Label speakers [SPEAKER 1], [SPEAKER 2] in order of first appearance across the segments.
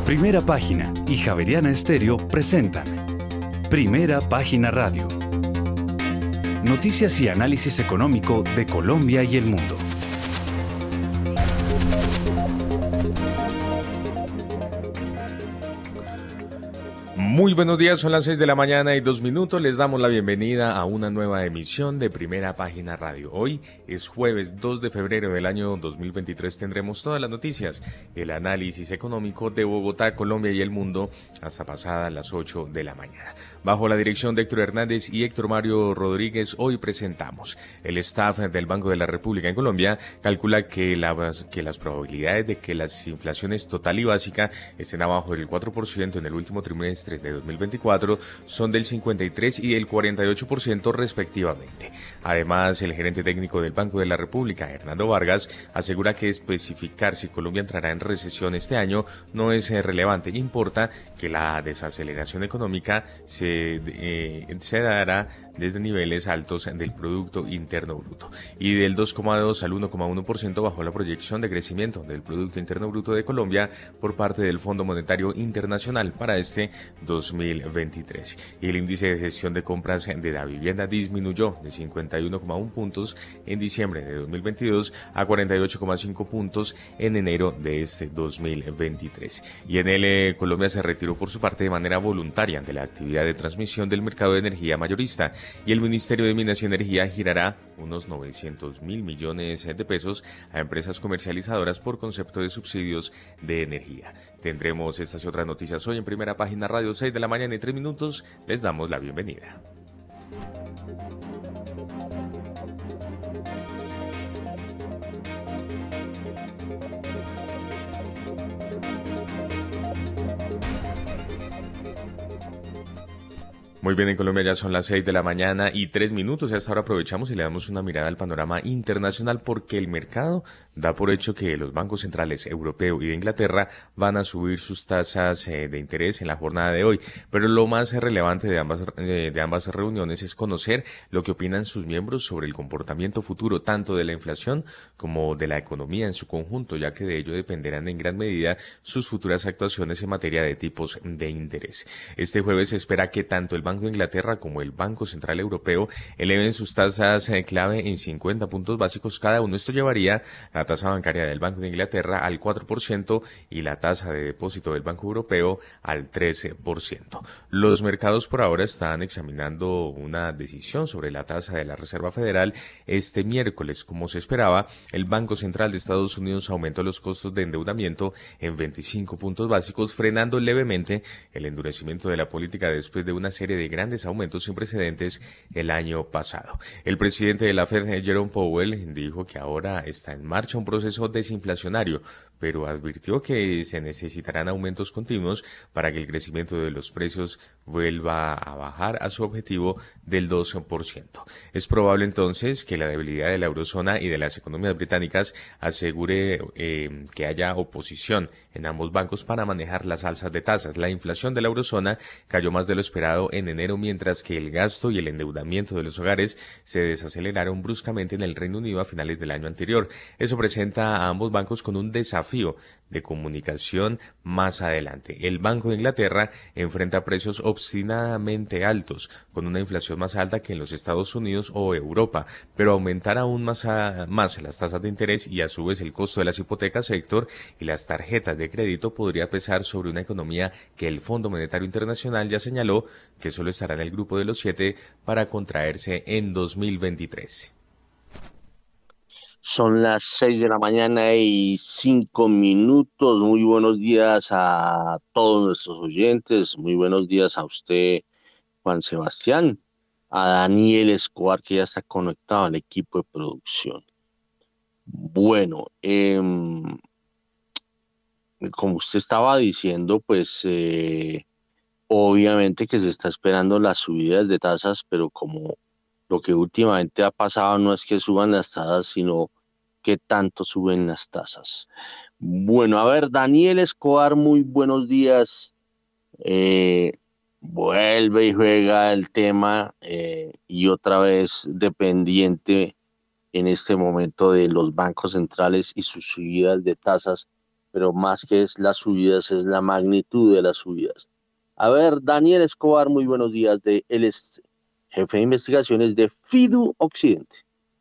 [SPEAKER 1] Primera Página y Javeriana Estéreo presentan Primera Página Radio. Noticias y análisis económico de Colombia y el mundo.
[SPEAKER 2] Muy buenos días, son las 6 de la mañana y 2 minutos. Les damos la bienvenida a una nueva emisión de Primera Página Radio. Hoy es jueves 2 de febrero del año 2023. Tendremos todas las noticias, el análisis económico de Bogotá, Colombia y el mundo hasta pasadas las 8 de la mañana. Bajo la dirección de Héctor Hernández y Héctor Mario Rodríguez, hoy presentamos. El staff del Banco de la República en Colombia calcula que las probabilidades de que las inflaciones total y básica estén abajo del 4% en el último trimestre de 2024 son del 53 y del 48% respectivamente. Además, el gerente técnico del Banco de la República, Hernando Vargas, asegura que especificar si Colombia entrará en recesión este año no es relevante. Importa que la desaceleración económica se dará desde niveles altos del Producto Interno Bruto y del 2,2 al 1,1% bajo la proyección de crecimiento del Producto Interno Bruto de Colombia por parte del Fondo Monetario Internacional para este 2023. Y el índice de gestión de compras de la vivienda disminuyó de 51,1 puntos en diciembre de 2022 a 48,5 puntos en enero de este 2023. Y en Colombia se retiró por su parte de manera voluntaria de la actividad de transmisión del mercado de energía mayorista y el Ministerio de Minas y Energía girará unos 900.000 millones de pesos a empresas comercializadoras por concepto de subsidios de energía. Tendremos estas y otras noticias hoy en Primera Página Radio, 6 de la mañana y 3 minutos. Les damos la bienvenida. Muy bien, en Colombia ya son las 6 de la mañana y 3 minutos. Hasta ahora aprovechamos y le damos una mirada al panorama internacional porque el mercado da por hecho que los bancos centrales europeo y de Inglaterra van a subir sus tasas de interés en la jornada de hoy. Pero lo más relevante de ambas reuniones es conocer lo que opinan sus miembros sobre el comportamiento futuro tanto de la inflación como de la economía en su conjunto, ya que de ello dependerán en gran medida sus futuras actuaciones en materia de tipos de interés. Este jueves se espera que tanto el Banco de Inglaterra como el Banco Central Europeo eleven sus tasas clave en 50 puntos básicos cada uno. Esto llevaría la tasa bancaria del Banco de Inglaterra al 4% y la tasa de depósito del Banco Europeo al 13%. Los mercados por ahora están examinando una decisión sobre la tasa de la Reserva Federal este miércoles. Como se esperaba, el Banco Central de Estados Unidos aumentó los costos de endeudamiento en 25 puntos básicos, frenando levemente el endurecimiento de la política después de una serie de grandes aumentos sin precedentes el año pasado. El presidente de la Fed, Jerome Powell, dijo que ahora está en marcha un proceso desinflacionario, pero advirtió que se necesitarán aumentos continuos para que el crecimiento de los precios vuelva a bajar a su objetivo del 12%. Es probable entonces que la debilidad de la eurozona y de las economías británicas asegure que haya oposición en ambos bancos para manejar las alzas de tasas. La inflación de la eurozona cayó más de lo esperado en enero, mientras que el gasto y el endeudamiento de los hogares se desaceleraron bruscamente en el Reino Unido a finales del año anterior. Eso presenta a ambos bancos con un desafío de comunicación más adelante. El Banco de Inglaterra enfrenta precios obstinadamente altos, con una inflación más alta que en los Estados Unidos o Europa, pero aumentar aún más las tasas de interés y a su vez el costo de las hipotecas, Héctor, y las tarjetas de crédito podría pesar sobre una economía que el Fondo Monetario Internacional ya señaló que solo estará en el grupo de los 7 para contraerse en 2023.
[SPEAKER 3] Son las 6 de la mañana y 5 minutos. Muy buenos días a todos nuestros oyentes. Muy buenos días a usted, Juan Sebastián, a Daniel Escobar, que ya está conectado al equipo de producción. Bueno, como usted estaba diciendo, pues obviamente que se está esperando las subidas de tasas, pero como lo que últimamente ha pasado no es que suban las tasas, sino que tanto suben las tasas. Bueno, a ver, Daniel Escobar, muy buenos días. Vuelve y juega el tema y otra vez dependiente en este momento de los bancos centrales y sus subidas de tasas pero más que es las subidas, es la magnitud de las subidas. A ver, Daniel Escobar, muy buenos días, él es jefe de investigaciones de FIDU Occidente.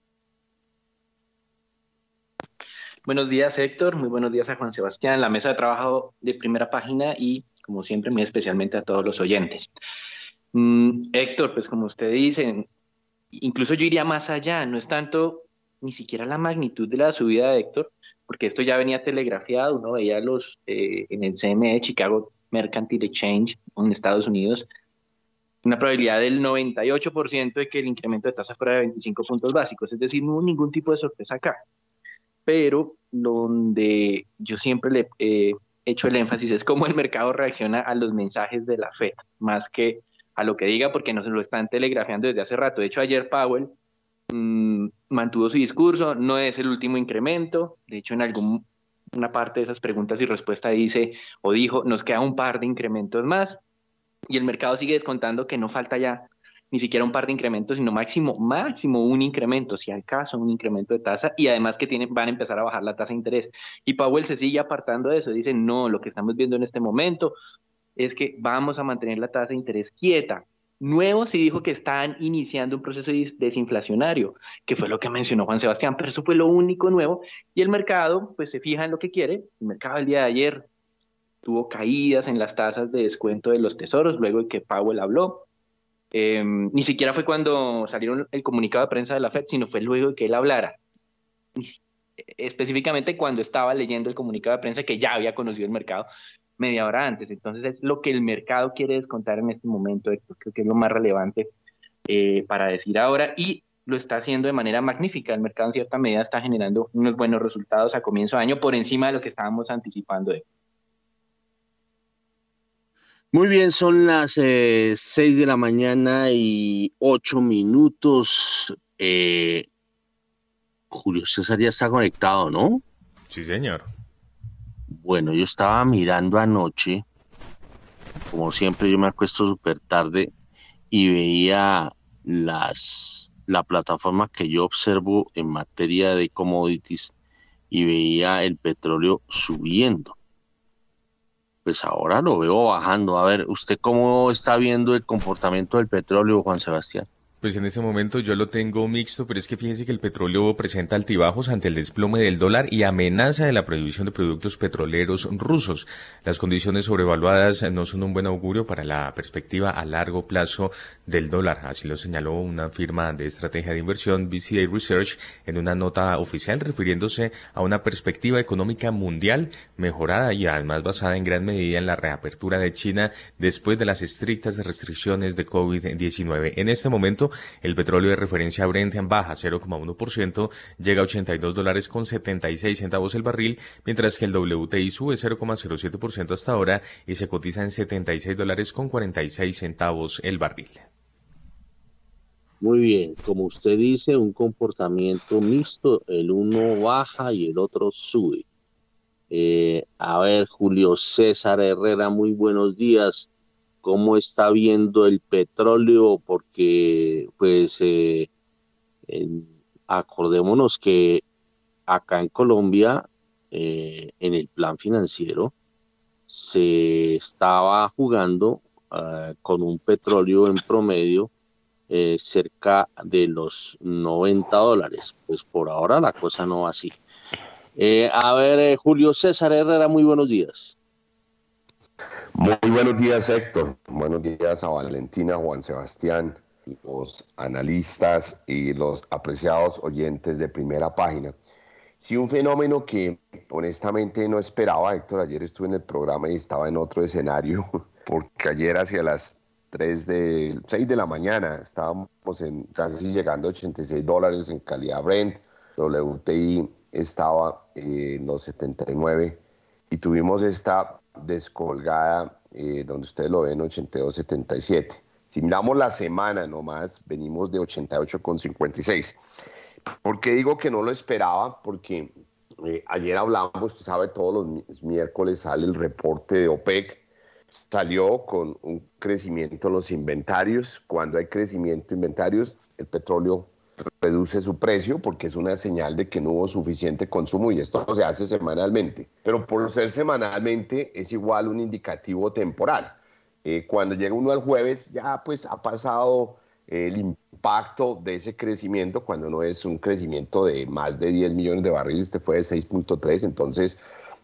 [SPEAKER 4] Buenos días, Héctor. Muy buenos días a Juan Sebastián, la mesa de trabajo de Primera Página y, como siempre, muy especialmente a todos los oyentes. Héctor, pues como usted dice, incluso yo iría más allá, no es tanto ni siquiera la magnitud de la subida de Héctor, porque esto ya venía telegrafiado, uno veía en el CME, Chicago Mercantile Exchange, en Estados Unidos, una probabilidad del 98% de que el incremento de tasa fuera de 25 puntos básicos, es decir, no hubo ningún tipo de sorpresa acá. Pero donde yo siempre le he hecho el énfasis es cómo el mercado reacciona a los mensajes de la Fed, más que a lo que diga, porque no se lo están telegrafiando desde hace rato. De hecho, ayer Powell mantuvo su discurso, no es el último incremento, de hecho una parte de esas preguntas y respuestas dice o dijo, nos queda un par de incrementos más, y el mercado sigue descontando que no falta ya ni siquiera un par de incrementos, sino máximo un incremento, si al caso, un incremento de tasa, y además que van a empezar a bajar la tasa de interés. Y Powell se sigue apartando de eso, dice, no, lo que estamos viendo en este momento es que vamos a mantener la tasa de interés quieta. Nuevo sí dijo que están iniciando un proceso desinflacionario, que fue lo que mencionó Juan Sebastián, pero eso fue lo único nuevo, y el mercado pues se fija en lo que quiere. El mercado el día de ayer tuvo caídas en las tasas de descuento de los tesoros luego de que Powell habló. Ni siquiera fue cuando salieron el comunicado de prensa de la Fed, sino fue luego de que él hablara. Específicamente cuando estaba leyendo el comunicado de prensa que ya había conocido el mercado media hora antes. Entonces es lo que el mercado quiere descontar en este momento. Creo que es lo más relevante para decir ahora, y lo está haciendo de manera magnífica. El mercado en cierta medida está generando unos buenos resultados a comienzo de año por encima de lo que estábamos anticipando.
[SPEAKER 3] Muy bien, son las 6 de la mañana y 8 minutos. Julio César ya está conectado, ¿no?
[SPEAKER 2] Sí, señor.
[SPEAKER 3] Bueno, yo estaba mirando anoche, como siempre yo me acuesto súper tarde y veía la plataforma que yo observo en materia de commodities y veía el petróleo subiendo. Pues ahora lo veo bajando. A ver, ¿usted cómo está viendo el comportamiento del petróleo, Juan Sebastián?
[SPEAKER 2] Pues en este momento yo lo tengo mixto, pero es que fíjese que el petróleo presenta altibajos ante el desplome del dólar y amenaza de la prohibición de productos petroleros rusos. Las condiciones sobrevaluadas no son un buen augurio para la perspectiva a largo plazo del dólar. Así lo señaló una firma de estrategia de inversión, BCA Research, en una nota oficial refiriéndose a una perspectiva económica mundial mejorada y además basada en gran medida en la reapertura de China después de las estrictas restricciones de COVID-19. En este momento, el petróleo de referencia Brent baja 0,1%, llega a $82.76 el barril, mientras que el WTI sube 0,07% hasta ahora y se cotiza en $76.46 el barril.
[SPEAKER 3] Muy bien, como usted dice, un comportamiento mixto, el uno baja y el otro sube. A ver, Julio César Herrera, muy buenos días. ¿Cómo está viendo el petróleo? Porque, pues, acordémonos que acá en Colombia, en el plan financiero, se estaba jugando con un petróleo en promedio cerca de los $90. Pues por ahora la cosa no va así. A ver, Julio César Herrera, muy buenos días.
[SPEAKER 5] Muy buenos días, Héctor. Buenos días a Valentina, Juan Sebastián, los analistas y los apreciados oyentes de Primera Página. Sí, un fenómeno que honestamente no esperaba, Héctor. Ayer estuve en el programa y estaba en otro escenario, porque ayer hacia las 6 de la mañana estábamos casi llegando a $86 en calidad Brent. WTI estaba en los 79 y tuvimos esta descolgada donde ustedes lo ven 82.77. Si miramos la semana nomás, venimos de 88.56. ¿Por qué digo que no lo esperaba? Porque ayer hablamos, usted sabe, todos los miércoles sale el reporte de OPEC. Salió con un crecimiento en los inventarios. Cuando hay crecimiento de inventarios, el petróleo reduce su precio porque es una señal de que no hubo suficiente consumo y esto se hace semanalmente. Pero por ser semanalmente es igual un indicativo temporal. Cuando llega uno al jueves ya pues ha pasado el impacto de ese crecimiento, cuando no es un crecimiento de más de 10 millones de barriles, este fue de 6.3, entonces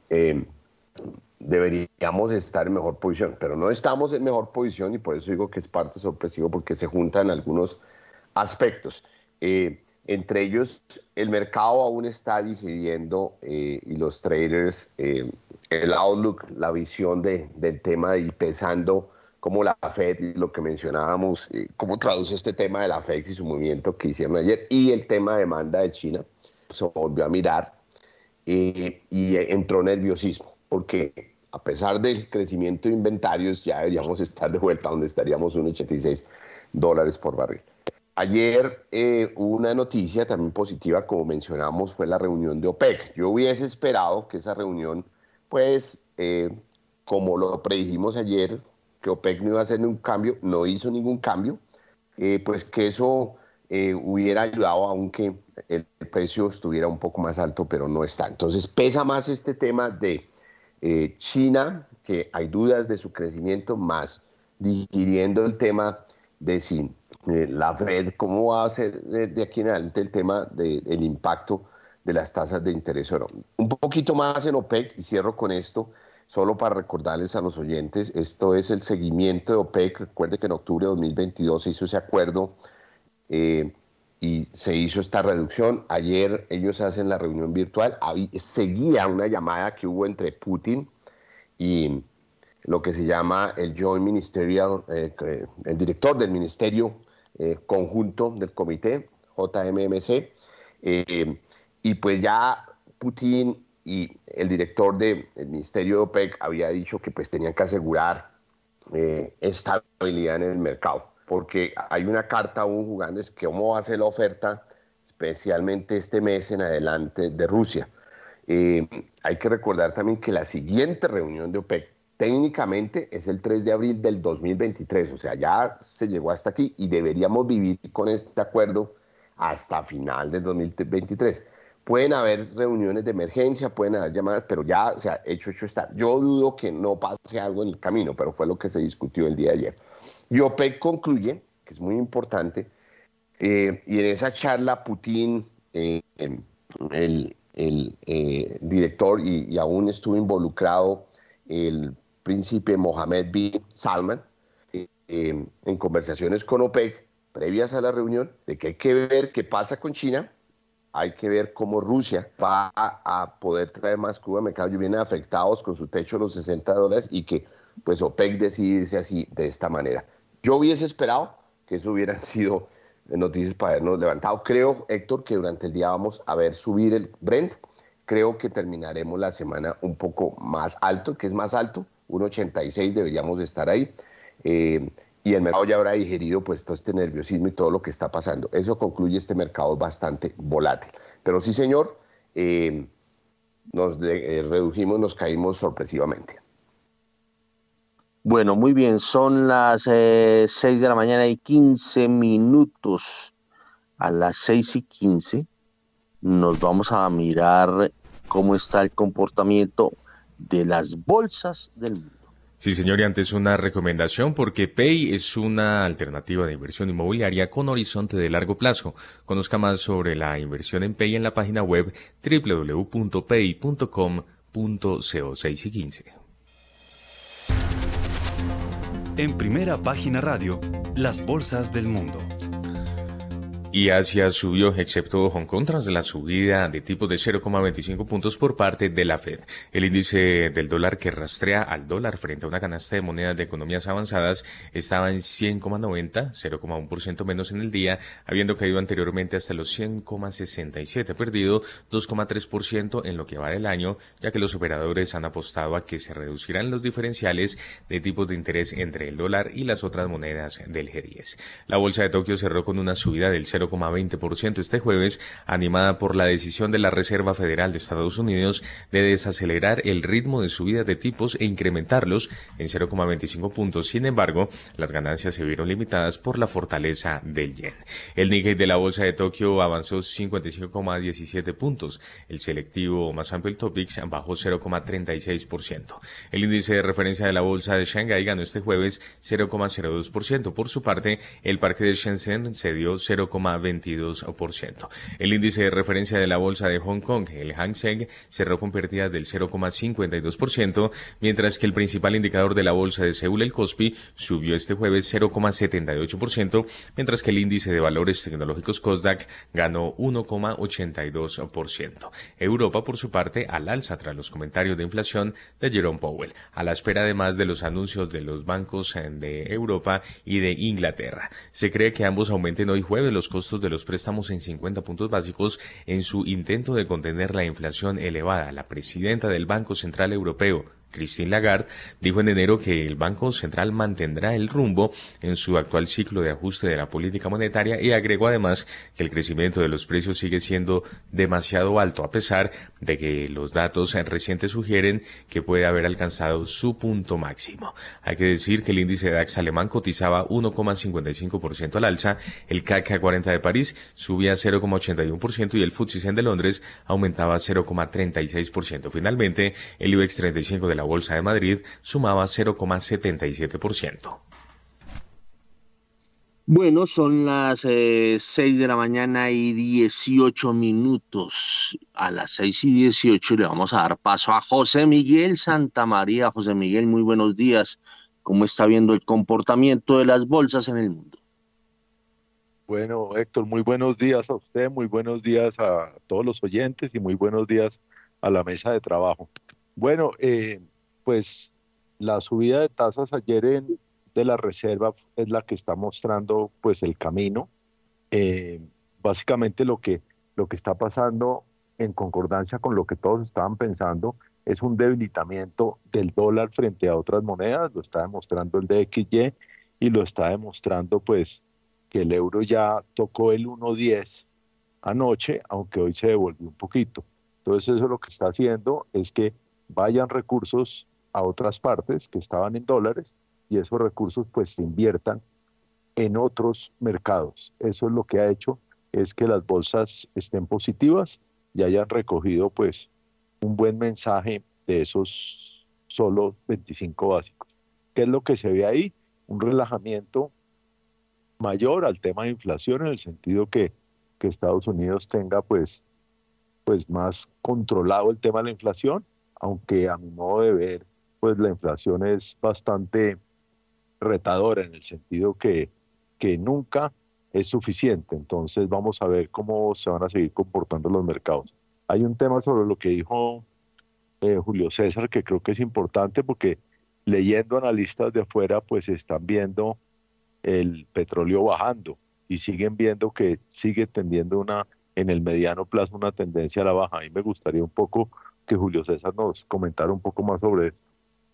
[SPEAKER 5] deberíamos estar en mejor posición, pero no estamos en mejor posición y por eso digo que es parte sorpresivo porque se juntan algunos aspectos. Entre ellos, el mercado aún está digiriendo y los traders, el outlook, la visión del tema y pesando como la Fed y lo que mencionábamos, cómo traduce este tema de la Fed y su movimiento que hicieron ayer y el tema de demanda de China, se volvió a mirar y entró nerviosismo, porque a pesar del crecimiento de inventarios ya deberíamos estar de vuelta donde estaríamos $1.86 por barril. Ayer hubo una noticia también positiva, como mencionamos, fue la reunión de OPEC. Yo hubiese esperado que esa reunión, pues, como lo predijimos ayer, que OPEC no iba a hacer ningún cambio, no hizo ningún cambio, pues que eso hubiera ayudado aunque el precio estuviera un poco más alto, pero no está. Entonces pesa más este tema de China, que hay dudas de su crecimiento, más digiriendo el tema de si la Fed, cómo va a ser de aquí en adelante el tema del impacto de las tasas de interés. Bueno, un poquito más en OPEC, y cierro con esto, solo para recordarles a los oyentes, esto es el seguimiento de OPEC. Recuerde que en octubre de 2022 se hizo ese acuerdo y se hizo esta reducción. Ayer ellos hacen la reunión virtual, seguía una llamada que hubo entre Putin y lo que se llama el Joint Ministerial, el director del Ministerio Conjunto del Comité, JMMC, y pues ya Putin y el director del Ministerio de OPEC había dicho que pues tenían que asegurar estabilidad en el mercado, porque hay una carta aún jugando, es que cómo va a ser la oferta, especialmente este mes en adelante de Rusia. Hay que recordar también que la siguiente reunión de OPEC técnicamente es el 3 de abril del 2023, o sea, ya se llegó hasta aquí y deberíamos vivir con este acuerdo hasta final del 2023. Pueden haber reuniones de emergencia, pueden haber llamadas, pero ya, o sea, hecho está. Yo dudo que no pase algo en el camino, pero fue lo que se discutió el día de ayer. Y OPEC concluye, que es muy importante, y en esa charla Putin, el director, y aún estuvo involucrado el príncipe Mohammed bin Salman, en conversaciones con OPEC previas a la reunión, de que hay que ver qué pasa con China, hay que ver cómo Rusia va a poder traer más crudo al mercado y vienen afectados con su techo de los $60 y que pues OPEC decidirse así, de esta manera. Yo hubiese esperado que eso hubieran sido noticias para habernos levantado. Creo, Héctor, que durante el día vamos a ver subir el Brent. Creo que terminaremos la semana un poco más alto, que es más alto, 1.86 deberíamos de estar ahí. Y el mercado ya habrá digerido pues todo este nerviosismo y todo lo que está pasando. Eso concluye este mercado bastante volátil. Pero sí, señor, nos redujimos, nos caímos sorpresivamente.
[SPEAKER 3] Bueno, muy bien, son las 6 de la mañana y 15 minutos. A las 6:15 nos vamos a mirar cómo está el comportamiento de las bolsas del mundo.
[SPEAKER 2] Sí, señor, y antes una recomendación porque Pay es una alternativa de inversión inmobiliaria con horizonte de largo plazo. Conozca más sobre la inversión en Pay en la página web www.pay.com.co. 6 y 15.
[SPEAKER 1] En Primera Página Radio, las bolsas del mundo.
[SPEAKER 2] Y Asia subió, excepto Hong Kong, tras la subida de tipos de 0,25 puntos por parte de la Fed. El índice del dólar, que rastrea al dólar frente a una canasta de monedas de economías avanzadas, estaba en 100,90, 0,1% menos en el día, habiendo caído anteriormente hasta los 100,67, perdido 2,3% en lo que va del año, ya que los operadores han apostado a que se reducirán los diferenciales de tipos de interés entre el dólar y las otras monedas del G10. La bolsa de Tokio cerró con una subida del 0,5%, 0,20% este jueves, animada por la decisión de la Reserva Federal de Estados Unidos de desacelerar el ritmo de subida de tipos e incrementarlos en 0,25 puntos. Sin embargo, las ganancias se vieron limitadas por la fortaleza del yen. El Nikkei de la bolsa de Tokio avanzó 55,17 puntos. El selectivo más amplio, el Topix, bajó 0,36%. El índice de referencia de la bolsa de Shanghái ganó este jueves 0,02%. Por su parte, el parque de Shenzhen cedió 0,22%. El índice de referencia de la bolsa de Hong Kong, el Hang Seng, cerró con pérdidas del 0,52%, mientras que el principal indicador de la bolsa de Seúl, el Kospi, subió este jueves 0,78%, mientras que el índice de valores tecnológicos Kosdaq ganó 1,82%. Europa, por su parte, al alza tras los comentarios de inflación de Jerome Powell, a la espera además de los anuncios de los bancos de Europa y de Inglaterra. Se cree que ambos aumenten hoy jueves los costos de los préstamos en 50 puntos básicos en su intento de contener la inflación elevada. La presidenta del Banco Central Europeo, Christine Lagarde, dijo en enero que el Banco Central mantendrá el rumbo en su actual ciclo de ajuste de la política monetaria y agregó además que el crecimiento de los precios sigue siendo demasiado alto, a pesar de que los datos recientes sugieren que puede haber alcanzado su punto máximo. Hay que decir que el índice DAX alemán cotizaba 1,55% al alza, el CAC 40 de París subía 0,81% y el FTSE 100 de Londres aumentaba 0,36%. Finalmente, el IBEX 35 de la Bolsa de Madrid sumaba 0,77%.
[SPEAKER 3] Bueno, son las 6 de la mañana y 18 minutos. A las 6:18 le vamos a dar paso a José Miguel Santamaría. José Miguel, muy buenos días. ¿Cómo está viendo el comportamiento de las bolsas en el mundo?
[SPEAKER 6] Bueno, Héctor, muy buenos días a usted, muy buenos días a todos los oyentes y muy buenos días a la mesa de trabajo. Bueno, pues la subida de tasas ayer de la Reserva es la que está mostrando pues el camino. Básicamente lo que está pasando en concordancia con lo que todos estaban pensando es un debilitamiento del dólar frente a otras monedas. Lo está demostrando el DXY y lo está demostrando pues que el euro ya tocó el 1.10 anoche, aunque hoy se devolvió un poquito. Entonces eso lo que está haciendo es que vayan recursos a otras partes que estaban en dólares y esos recursos pues se inviertan en otros mercados. Eso es lo que ha hecho es que las bolsas estén positivas y hayan recogido pues un buen mensaje de esos solo 25 básicos. ¿Qué es lo que se ve ahí? Un relajamiento mayor al tema de inflación en el sentido que Estados Unidos tenga pues más controlado el tema de la inflación, aunque a mi modo de ver, pues la inflación es bastante retadora en el sentido que nunca es suficiente. Entonces vamos a ver cómo se van a seguir comportando los mercados. Hay un tema sobre lo que dijo Julio César que creo que es importante porque leyendo analistas de afuera, pues están viendo el petróleo bajando y siguen viendo que sigue tendiendo en el mediano plazo una tendencia a la baja. A mí me gustaría un poco que Julio César nos comentara un poco más sobre esto.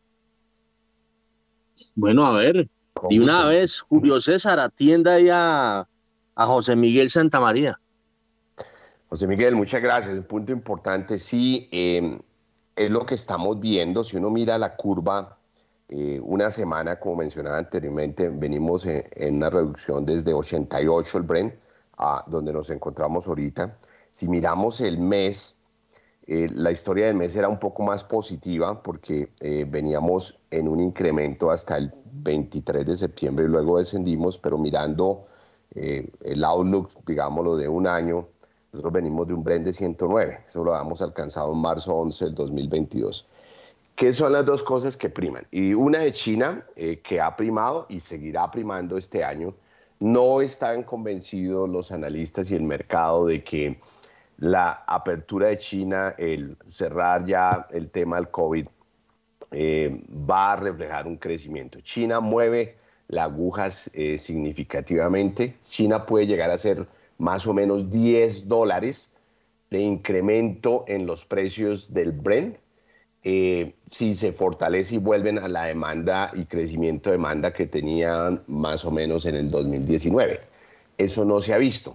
[SPEAKER 3] Bueno, a ver, de una vez, Julio César, atienda ya a José Miguel Santamaría.
[SPEAKER 5] José Miguel, muchas gracias. Un punto importante, sí, es lo que estamos viendo. Si uno mira la curva, una semana, como mencionaba anteriormente, venimos en una reducción desde 88 el Brent a donde nos encontramos ahorita. Si miramos el mes, la historia del mes era un poco más positiva porque veníamos en un incremento hasta el 23 de septiembre y luego descendimos, pero mirando el outlook, digámoslo, de un año, nosotros venimos de un Brent de 109, eso lo habíamos alcanzado en marzo 11 del 2022. ¿Qué son las dos cosas que priman? Y una de China, que ha primado y seguirá primando este año. No estaban convencidos los analistas y el mercado de que la apertura de China, el cerrar ya el tema del COVID, va a reflejar un crecimiento. China mueve las agujas significativamente. China puede llegar a ser más o menos $10 de incremento en los precios del Brent, si se fortalece y vuelven a la demanda y crecimiento de demanda que tenían más o menos en el 2019. Eso no se ha visto.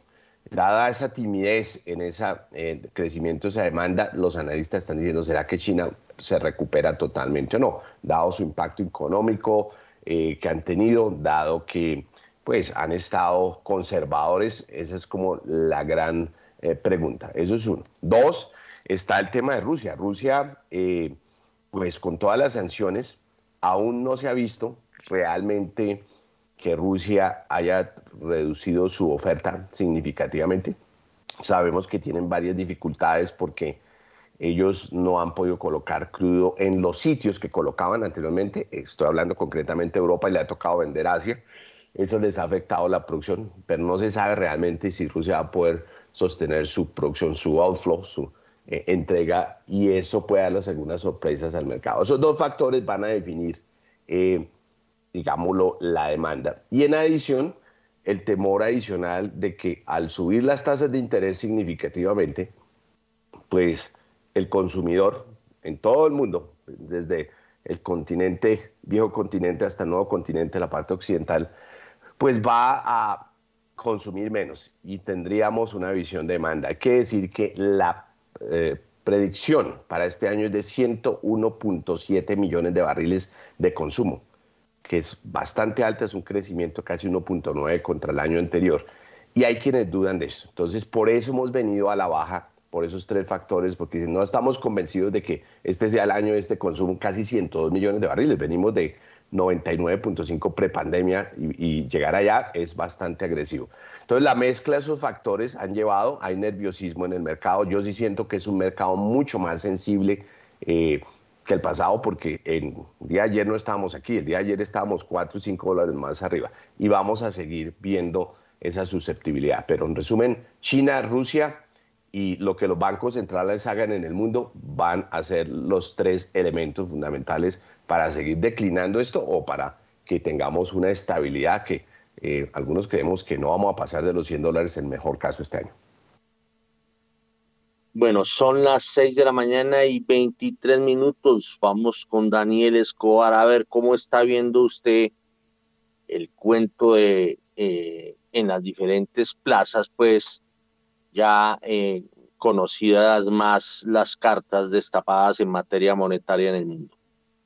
[SPEAKER 5] Dada esa timidez en ese crecimiento de esa demanda, los analistas están diciendo, ¿será que China se recupera totalmente o no? Dado su impacto económico que han tenido, dado que pues han estado conservadores, esa es como la gran pregunta. Eso es uno. Dos, está el tema de Rusia. Rusia, pues con todas las sanciones, aún no se ha visto realmente que Rusia haya reducido su oferta significativamente. Sabemos que tienen varias dificultades porque ellos no han podido colocar crudo en los sitios que colocaban anteriormente. Estoy hablando concretamente de Europa y le ha tocado vender a Asia. Eso les ha afectado la producción, pero no se sabe realmente si Rusia va a poder sostener su producción, su outflow, su entrega, y eso puede darles algunas sorpresas al mercado. Esos dos factores van a definir, digámoslo, la demanda. Y en adición, el temor adicional de que al subir las tasas de interés significativamente, pues el consumidor en todo el mundo, desde el continente, viejo continente hasta el nuevo continente, la parte occidental, pues va a consumir menos y tendríamos una visión de demanda. Hay que decir que la predicción para este año es de 101.7 millones de barriles de consumo, que es bastante alta, es un crecimiento casi 1.9 contra el año anterior. Y hay quienes dudan de eso. Entonces, por eso hemos venido a la baja, por esos tres factores, porque no estamos convencidos de que este sea el año de este consumo, casi 102 millones de barriles. Venimos de 99.5 prepandemia y llegar allá es bastante agresivo. Entonces, la mezcla de esos factores han llevado, hay nerviosismo en el mercado. Yo sí siento que es un mercado mucho más sensible que el pasado, porque el día de ayer no estábamos aquí, el día de ayer estábamos 4 o 5 dólares más arriba y vamos a seguir viendo esa susceptibilidad. Pero en resumen, China, Rusia y lo que los bancos centrales hagan en el mundo van a ser los tres elementos fundamentales para seguir declinando esto o para que tengamos una estabilidad que algunos creemos que no vamos a pasar de los 100 dólares en mejor caso este año.
[SPEAKER 3] Bueno, son las 6 de la mañana y 23 minutos. Vamos con Daniel Escobar a ver cómo está viendo usted el cuento de en las diferentes plazas, pues ya conocidas más las cartas destapadas en materia monetaria en el mundo.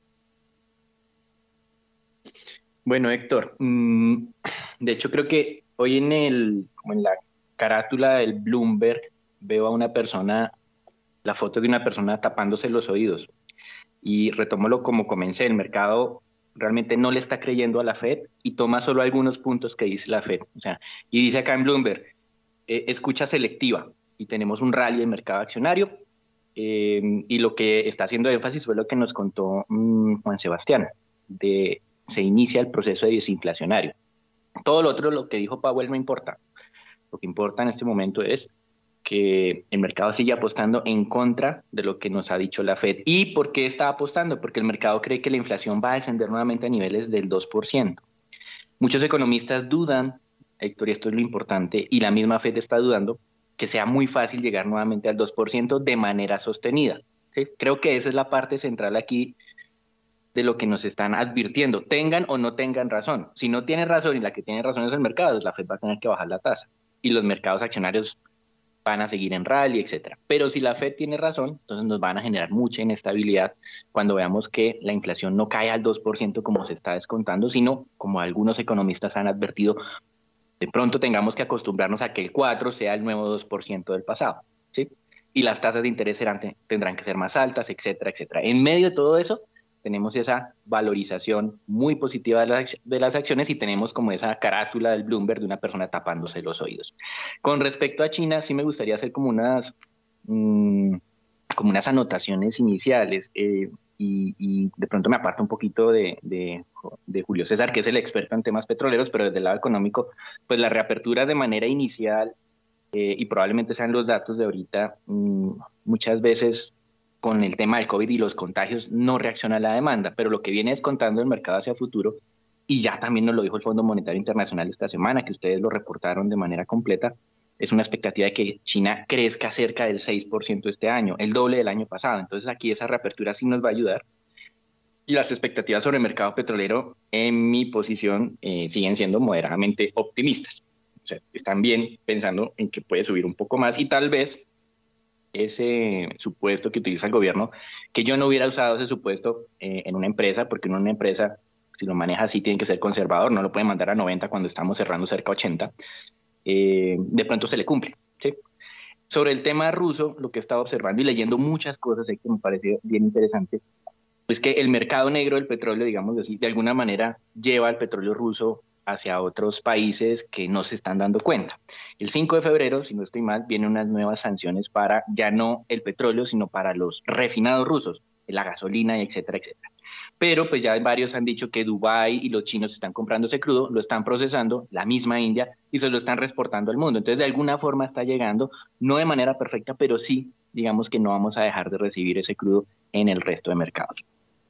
[SPEAKER 4] Bueno, Héctor, de hecho creo que hoy como en la carátula del Bloomberg veo a una persona, la foto de una persona tapándose los oídos. Y retómalo como comencé, el mercado realmente no le está creyendo a la Fed y toma solo algunos puntos que dice la Fed. O sea, y dice acá en Bloomberg, escucha selectiva, y tenemos un rally de mercado accionario, y lo que está haciendo énfasis fue lo que nos contó Juan Sebastián, se inicia el proceso de desinflacionario. Todo lo otro, lo que dijo Powell, no importa. Lo que importa en este momento es que el mercado sigue apostando en contra de lo que nos ha dicho la Fed. ¿Y por qué está apostando? Porque el mercado cree que la inflación va a descender nuevamente a niveles del 2%. Muchos economistas dudan, Héctor, y esto es lo importante, y la misma Fed está dudando, que sea muy fácil llegar nuevamente al 2% de manera sostenida. ¿Sí? Creo que esa es la parte central aquí de lo que nos están advirtiendo, tengan o no tengan razón. Si no tiene razón y la que tiene razón es el mercado, la Fed va a tener que bajar la tasa y los mercados accionarios van a seguir en rally, etcétera. Pero si la Fed tiene razón, entonces nos van a generar mucha inestabilidad cuando veamos que la inflación no cae al 2% como se está descontando, sino como algunos economistas han advertido, de pronto tengamos que acostumbrarnos a que el 4 sea el nuevo 2% del pasado, ¿sí? Y las tasas de interés tendrán que ser más altas, etcétera, etcétera. En medio de todo eso, tenemos esa valorización muy positiva de las acciones y tenemos como esa carátula del Bloomberg de una persona tapándose los oídos. Con respecto a China, sí me gustaría hacer como unas anotaciones iniciales y de pronto me aparto un poquito de Julio César, que es el experto en temas petroleros, pero desde el lado económico, pues la reapertura de manera inicial y probablemente sean los datos de ahorita, muchas veces con el tema del COVID y los contagios no reacciona la demanda, pero lo que viene descontando el mercado hacia futuro, y ya también nos lo dijo el Fondo Monetario Internacional esta semana, que ustedes lo reportaron de manera completa, es una expectativa de que China crezca cerca del 6% este año, el doble del año pasado. Entonces aquí esa reapertura sí nos va a ayudar. Y las expectativas sobre el mercado petrolero, en mi posición, siguen siendo moderadamente optimistas. sea, están bien pensando en que puede subir un poco más y tal vez ese supuesto que utiliza el gobierno, que yo no hubiera usado ese supuesto en una empresa, porque en una empresa, si lo maneja así, tiene que ser conservador, no lo puede mandar a 90 cuando estamos cerrando cerca a 80, de pronto se le cumple, ¿sí? Sobre el tema ruso, lo que he estado observando y leyendo muchas cosas que me pareció bien interesante, es que el mercado negro del petróleo, digamos así, de alguna manera lleva el petróleo ruso hacia otros países que no se están dando cuenta. El 5 de febrero, si no estoy mal, vienen unas nuevas sanciones para ya no el petróleo, sino para los refinados rusos, la gasolina, etcétera, etcétera. Pero pues ya varios han dicho que Dubái y los chinos están comprando ese crudo, lo están procesando, la misma India, y se lo están exportando al mundo. Entonces, de alguna forma está llegando, no de manera perfecta, pero sí, digamos que no vamos a dejar de recibir ese crudo en el resto de mercados.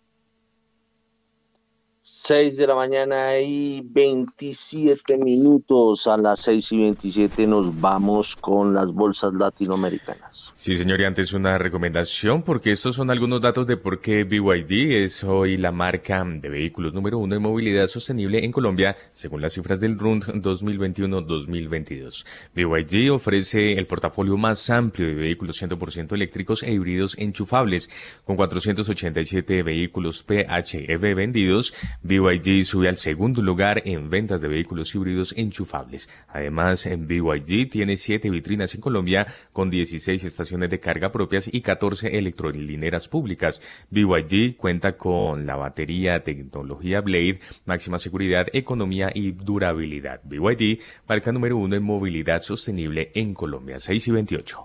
[SPEAKER 3] 6 de la mañana y 27 minutos. A las 6:27 nos vamos con las bolsas latinoamericanas.
[SPEAKER 2] Sí, señor, y antes una recomendación, porque estos son algunos datos de por qué BYD es hoy la marca de vehículos número 1 en movilidad sostenible en Colombia, según las cifras del RUND 2021-2022. BYD ofrece el portafolio más amplio de vehículos 100% eléctricos e híbridos enchufables, con 487 vehículos PHEV vendidos. BYD sube al segundo lugar en ventas de vehículos híbridos enchufables. Además, en BYD tiene 7 vitrinas en Colombia con 16 estaciones de carga propias y 14 electrolineras públicas. BYD cuenta con la batería tecnología Blade, máxima seguridad, economía y durabilidad. BYD, marca número 1 en movilidad sostenible en Colombia. 6:28.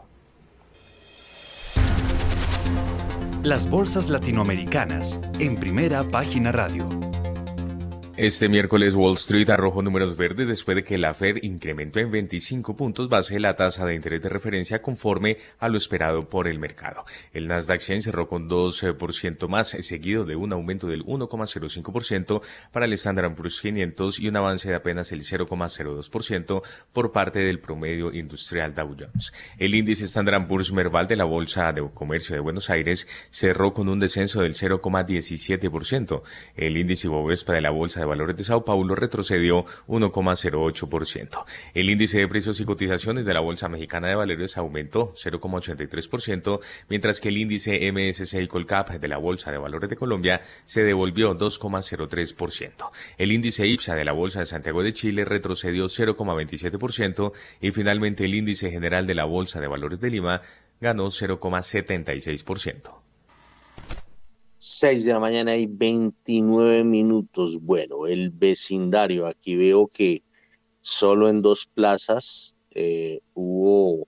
[SPEAKER 1] Las bolsas latinoamericanas en Primera Página Radio.
[SPEAKER 2] Este miércoles Wall Street arrojó números verdes después de que la Fed incrementó en 25 puntos base la tasa de interés de referencia conforme a lo esperado por el mercado. El Nasdaq 100 cerró con 2% más, seguido de un aumento del 1,05% para el Standard & Poor's 500 y un avance de apenas el 0,02% por parte del promedio industrial Dow Jones. El índice Standard & Poor's Merval de la Bolsa de Comercio de Buenos Aires cerró con un descenso del 0,17%. El índice Bovespa de la Bolsa de Valores de Sao Paulo retrocedió 1,08%. El índice de precios y cotizaciones de la Bolsa Mexicana de Valores aumentó 0,83%, mientras que el índice MSCI Colcap de la Bolsa de Valores de Colombia se devolvió 2,03%. El índice IPSA de la Bolsa de Santiago de Chile retrocedió 0,27% y finalmente el índice general de la Bolsa de Valores de Lima ganó 0,76%.
[SPEAKER 3] 6 de la mañana y 29 minutos. Bueno, el vecindario, aquí veo que solo en 2 plazas hubo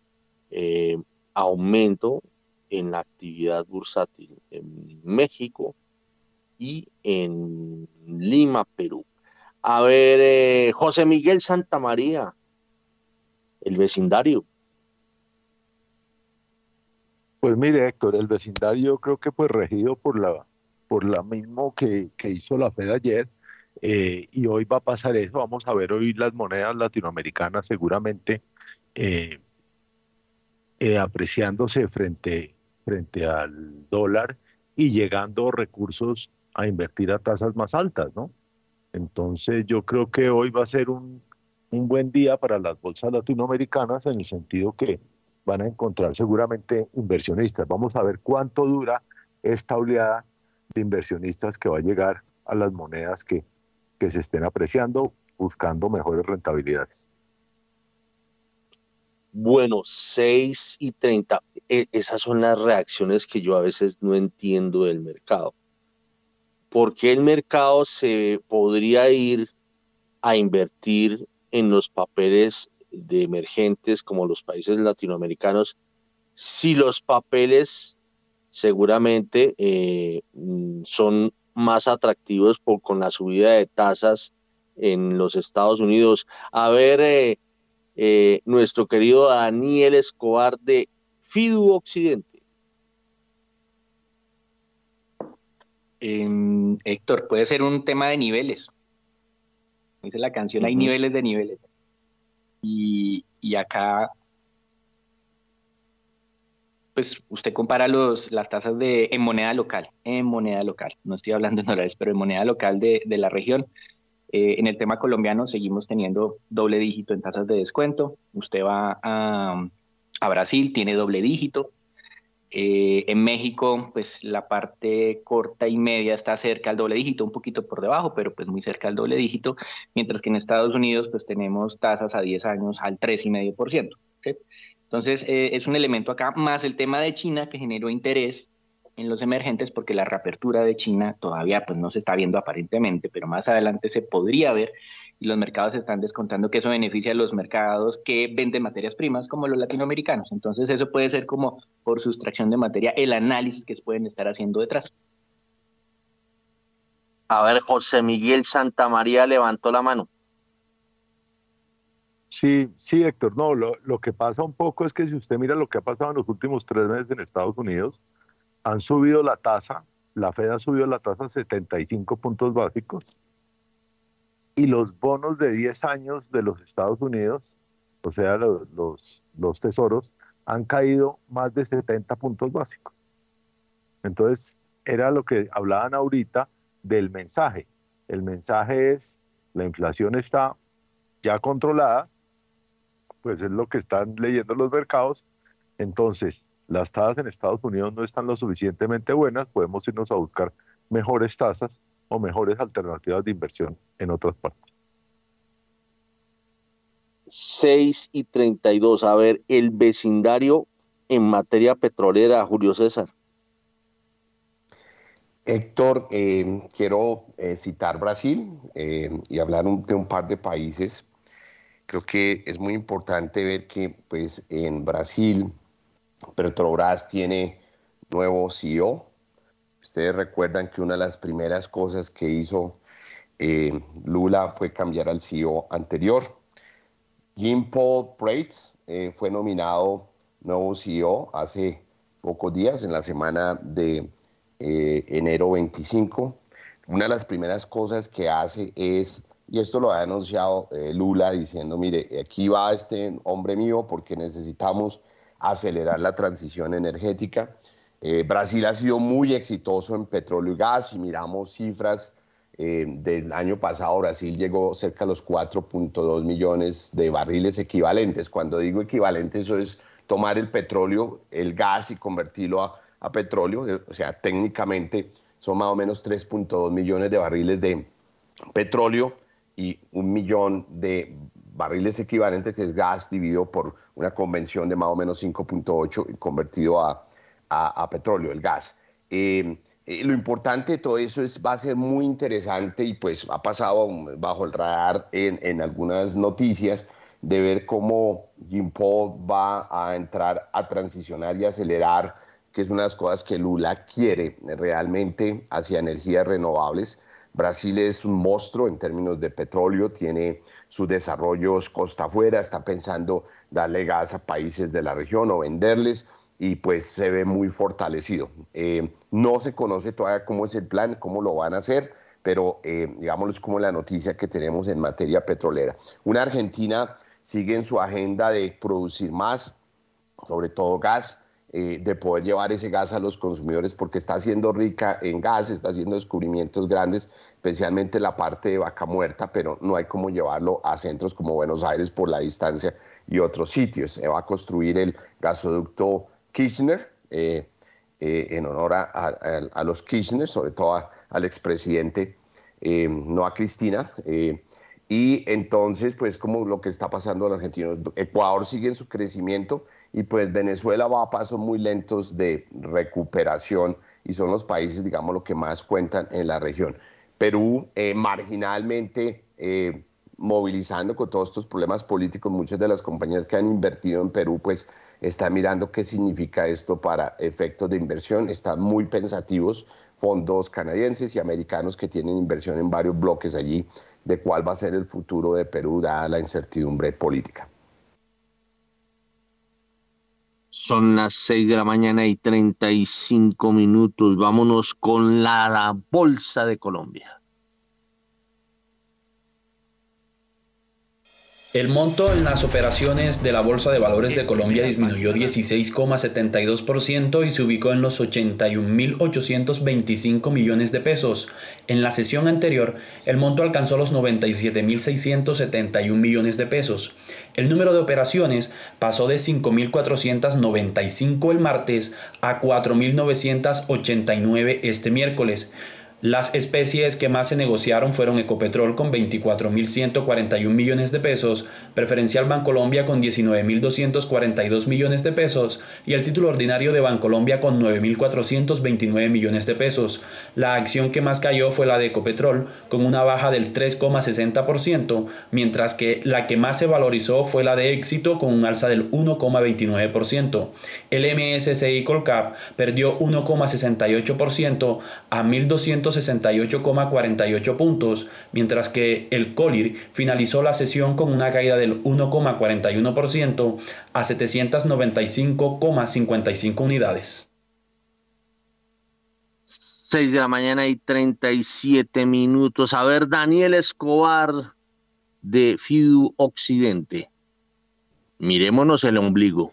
[SPEAKER 3] aumento en la actividad bursátil, en México y en Lima, Perú. A ver, José Miguel Santamaría, el vecindario.
[SPEAKER 6] Pues mire, Héctor, el vecindario creo que pues regido por la mismo que hizo la Fed ayer, y hoy va a pasar eso. Vamos a ver hoy las monedas latinoamericanas seguramente eh, apreciándose frente al dólar y llegando recursos a invertir a tasas más altas, ¿no? Entonces yo creo que hoy va a ser un buen día para las bolsas latinoamericanas en el sentido que van a encontrar seguramente inversionistas. Vamos a ver cuánto dura esta oleada de inversionistas que va a llegar a las monedas que se estén apreciando, buscando mejores rentabilidades.
[SPEAKER 3] Bueno, 6:30. Esas son las reacciones que yo a veces no entiendo del mercado. ¿Por qué el mercado se podría ir a invertir en los papeles de emergentes como los países latinoamericanos si los papeles seguramente son más atractivos con la subida de tasas en los Estados Unidos? A ver, nuestro querido Daniel Escobar de Fidu Occidente.
[SPEAKER 4] Héctor, puede ser un tema de niveles. Dice la canción, hay niveles de niveles. Y acá, pues usted compara las tasas en moneda local, no estoy hablando en dólares, pero en moneda local de la región. En el tema colombiano seguimos teniendo doble dígito en tasas de descuento. Usted va a Brasil, tiene doble dígito. En México, pues la parte corta y media está cerca al doble dígito, un poquito por debajo, pero pues muy cerca al doble dígito, mientras que en Estados Unidos pues tenemos tasas a 10 años al 3,5%. ¿Sí? Entonces, es un elemento acá, más el tema de China que generó interés en los emergentes, porque la reapertura de China todavía pues no se está viendo aparentemente, pero más adelante se podría ver, y los mercados están descontando que eso beneficia a los mercados que venden materias primas como los latinoamericanos. Entonces eso puede ser como por sustracción de materia el análisis que pueden estar haciendo detrás.
[SPEAKER 3] A ver, José Miguel Santamaría levantó la mano.
[SPEAKER 6] Sí, sí, Héctor, no, lo que pasa un poco es que si usted mira lo que ha pasado en los últimos 3 meses en Estados Unidos, han subido la tasa, la Fed ha subido la tasa 75 puntos básicos, y los bonos de 10 años de los Estados Unidos, o sea, los tesoros, han caído más de 70 puntos básicos. Entonces, era lo que hablaban ahorita del mensaje. El mensaje es, la inflación está ya controlada, pues es lo que están leyendo los mercados. Entonces, las tasas en Estados Unidos no están lo suficientemente buenas, podemos irnos a buscar mejores tasas o mejores alternativas de inversión en otras partes.
[SPEAKER 3] 6:32. A ver, el vecindario en materia petrolera, Julio César.
[SPEAKER 5] Héctor, quiero citar Brasil y hablar de un par de países. Creo que es muy importante ver que pues, en Brasil Petrobras tiene nuevo CEO. Ustedes recuerdan que una de las primeras cosas que hizo Lula fue cambiar al CEO anterior. Jean-Paul Prats fue nominado nuevo CEO hace pocos días, en la semana de enero 25. Una de las primeras cosas que hace es, y esto lo ha anunciado Lula, diciendo, mire, aquí va este hombre mío porque necesitamos acelerar la transición energética. Brasil ha sido muy exitoso en petróleo y gas, y miramos cifras del año pasado, Brasil llegó cerca a los 4.2 millones de barriles equivalentes. Cuando digo equivalente, eso es tomar el petróleo, el gas y convertirlo a petróleo. O sea, técnicamente son más o menos 3.2 millones de barriles de petróleo y 1 millón de barriles equivalentes, que es gas, dividido por una convención de más o menos 5.8 convertido a petróleo, el gas. Lo importante de todo eso va a ser muy interesante, y pues ha pasado bajo el radar en algunas noticias, de ver cómo Jean-Paul va a entrar a transicionar y acelerar, que es una de las cosas que Lula quiere realmente, hacia energías renovables. Brasil es un monstruo en términos de petróleo, tiene sus desarrollos costa afuera, está pensando darle gas a países de la región o venderles, y pues se ve muy fortalecido. No se conoce todavía cómo es el plan, cómo lo van a hacer, pero digámoslo, es como la noticia que tenemos en materia petrolera. Una Argentina sigue en su agenda de producir más, sobre todo gas, de poder llevar ese gas a los consumidores, porque está siendo rica en gas, está haciendo descubrimientos grandes, especialmente la parte de Vaca Muerta, pero no hay cómo llevarlo a centros como Buenos Aires por la distancia y otros sitios. Se va a construir el gasoducto Kirchner, en honor a los Kirchner, sobre todo al expresidente, no a Cristina. Y entonces, pues, como lo que está pasando en Argentina, Ecuador sigue en su crecimiento, y pues Venezuela va a pasos muy lentos de recuperación, y son los países, digamos, lo que más cuentan en la región. Perú, marginalmente, movilizando con todos estos problemas políticos, muchas de las compañías que han invertido en Perú, pues, están mirando qué significa esto para efectos de inversión. Están muy pensativos fondos canadienses y americanos que tienen inversión en varios bloques allí, de cuál va a ser el futuro de Perú, dada la incertidumbre política.
[SPEAKER 3] Son las 6:35. Vámonos con la Bolsa de Colombia.
[SPEAKER 7] El monto en las operaciones de la Bolsa de Valores de Colombia disminuyó 16,72% y se ubicó en los 81.825 millones de pesos. En la sesión anterior, el monto alcanzó los 97.671 millones de pesos. El número de operaciones pasó de 5.495 el martes a 4.989 este miércoles. Las especies que más se negociaron fueron Ecopetrol con 24.141 millones de pesos, Preferencial Bancolombia con 19.242 millones de pesos y el título ordinario de Bancolombia con 9.429 millones de pesos. La acción que más cayó fue la de Ecopetrol con una baja del 3,60%, mientras que la que más se valorizó fue la de Éxito con un alza del 1,29%. El MSCI Colcap perdió 1,68% a 1.268,48 puntos, mientras que el Colir finalizó la sesión con una caída del 1,41% a 795,55 unidades.
[SPEAKER 3] 6 de la mañana y 37 minutos. A ver, Daniel Escobar de FIDU Occidente. Mirémonos el ombligo.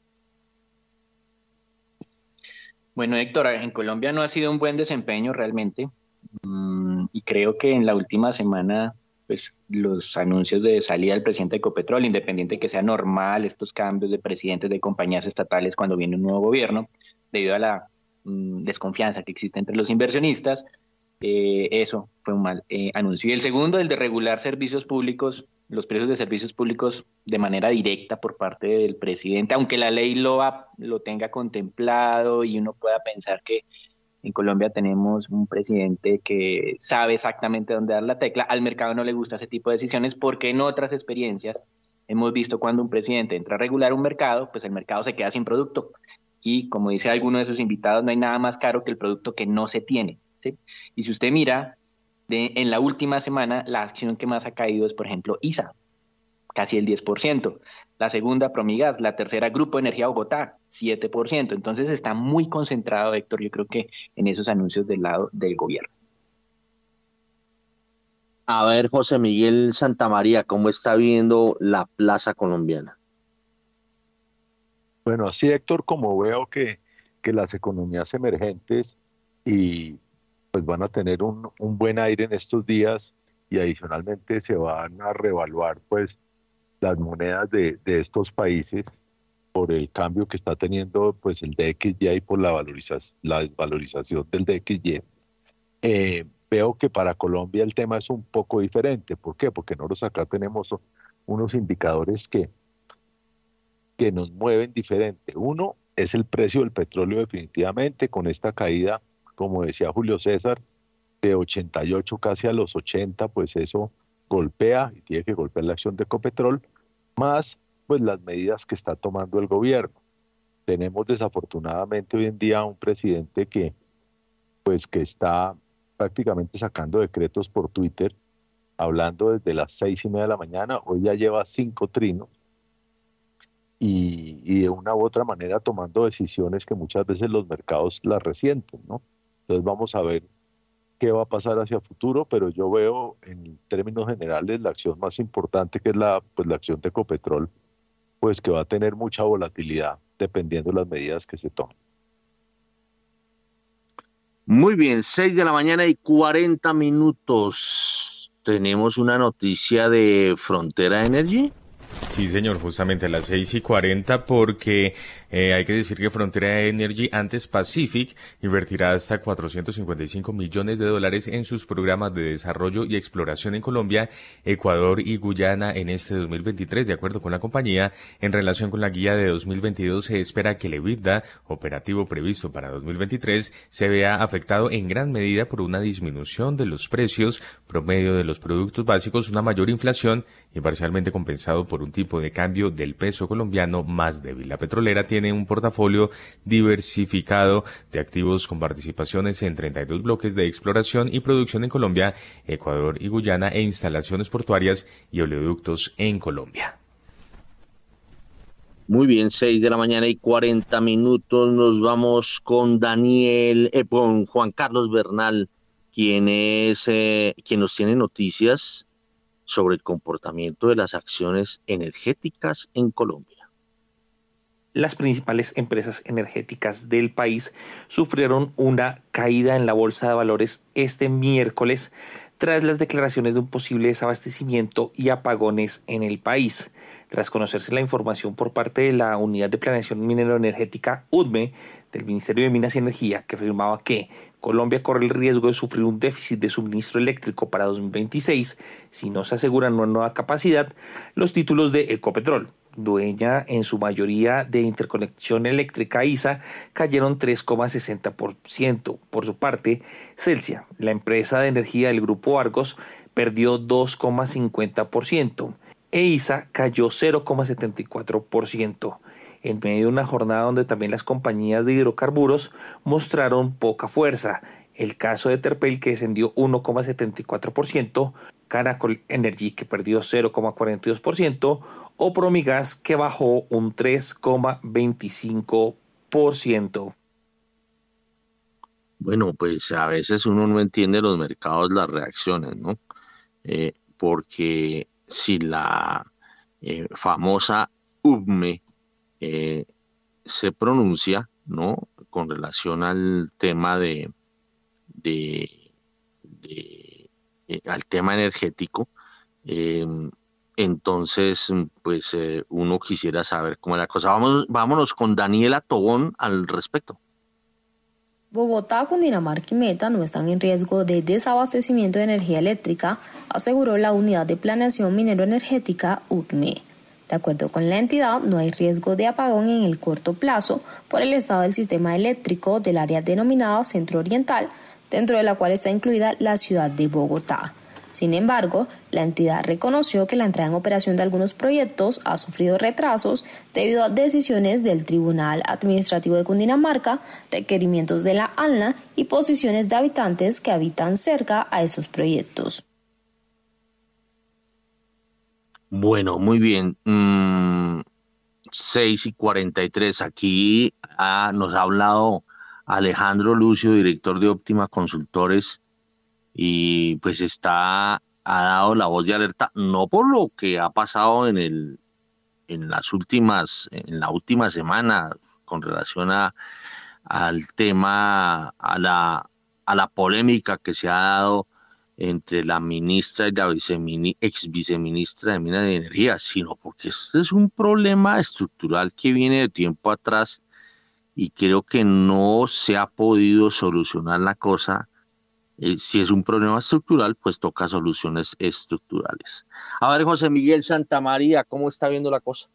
[SPEAKER 4] Bueno, Héctor, en Colombia no ha sido un buen desempeño realmente, y creo que en la última semana, pues los anuncios de salida del presidente de Ecopetrol, independiente que sea normal estos cambios de presidentes de compañías estatales cuando viene un nuevo gobierno, debido a la desconfianza que existe entre los inversionistas, eso fue un mal anuncio. Y el segundo, el de regular servicios públicos, los precios de servicios públicos de manera directa por parte del presidente, aunque la ley lo tenga contemplado y uno pueda pensar que en Colombia tenemos un presidente que sabe exactamente dónde dar la tecla, al mercado no le gusta ese tipo de decisiones porque en otras experiencias hemos visto cuando un presidente entra a regular un mercado, pues el mercado se queda sin producto. Y como dice alguno de sus invitados, no hay nada más caro que el producto que no se tiene, ¿sí? Y si usted mira, en la última semana, la acción que más ha caído es, por ejemplo, ISA, casi el 10%. La segunda, Promigas. La tercera, Grupo Energía Bogotá, 7%. Entonces está muy concentrado, Héctor, yo creo que en esos anuncios del lado del gobierno.
[SPEAKER 3] A ver, José Miguel Santamaría, ¿cómo está viendo la plaza colombiana?
[SPEAKER 6] Bueno, así Héctor, como veo que las economías emergentes y pues van a tener un buen aire en estos días y adicionalmente se van a reevaluar pues las monedas de estos países por el cambio que está teniendo pues el DXY y por la desvalorización del DXY. Veo que para Colombia el tema es un poco diferente. ¿Por qué? Porque nosotros acá tenemos unos indicadores que nos mueven diferente. Uno es el precio del petróleo definitivamente, con esta caída, como decía Julio César, de 88 casi a los 80, pues eso golpea y tiene que golpear la acción de Ecopetrol, más pues las medidas que está tomando el gobierno. Tenemos desafortunadamente hoy en día un presidente que está prácticamente sacando decretos por Twitter, hablando desde las 6:30 de la mañana, hoy ya lleva 5 trinos, y de una u otra manera tomando decisiones que muchas veces los mercados las resienten, ¿no? Entonces vamos a ver qué va a pasar hacia el futuro, pero yo veo en términos generales la acción más importante, que es la acción de Ecopetrol, pues que va a tener mucha volatilidad dependiendo de las medidas que se tomen.
[SPEAKER 3] Muy bien, 6 de la mañana y 40 minutos. Tenemos una noticia de Frontera Energy.
[SPEAKER 2] Sí, señor, justamente a las 6:40, porque hay que decir que Frontera Energy, antes Pacific, invertirá hasta $455 millones en sus programas de desarrollo y exploración en Colombia, Ecuador y Guyana en este 2023. De acuerdo con la compañía, en relación con la guía de 2022, se espera que el EBITDA operativo previsto para 2023 se vea afectado en gran medida por una disminución de los precios promedio de los productos básicos, una mayor inflación y parcialmente compensado por un tipo de cambio del peso colombiano más débil. La petrolera tiene un portafolio diversificado de activos con participaciones en 32 bloques de exploración y producción en Colombia, Ecuador y Guyana, e instalaciones portuarias y oleoductos en Colombia.
[SPEAKER 3] Muy bien, 6 de la mañana y 40 minutos. Nos vamos con Juan Carlos Bernal, quien nos tiene noticias sobre el comportamiento de las acciones energéticas en Colombia.
[SPEAKER 8] Las principales empresas energéticas del país sufrieron una caída en la bolsa de valores este miércoles tras las declaraciones de un posible desabastecimiento y apagones en el país. Tras conocerse la información por parte de la Unidad de Planeación Minero-Energética UDME del Ministerio de Minas y Energía, que afirmaba que Colombia corre el riesgo de sufrir un déficit de suministro eléctrico para 2026 si no se asegura una nueva capacidad, los títulos de Ecopetrol, dueña en su mayoría de Interconexión Eléctrica ISA, cayeron 3,60%. Por su parte, Celsia, la empresa de energía del grupo Argos, perdió 2,50% e ISA cayó 0,74%. En medio de una jornada donde también las compañías de hidrocarburos mostraron poca fuerza. El caso de Terpel, que descendió 1,74%, Canacol Energy, que perdió 0,42%, o Promigas, que bajó un 3,25%.
[SPEAKER 3] Bueno, pues a veces uno no entiende los mercados, las reacciones, ¿no? Porque si la famosa UBME se pronuncia, ¿no?, con relación al tema al tema energético, entonces, pues uno quisiera saber cómo es la cosa. Vámonos con Daniela Tobón al respecto.
[SPEAKER 9] Bogotá, Cundinamarca y Meta no están en riesgo de desabastecimiento de energía eléctrica, aseguró la Unidad de Planeación Minero-Energética UTME. De acuerdo con la entidad, no hay riesgo de apagón en el corto plazo por el estado del sistema eléctrico del área denominada Centro Oriental, dentro de la cual está incluida la ciudad de Bogotá. Sin embargo, la entidad reconoció que la entrada en operación de algunos proyectos ha sufrido retrasos debido a decisiones del Tribunal Administrativo de Cundinamarca, requerimientos de la ANLA y posiciones de habitantes que habitan cerca a esos proyectos.
[SPEAKER 3] Bueno, muy bien. 6:43. Aquí nos ha hablado Alejandro Lucio, director de Óptima Consultores, y pues ha dado la voz de alerta, no por lo que ha pasado en la última semana con relación al tema, a la polémica que se ha dado entre la ministra y la ex viceministra de Minas y Energía, sino porque este es un problema estructural que viene de tiempo atrás y creo que no se ha podido solucionar la cosa. Si es un problema estructural, pues toca soluciones estructurales. A ver, José Miguel Santamaría, ¿cómo está viendo la cosa?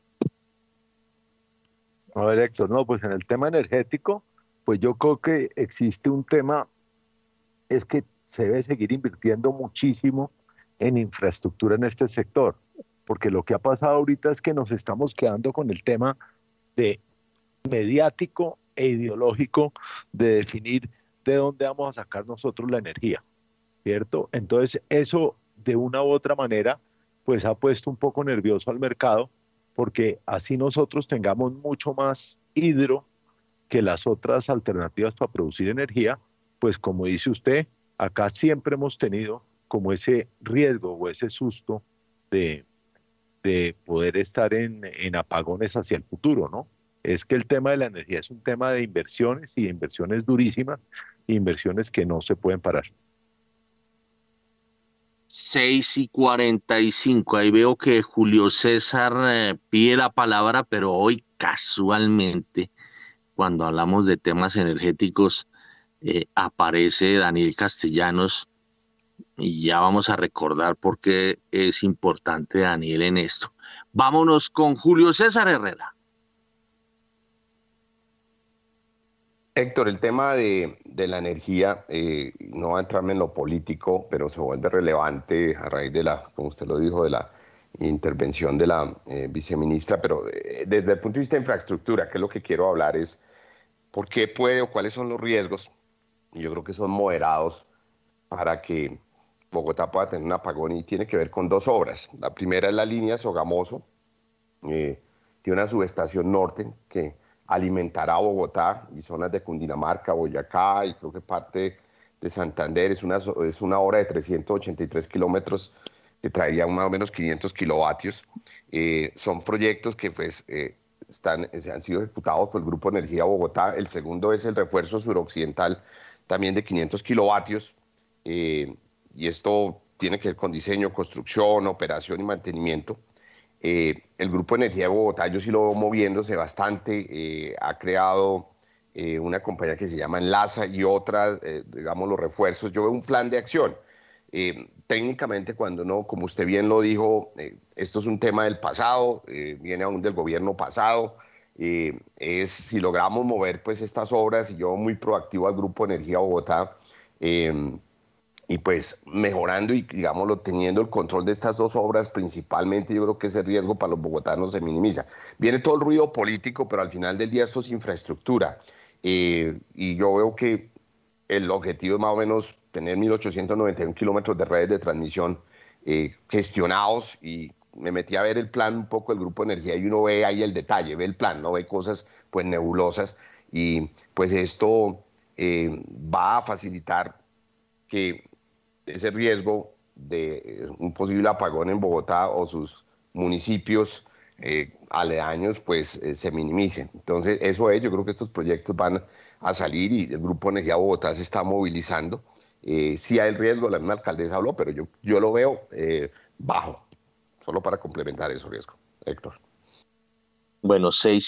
[SPEAKER 6] A ver, Héctor, no, pues en el tema energético, pues yo creo que existe un tema, es que se debe seguir invirtiendo muchísimo en infraestructura en este sector, porque lo que ha pasado ahorita es que nos estamos quedando con el tema de mediático e ideológico de definir de dónde vamos a sacar nosotros la energía, ¿cierto? Entonces eso de una u otra manera pues ha puesto un poco nervioso al mercado, porque así nosotros tengamos mucho más hidro que las otras alternativas para producir energía, pues como dice usted, acá siempre hemos tenido como ese riesgo o ese susto de poder estar en apagones hacia el futuro, ¿no? Es que el tema de la energía es un tema de inversiones y de inversiones durísimas, inversiones que no se pueden parar.
[SPEAKER 3] 6:45. Ahí veo que Julio César pide la palabra, pero hoy casualmente, cuando hablamos de temas energéticos, aparece Daniel Castellanos y ya vamos a recordar por qué es importante Daniel en esto. Vámonos con Julio César Herrera.
[SPEAKER 5] Héctor, el tema de la energía, no va a entrarme en lo político, pero se vuelve relevante a raíz de como usted lo dijo, de la intervención de la viceministra, pero desde el punto de vista de infraestructura, que es lo que quiero hablar, es por qué puede o cuáles son los riesgos, y yo creo que son moderados para que Bogotá pueda tener un apagón, y tiene que ver con dos obras. La primera es la línea Sogamoso, tiene una subestación norte que alimentará a Bogotá y zonas de Cundinamarca, Boyacá y creo que parte de Santander. Es una obra de 383 kilómetros que traería más o menos 500 kilovatios. Son proyectos que pues han sido ejecutados por el Grupo Energía Bogotá. El segundo es el refuerzo suroccidental, también de 500 kilovatios. Y esto tiene que ver con diseño, construcción, operación y mantenimiento. El Grupo Energía de Bogotá, yo sí lo veo moviéndose bastante. Ha creado una compañía que se llama Enlaza y otras, digamos, los refuerzos. Yo veo un plan de acción. Técnicamente, cuando no, como usted bien lo dijo, esto es un tema del pasado, viene aún del gobierno pasado. Si logramos mover pues estas obras, y yo muy proactivo al Grupo Energía Bogotá, y pues mejorando y, digámoslo, teniendo el control de estas dos obras, principalmente, yo creo que ese riesgo para los bogotanos se minimiza. Viene todo el ruido político, pero al final del día esto es infraestructura. Y yo veo que el objetivo es más o menos tener 1.891 kilómetros de redes de transmisión gestionados, y me metí a ver el plan un poco del Grupo Energía y uno ve ahí el detalle, ve el plan, no ve cosas pues nebulosas, y pues esto va a facilitar que ese riesgo de un posible apagón en Bogotá o sus municipios aledaños pues se minimicen. Entonces eso es, yo creo que estos proyectos van a salir y el Grupo Energía Bogotá se está movilizando. Sí hay el riesgo, la misma alcaldesa habló, pero yo lo veo bajo, solo para complementar ese riesgo. Héctor.
[SPEAKER 3] Bueno,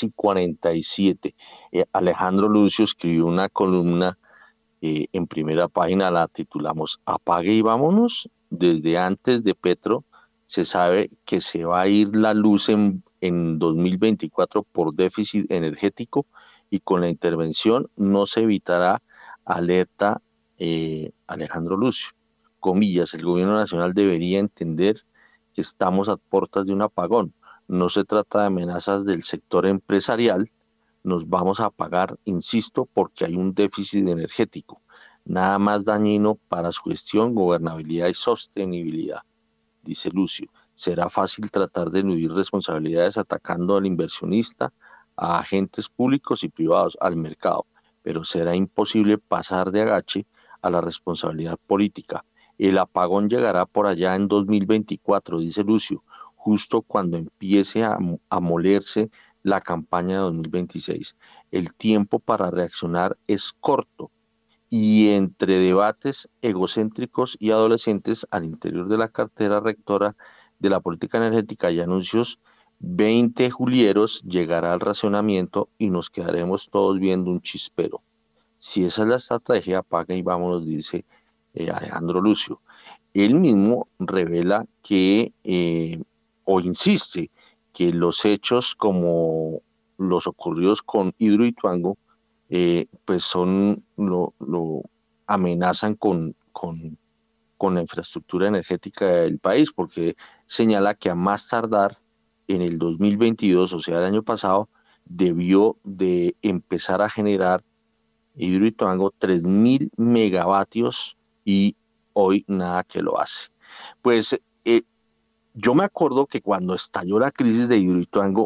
[SPEAKER 3] 6:47. Alejandro Lucio escribió una columna en Primera Página, la titulamos Apague y vámonos. Desde antes de Petro se sabe que se va a ir la luz en 2024 por déficit energético, y con la intervención no se evitará, alerta Alejandro Lucio. Comillas, el gobierno nacional debería entender que estamos a puertas de un apagón. No se trata de amenazas del sector empresarial. Nos vamos a apagar, insisto, porque hay un déficit energético. Nada más dañino para su gestión, gobernabilidad y sostenibilidad, dice Lucio. Será fácil tratar de eludir responsabilidades atacando al inversionista, a agentes públicos y privados, al mercado, pero será imposible pasar de agache a la responsabilidad política. El apagón llegará por allá en 2024, dice Lucio, justo cuando empiece a molerse la campaña de 2026. El tiempo para reaccionar es corto, y entre debates egocéntricos y adolescentes al interior de la cartera rectora de la política energética y anuncios 20 julieros, llegará el racionamiento y nos quedaremos todos viendo un chispero. Si esa es la estrategia, apaga y vámonos, dice Alejandro Lucio. Él mismo revela que, o insiste, que los hechos como los ocurridos con Hidroituango, pues son lo amenazan con la infraestructura energética del país, porque señala que a más tardar en el 2022, o sea, el año pasado, debió de empezar a generar Hidroituango 3.000 megavatios, y hoy nada que lo hace. Pues yo me acuerdo que cuando estalló la crisis de Hidroituango,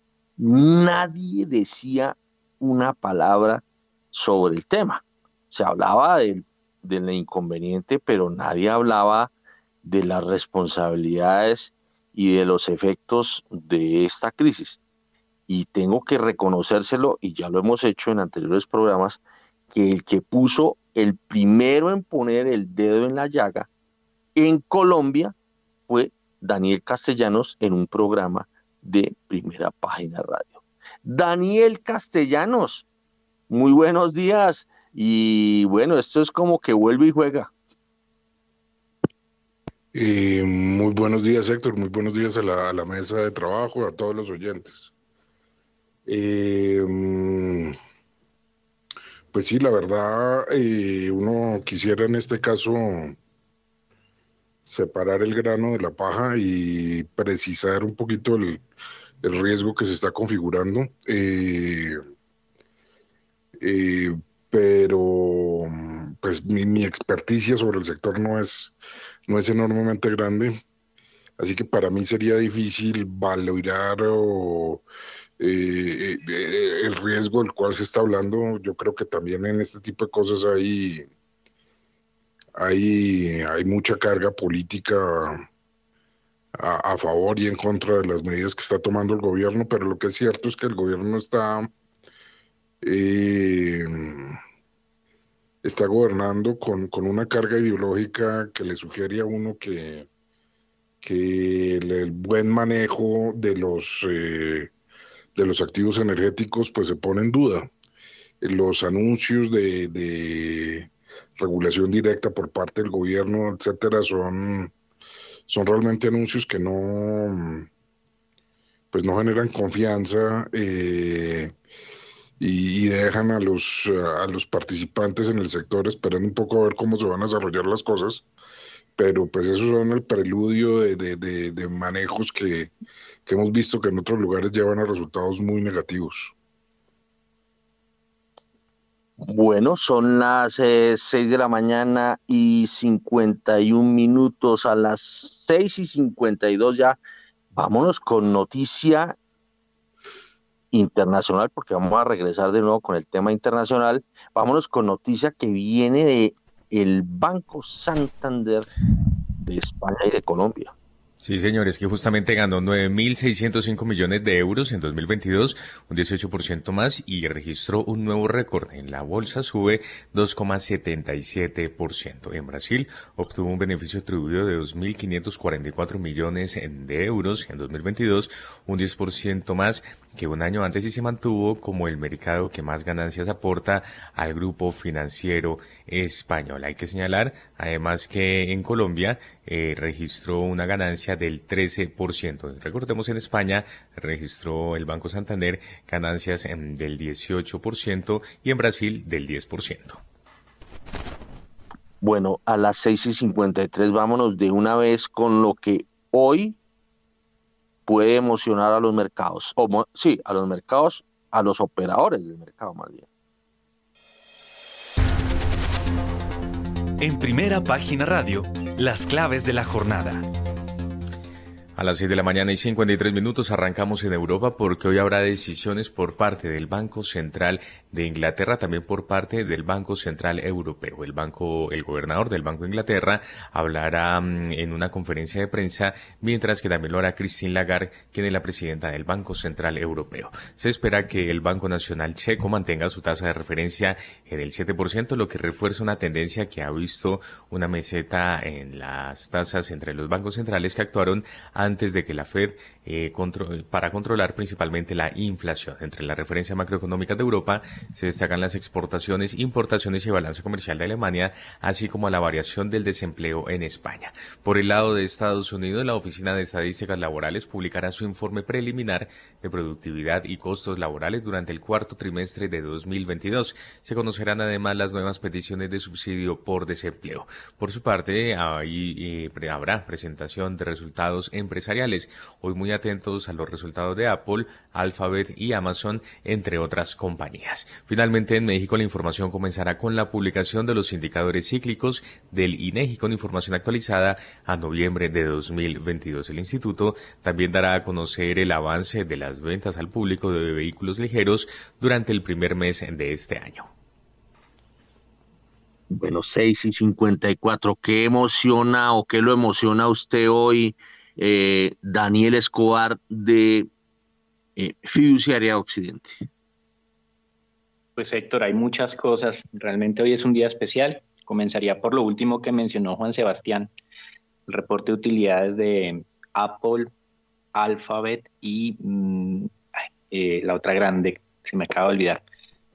[SPEAKER 3] nadie decía una palabra sobre el tema. Se hablaba del inconveniente, pero nadie hablaba de las responsabilidades y de los efectos de esta crisis. Y tengo que reconocérselo, y ya lo hemos hecho en anteriores programas, que el que puso el primero en poner el dedo en la llaga en Colombia fue Daniel Castellanos en un programa de Primera Página Radio. Daniel Castellanos, muy buenos días. Y bueno, esto es como que vuelve y juega.
[SPEAKER 10] Muy buenos días, Héctor. Muy buenos días a la mesa de trabajo, a todos los oyentes. Pues sí, la verdad, uno quisiera en este caso separar el grano de la paja y precisar un poquito el riesgo que se está configurando. Pero pues mi experticia sobre el sector no es enormemente grande, así que para mí sería difícil valorar el riesgo del cual se está hablando. Yo creo que también en este tipo de cosas hay mucha carga política a favor y en contra de las medidas que está tomando el gobierno, pero lo que es cierto es que el gobierno está gobernando con una carga ideológica que le sugiere a uno que el buen manejo de los activos energéticos pues se pone en duda. Los anuncios de regulación directa por parte del gobierno, etcétera, son realmente anuncios que no generan confianza y dejan a los participantes en el sector esperando un poco a ver cómo se van a desarrollar las cosas, pero pues esos son el preludio de manejos que hemos visto que en otros lugares llevan a resultados muy negativos.
[SPEAKER 3] Bueno, son las 6 de la mañana y 51 minutos. A las 6:52 ya. Vámonos con noticia internacional, porque vamos a regresar de nuevo con el tema internacional. Vámonos con noticia que viene de el Banco Santander de España y de Colombia.
[SPEAKER 2] Sí, señores, que justamente ganó 9.605 millones de euros en 2022, un 18% más, y registró un nuevo récord. En la bolsa sube 2,77%. En Brasil obtuvo un beneficio atribuido de 2.544 millones de euros en 2022, un 10% más que un año antes, y se mantuvo como el mercado que más ganancias aporta al grupo financiero español. Hay que señalar, además, que en Colombia registró una ganancia del 13%. Recordemos, en España registró el Banco Santander ganancias del 18% y en Brasil del 10%.
[SPEAKER 3] Bueno, a las 6:53 vámonos de una vez con lo que hoy puede emocionar a los mercados. A los mercados, a los operadores del mercado más bien.
[SPEAKER 1] En Primera Página Radio, las claves de la jornada.
[SPEAKER 2] A las 6 de la mañana y 53 minutos arrancamos en Europa, porque hoy habrá decisiones por parte del Banco Central de Inglaterra, también por parte del Banco Central Europeo. El gobernador del Banco de Inglaterra hablará en una conferencia de prensa, mientras que también lo hará Christine Lagarde, quien es la presidenta del Banco Central Europeo. Se espera que el Banco Nacional Checo mantenga su tasa de referencia en el 7%, lo que refuerza una tendencia que ha visto una meseta en las tasas entre los bancos centrales que actuaron antes de que la Fed para controlar principalmente la inflación. Entre la referencia macroeconómica de Europa se destacan las exportaciones, importaciones y balance comercial de Alemania, así como la variación del desempleo en España. Por el lado de Estados Unidos, la Oficina de Estadísticas Laborales publicará su informe preliminar de productividad y costos laborales durante el cuarto trimestre de 2022. Se conocerán además las nuevas peticiones de subsidio por desempleo. Por su parte, habrá presentación de resultados empresariales. Hoy muy atentos a los resultados de Apple, Alphabet y Amazon, entre otras compañías. Finalmente, en México, la información comenzará con la publicación de los indicadores cíclicos del INEGI con información actualizada a noviembre de 2022. El instituto también dará a conocer el avance de las ventas al público de vehículos ligeros durante el primer mes de este año.
[SPEAKER 3] Bueno, 6:54. ¿Qué emociona o qué lo emociona a usted hoy, Daniel Escobar, de Fiduciaria Occidente?
[SPEAKER 4] Pues Héctor, hay muchas cosas. Realmente hoy es un día especial. Comenzaría por lo último que mencionó Juan Sebastián, el reporte de utilidades de Apple, Alphabet y la otra grande, se me acaba de olvidar.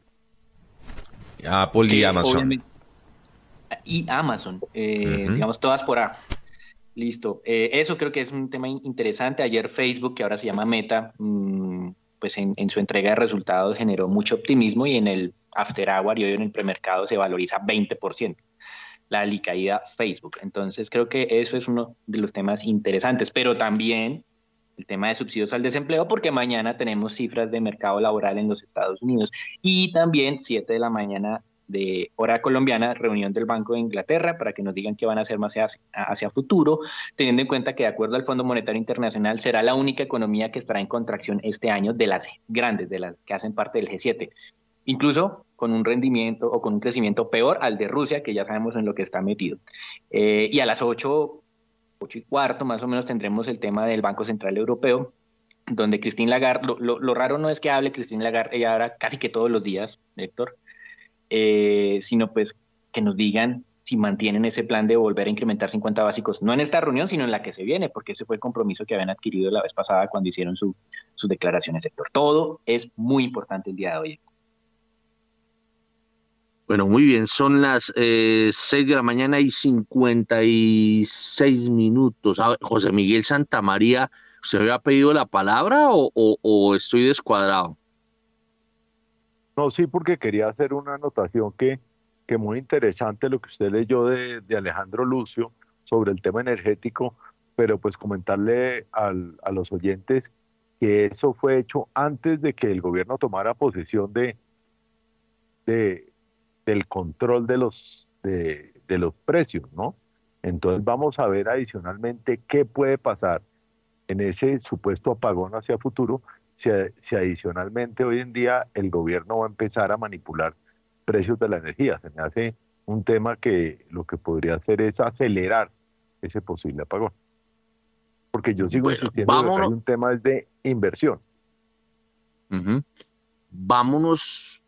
[SPEAKER 2] Apple y Amazon.
[SPEAKER 4] Y Amazon, digamos todas por A. Listo. Eso creo que es un tema interesante. Ayer Facebook, que ahora se llama Meta, pues en su entrega de resultados generó mucho optimismo, y en el after hour y hoy en el premercado se valoriza 20% la alicaída Facebook. Entonces creo que eso es uno de los temas interesantes, pero también el tema de subsidios al desempleo, porque mañana tenemos cifras de mercado laboral en los Estados Unidos, y también 7 de la mañana de hora colombiana, reunión del Banco de Inglaterra para que nos digan qué van a hacer más hacia futuro, teniendo en cuenta que, de acuerdo al Fondo Monetario Internacional, será la única economía que estará en contracción este año de las grandes, de las que hacen parte del G7, incluso con un rendimiento o con un crecimiento peor al de Rusia, que ya sabemos en lo que está metido. Y a las 8 8:15 más o menos tendremos el tema del Banco Central Europeo, donde Christine Lagarde, lo raro no es que hable Christine Lagarde, ella habla casi que todos los días, Héctor, sino pues que nos digan si mantienen ese plan de volver a incrementar 50 básicos, no en esta reunión, sino en la que se viene, porque ese fue el compromiso que habían adquirido la vez pasada cuando hicieron sus declaraciones, Héctor. Todo es muy importante el día de hoy.
[SPEAKER 3] Bueno, muy bien, son las 6 de la mañana y 56 minutos. A ver, José Miguel Santamaría, ¿usted había pedido la palabra o estoy descuadrado?
[SPEAKER 6] No, sí, porque quería hacer una anotación que muy interesante lo que usted leyó de Alejandro Lucio sobre el tema energético, pero pues comentarle a los oyentes que eso fue hecho antes de que el gobierno tomara posesión del control de los precios, ¿no? Entonces vamos a ver adicionalmente qué puede pasar en ese supuesto apagón hacia futuro si adicionalmente hoy en día el gobierno va a empezar a manipular precios de la energía. Se me hace un tema que lo que podría hacer es acelerar ese posible apagón. Porque yo sigo insistiendo en que hay un tema es de inversión.
[SPEAKER 3] Vámonos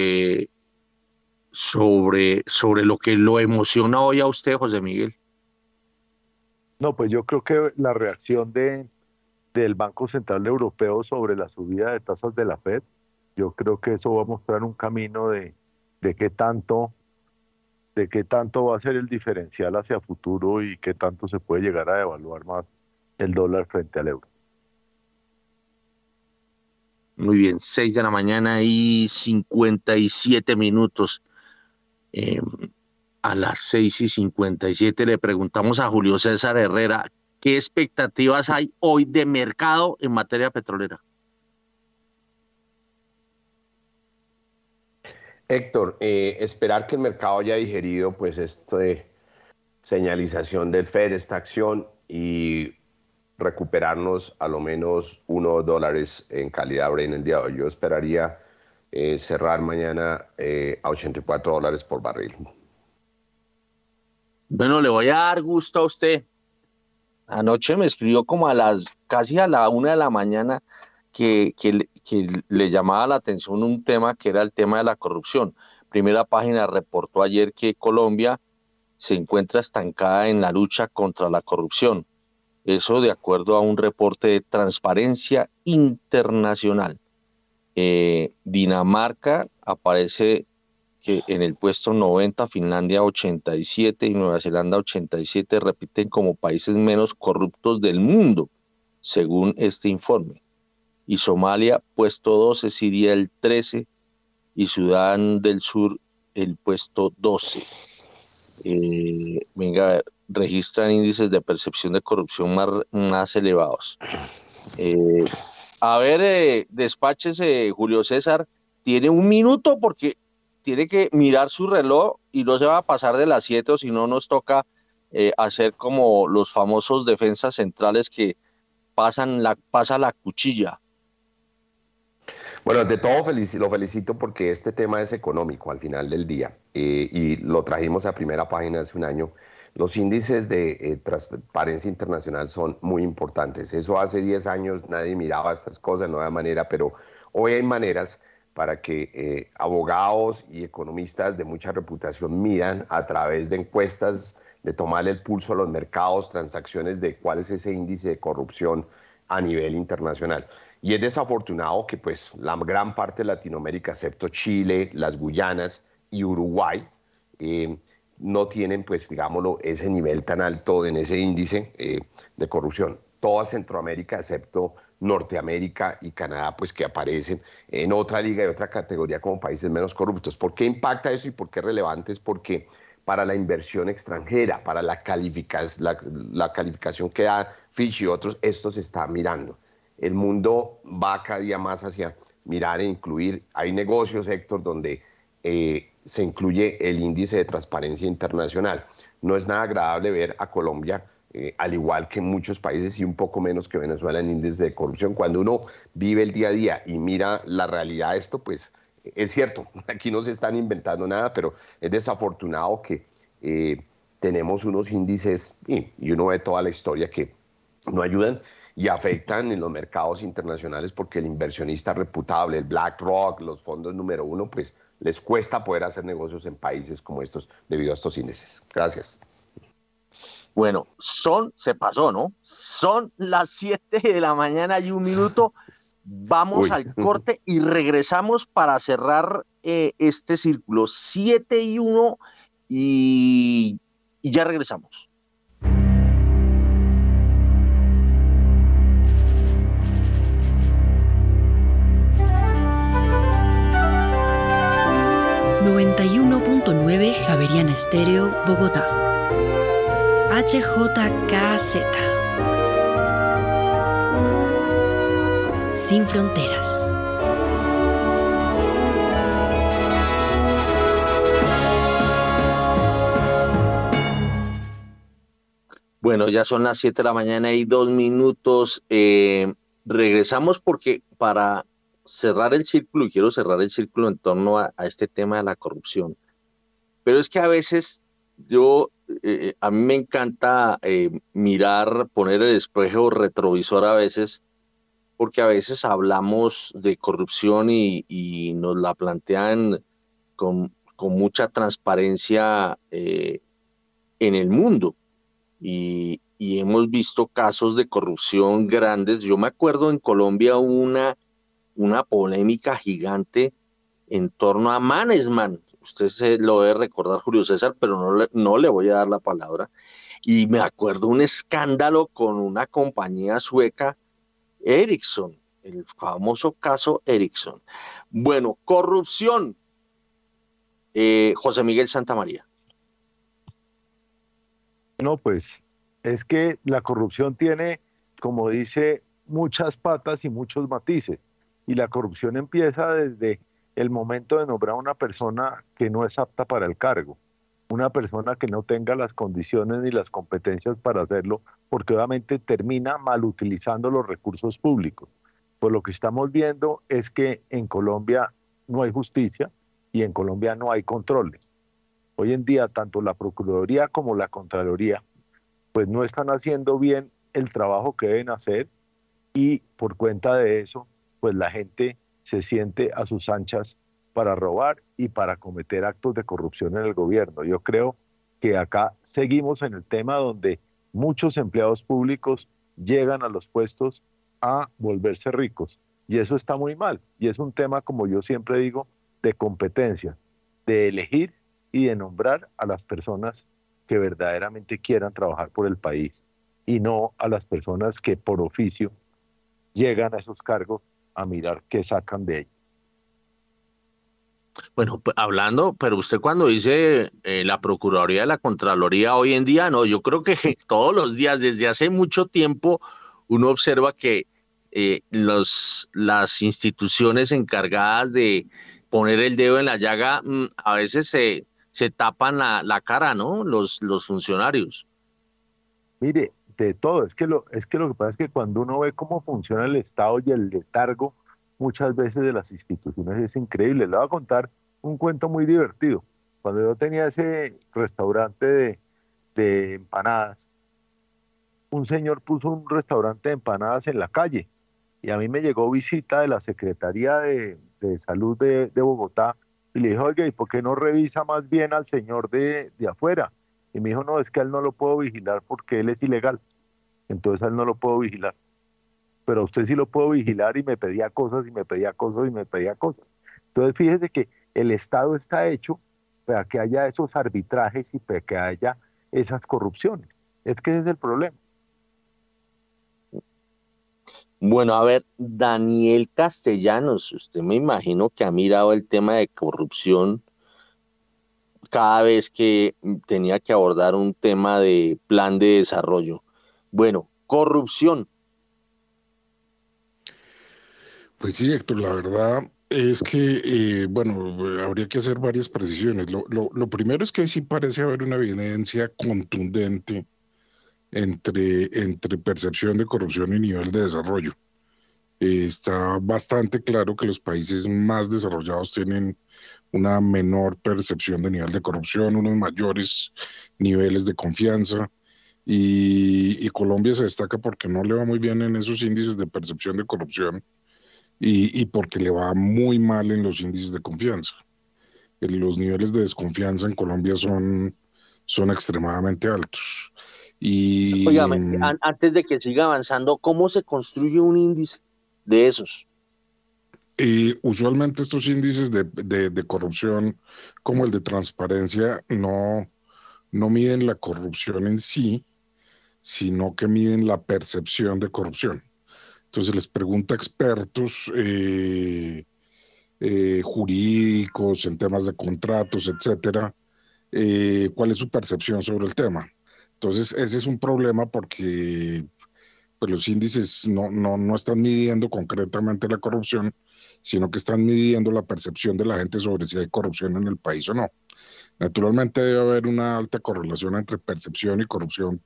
[SPEAKER 3] sobre lo que lo emociona hoy a usted, José Miguel.
[SPEAKER 6] No, pues yo creo que la reacción del Banco Central Europeo sobre la subida de tasas de la Fed, yo creo que eso va a mostrar un camino de qué tanto va a ser el diferencial hacia futuro y qué tanto se puede llegar a devaluar más el dólar frente al euro.
[SPEAKER 3] Muy bien, 6 de la mañana y 57 minutos. A las 6:57 le preguntamos a Julio César Herrera, ¿qué expectativas hay hoy de mercado en materia petrolera?
[SPEAKER 5] Héctor, esperar que el mercado haya digerido pues esta señalización del Fed, esta acción, y recuperarnos a lo menos $1 en calidad Brent en el día de hoy. Yo esperaría cerrar mañana a $84 por barril.
[SPEAKER 3] Bueno, le voy a dar gusto a usted. Anoche me escribió como casi a la 1 de la mañana que le llamaba la atención un tema que era el tema de la corrupción. Primera Página reportó ayer que Colombia se encuentra estancada en la lucha contra la corrupción. Eso de acuerdo a un reporte de Transparencia Internacional. Dinamarca aparece que en el puesto 90, Finlandia 87 y Nueva Zelanda 87 repiten como países menos corruptos del mundo, según este informe. Y Somalia, puesto 12, Siria el 13 y Sudán del Sur el puesto 12. Venga, a ver, registran índices de percepción de corrupción más elevados. Despáchese, Julio César, tiene un minuto porque tiene que mirar su reloj y no se va a pasar de las 7 o si no nos toca hacer como los famosos defensas centrales que pasa la cuchilla.
[SPEAKER 5] Bueno, ante todo lo felicito porque este tema es económico al final del día y lo trajimos a Primera Página hace un año. Los índices de Transparencia Internacional son muy importantes. Eso hace 10 años nadie miraba estas cosas, no había manera, pero hoy hay maneras para que abogados y economistas de mucha reputación midan a través de encuestas, de tomarle el pulso a los mercados, transacciones de cuál es ese índice de corrupción a nivel internacional. Y es desafortunado que pues la gran parte de Latinoamérica, excepto Chile, las Guyanas y Uruguay, no tienen, pues digámoslo, ese nivel tan alto en ese índice de corrupción. Toda Centroamérica, excepto Norteamérica y Canadá, pues que aparecen en otra liga y otra categoría como países menos corruptos. ¿Por qué impacta eso y por qué es relevante? Es porque para la inversión extranjera, para la calificación que da Fitch y otros, esto se está mirando. El mundo va cada día más hacia mirar e incluir. Hay negocios, Héctor, donde se incluye el índice de transparencia internacional. No es nada agradable ver a Colombia, al igual que muchos países y un poco menos que Venezuela, en índice de corrupción. Cuando uno vive el día a día y mira la realidad de esto, pues es cierto, aquí no se están inventando nada, pero es desafortunado que tenemos unos índices, y uno ve toda la historia, que no ayudan y afectan en los mercados internacionales, porque el inversionista reputable, el BlackRock, los fondos número uno, pues les cuesta poder hacer negocios en países como estos debido a estos índices. Gracias.
[SPEAKER 3] Bueno, se pasó, ¿no? Son las 7 de la mañana y 1 minuto. Vamos al corte y regresamos para cerrar este círculo. 7 y 1 y ya regresamos.
[SPEAKER 11] Javeriana Estéreo, Bogotá. HJKZ. Sin fronteras.
[SPEAKER 3] Bueno, ya son las 7 de la mañana y 2 minutos. Regresamos porque para cerrar el círculo, y quiero cerrar el círculo en torno a este tema de la corrupción. Pero es que a veces a mí me encanta mirar, poner el espejo retrovisor a veces, porque a veces hablamos de corrupción y nos la plantean con mucha transparencia en el mundo. Y hemos visto casos de corrupción grandes. Yo me acuerdo en Colombia una polémica gigante en torno a Mannesmann. Usted se lo debe recordar, Julio César, pero no le voy a dar la palabra. Y me acuerdo un escándalo con una compañía sueca, Ericsson, el famoso caso Ericsson. Bueno, corrupción. José Miguel Santamaría.
[SPEAKER 6] No, pues es que la corrupción tiene, como dice, muchas patas y muchos matices. Y la corrupción empieza desde el momento de nombrar a una persona que no es apta para el cargo, una persona que no tenga las condiciones ni las competencias para hacerlo, porque obviamente termina mal utilizando los recursos públicos. Pues lo que estamos viendo es que en Colombia no hay justicia y en Colombia no hay controles. Hoy en día tanto la Procuraduría como la Contraloría pues no están haciendo bien el trabajo que deben hacer, y por cuenta de eso pues la gente se siente a sus anchas para robar y para cometer actos de corrupción en el gobierno. Yo creo que acá seguimos en el tema donde muchos empleados públicos llegan a los puestos a volverse ricos, y eso está muy mal, y es un tema, como yo siempre digo, de competencia, de elegir y de nombrar a las personas que verdaderamente quieran trabajar por el país, y no a las personas que por oficio llegan a esos cargos a mirar qué sacan de ellos.
[SPEAKER 3] Bueno, hablando, pero usted cuando dice la Procuraduría y la Contraloría hoy en día, no, yo creo que todos los días, desde hace mucho tiempo, uno observa que las instituciones encargadas de poner el dedo en la llaga a veces se tapan la cara, ¿no? Los funcionarios.
[SPEAKER 6] Mire, de todo, es que lo que pasa es que cuando uno ve cómo funciona el Estado y el letargo muchas veces de las instituciones es increíble. Le voy a contar un cuento muy divertido. Cuando yo tenía ese restaurante de empanadas, un señor puso un restaurante de empanadas en la calle, y a mí me llegó visita de la Secretaría de Salud de Bogotá, y le dije, oiga, ¿y por qué no revisa más bien al señor de afuera? Y me dijo, no, es que a él no lo puedo vigilar porque él es ilegal, entonces a él no lo puedo vigilar. Pero a usted sí lo puedo vigilar, y me pedía cosas, y me pedía cosas, y me pedía cosas. Entonces fíjese que el Estado está hecho para que haya esos arbitrajes y para que haya esas corrupciones. Es que ese es el problema.
[SPEAKER 3] Bueno, a ver, Daniel Castellanos, usted me imagino que ha mirado el tema de corrupción cada vez que tenía que abordar un tema de plan de desarrollo. Bueno, corrupción.
[SPEAKER 10] Pues sí, Héctor, la verdad es que, habría que hacer varias precisiones. Lo primero es que sí parece haber una evidencia contundente entre percepción de corrupción y nivel de desarrollo. Está bastante claro que los países más desarrollados tienen una menor percepción de nivel de corrupción, unos mayores niveles de confianza. Y Colombia se destaca porque no le va muy bien en esos índices de percepción de corrupción y porque le va muy mal en los índices de confianza. Los niveles de desconfianza en Colombia son extremadamente altos. Y
[SPEAKER 3] Oiga, antes de que siga avanzando, ¿cómo se construye un índice de esos?
[SPEAKER 10] usualmente estos índices de corrupción, como el de transparencia, no miden la corrupción en sí, sino que miden la percepción de corrupción. Entonces les pregunta a expertos jurídicos en temas de contratos, etcétera, cuál es su percepción sobre el tema. Entonces ese es un problema porque pues, los índices no están midiendo concretamente la corrupción, sino que están midiendo la percepción de la gente sobre si hay corrupción en el país o no. Naturalmente debe haber una alta correlación entre percepción y corrupción,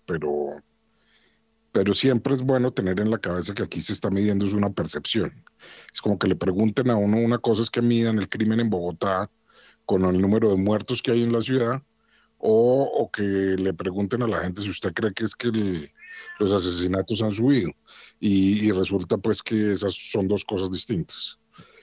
[SPEAKER 10] pero siempre es bueno tener en la cabeza que aquí se está midiendo es una percepción. Es como que le pregunten a uno, una cosa es que midan el crimen en Bogotá con el número de muertos que hay en la ciudad, o que le pregunten a la gente si usted cree que es que los asesinatos han subido. Y resulta pues que esas son dos cosas distintas.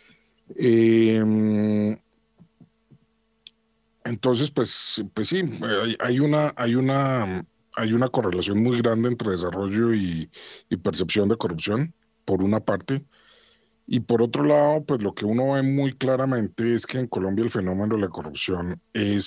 [SPEAKER 10] Entonces, pues sí, hay una correlación muy grande entre desarrollo y percepción de corrupción, por una parte. Y por otro lado, pues lo que uno ve muy claramente es que en Colombia el fenómeno de la corrupción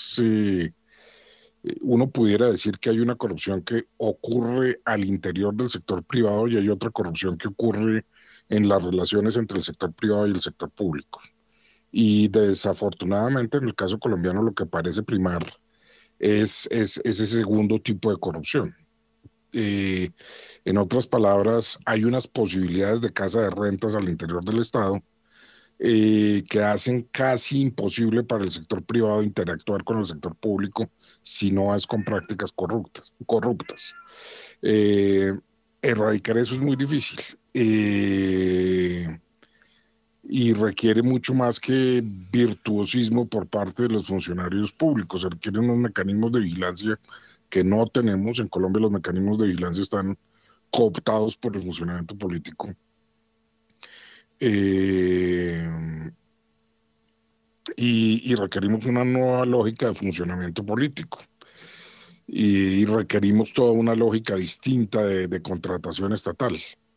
[SPEAKER 10] uno pudiera decir que hay una corrupción que ocurre al interior del sector privado y hay otra corrupción que ocurre en las relaciones entre el sector privado y el sector público. Y desafortunadamente en el caso colombiano lo que parece primar es ese segundo tipo de corrupción. En otras palabras, hay unas posibilidades de casa de rentas al interior del Estado que hacen casi imposible para el sector privado interactuar con el sector público si no es con prácticas corruptas. Erradicar eso es muy difícil y requiere mucho más que virtuosismo por parte de los funcionarios públicos. Se requieren unos mecanismos de vigilancia que no tenemos. En Colombia los mecanismos de vigilancia están cooptados por el funcionamiento político. Y requerimos una nueva lógica de funcionamiento político y requerimos toda una lógica distinta de contratación estatal.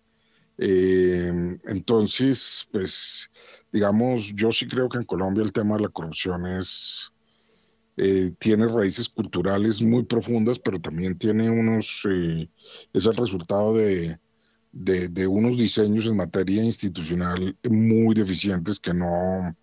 [SPEAKER 10] Entonces, pues, digamos, yo sí creo que en Colombia el tema de la corrupción tiene raíces culturales muy profundas, pero también tiene es el resultado de unos diseños en materia institucional muy deficientes que no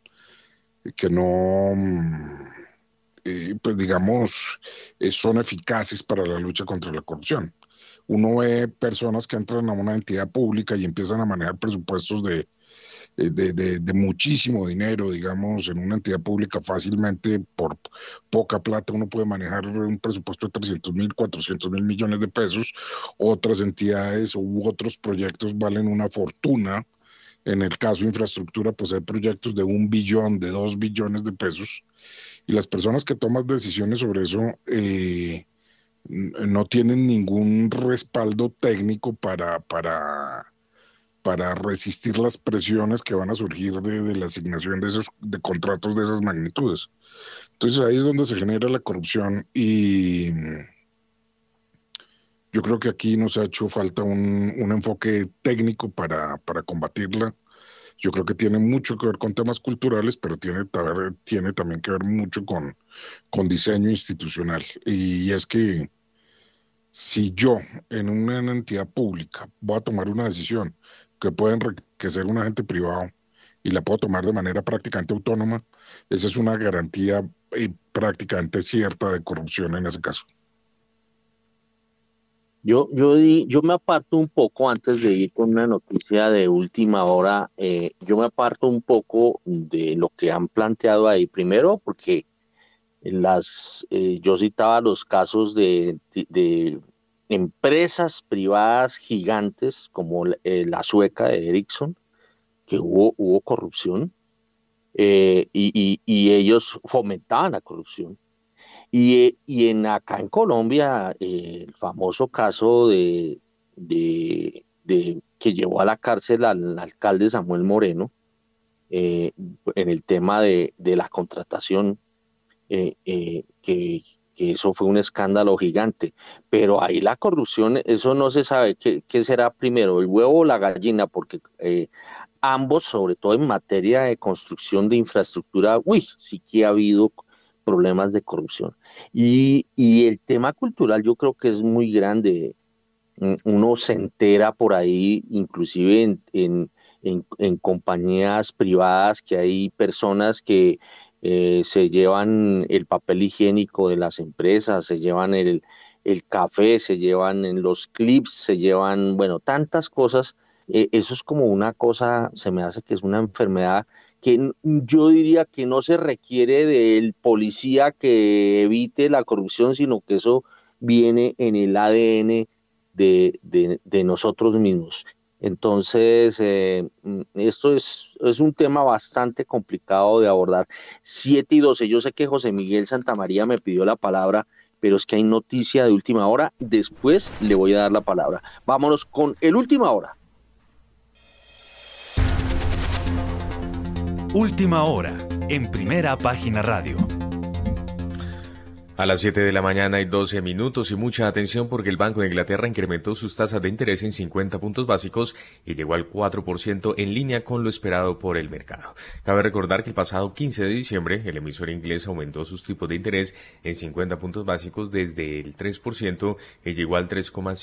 [SPEAKER 10] pues digamos, son eficaces para la lucha contra la corrupción. Uno ve personas que entran a una entidad pública y empiezan a manejar presupuestos de muchísimo dinero, digamos, en una entidad pública fácilmente por poca plata uno puede manejar un presupuesto de 300.000, 400.000 millones de pesos. Otras entidades u otros proyectos valen una fortuna. En el caso de infraestructura, pues hay proyectos de 1 billón, de 2 billones de pesos, y las personas que toman decisiones sobre eso no tienen ningún respaldo técnico para resistir las presiones que van a surgir de la asignación de contratos de esas magnitudes. Entonces ahí es donde se genera la corrupción y yo creo que aquí nos ha hecho falta un enfoque técnico para combatirla. Yo creo que tiene mucho que ver con temas culturales, pero tiene también que ver mucho con diseño institucional. Y es que si yo en una entidad pública voy a tomar una decisión que puede enriquecer a un agente privado y la puedo tomar de manera prácticamente autónoma, esa es una garantía prácticamente cierta de corrupción en ese caso.
[SPEAKER 3] Yo me aparto un poco antes de ir con una noticia de última hora. Yo me aparto un poco de lo que han planteado ahí. Primero, porque yo citaba los casos de empresas privadas gigantes como la sueca de Ericsson, que hubo corrupción. y ellos fomentaban la corrupción. Acá en Colombia, el famoso caso de que llevó a la cárcel al alcalde Samuel Moreno, en el tema de la contratación, eh, eh, que, que eso fue un escándalo gigante. Pero ahí la corrupción, eso no se sabe qué será primero, el huevo o la gallina, porque ambos, sobre todo en materia de construcción de infraestructura, uy, sí que ha habido problemas de corrupción. Y el tema cultural yo creo que es muy grande. Uno se entera por ahí, inclusive en compañías privadas, que hay personas que se llevan el papel higiénico de las empresas, se llevan el café, se llevan en los clips, se llevan, bueno, tantas cosas. Eso es como una cosa, se me hace que es una enfermedad que yo diría que no se requiere del policía que evite la corrupción, sino que eso viene en el ADN de nosotros mismos. Entonces, esto es un tema bastante complicado de abordar. 7:12, yo sé que José Miguel Santamaría me pidió la palabra, pero es que hay noticia de última hora. Después le voy a dar la palabra. Vámonos con el última hora.
[SPEAKER 1] Última hora, en Primera Página Radio.
[SPEAKER 2] A las 7 de la mañana y 12 minutos y mucha atención porque el Banco de Inglaterra incrementó sus tasas de interés en 50 puntos básicos y llegó al 4% en línea con lo esperado por el mercado. Cabe recordar que el pasado 15 de diciembre el emisor inglés aumentó sus tipos de interés en 50 puntos básicos desde el 3% y llegó al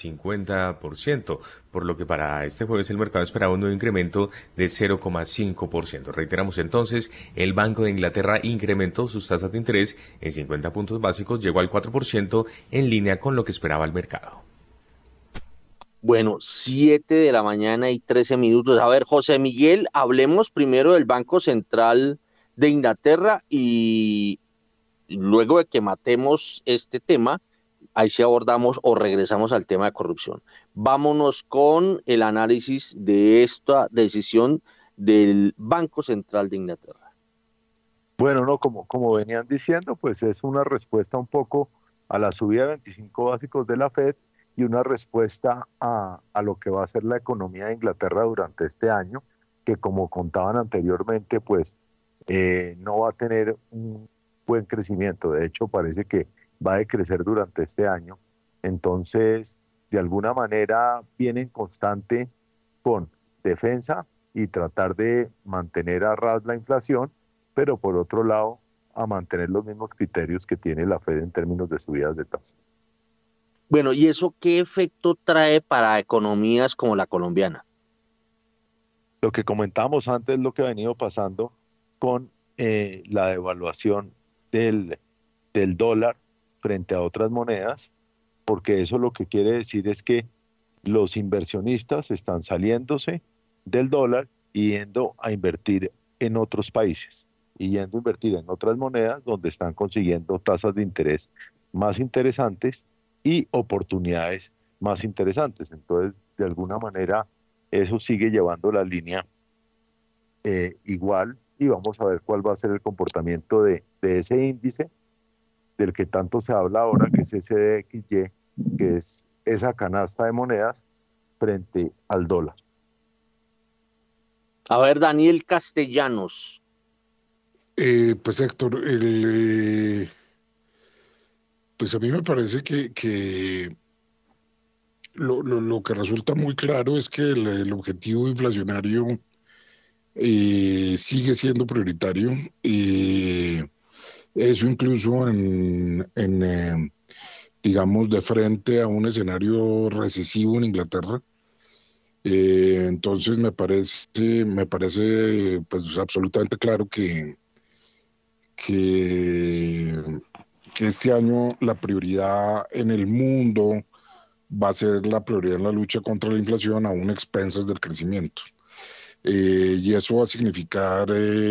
[SPEAKER 2] 3,50%, por lo que para este jueves el mercado esperaba un nuevo incremento de 0,5%. Reiteramos entonces, el Banco de Inglaterra incrementó sus tasas de interés en 50 puntos básicos, llegó al 4% en línea con lo que esperaba el mercado.
[SPEAKER 3] Bueno, 7 de la mañana y 13 minutos. A ver, José Miguel, hablemos primero del Banco Central de Inglaterra y luego de que matemos este tema, ahí sí abordamos o regresamos al tema de corrupción. Vámonos con el análisis de esta decisión del Banco Central de Inglaterra.
[SPEAKER 6] Bueno, no, como venían diciendo, pues es una respuesta un poco a la subida de 25 básicos de la Fed y una respuesta a lo que va a ser la economía de Inglaterra durante este año, que como contaban anteriormente, pues no va a tener un buen crecimiento. De hecho, parece que va a decrecer durante este año. Entonces, de alguna manera, vienen constante con defensa y tratar de mantener a ras la inflación, pero por otro lado, a mantener los mismos criterios que tiene la Fed en términos de subidas de tasas.
[SPEAKER 3] Bueno, ¿y eso qué efecto trae para economías como la colombiana?
[SPEAKER 6] Lo que comentábamos antes, lo que ha venido pasando con la devaluación del dólar frente a otras monedas, porque eso lo que quiere decir es que los inversionistas están saliéndose del dólar y yendo a invertir en otros países y yendo a invertir en otras monedas donde están consiguiendo tasas de interés más interesantes y oportunidades más interesantes. Entonces, de alguna manera, eso sigue llevando la línea igual y vamos a ver cuál va a ser el comportamiento de ese índice del que tanto se habla ahora, que es SDXY, que es esa canasta de monedas frente al dólar.
[SPEAKER 3] A ver, Daniel Castellanos.
[SPEAKER 10] Pues Héctor, pues a mí me parece que lo que resulta muy claro es que el objetivo inflacionario sigue siendo prioritario. Eso incluso digamos, de frente a un escenario recesivo en Inglaterra. Entonces me parece pues absolutamente claro que este año la prioridad en el mundo va a ser la prioridad en la lucha contra la inflación, aún a expensas del crecimiento. Y eso va a significar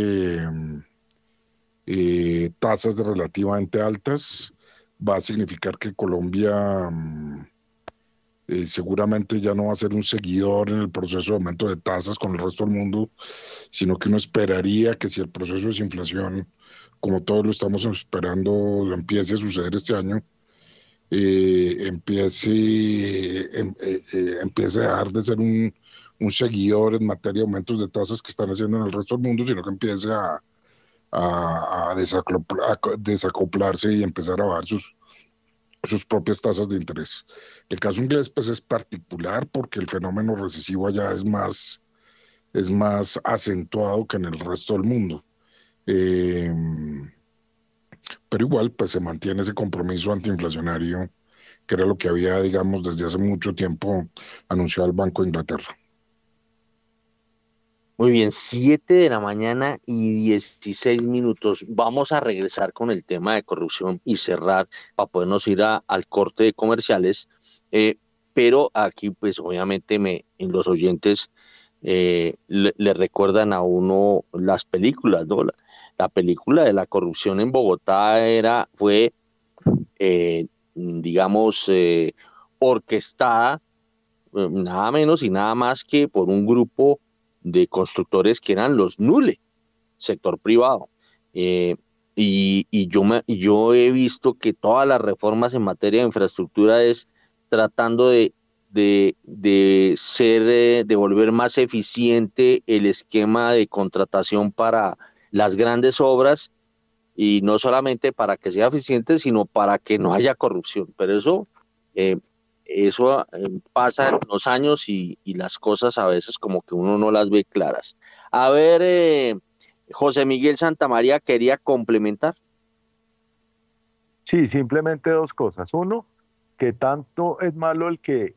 [SPEAKER 10] tasas relativamente altas, va a significar que Colombia seguramente ya no va a ser un seguidor en el proceso de aumento de tasas con el resto del mundo, sino que uno esperaría que si el proceso de desinflación, como todos lo estamos esperando, empiece a suceder este año, empiece a dejar de ser un seguidor en materia de aumentos de tasas que están haciendo en el resto del mundo, sino que empiece a desacoplarse y empezar a bajar sus propias tasas de interés. El caso inglés pues es particular porque el fenómeno recesivo allá es más acentuado que en el resto del mundo. Pero igual pues se mantiene ese compromiso antiinflacionario que era lo que había, digamos, desde hace mucho tiempo anunciado el Banco de Inglaterra.
[SPEAKER 3] Muy bien, 7 de la mañana y 16 minutos. Vamos a regresar con el tema de corrupción y cerrar para podernos ir al corte de comerciales. Pero aquí, pues obviamente, en los oyentes le recuerdan a uno las películas, ¿no? La película de la corrupción en Bogotá fue orquestada nada menos y nada más que por un grupo de constructores que eran los NULE, sector privado. Y yo he visto que todas las reformas en materia de infraestructura es tratando de volver más eficiente el esquema de contratación para las grandes obras, y no solamente para que sea eficiente, sino para que no haya corrupción. Pero eso pasa en los años y las cosas a veces como que uno no las ve claras. A ver, José Miguel Santamaría quería complementar.
[SPEAKER 6] Sí, simplemente dos cosas. Uno, que tanto es malo el que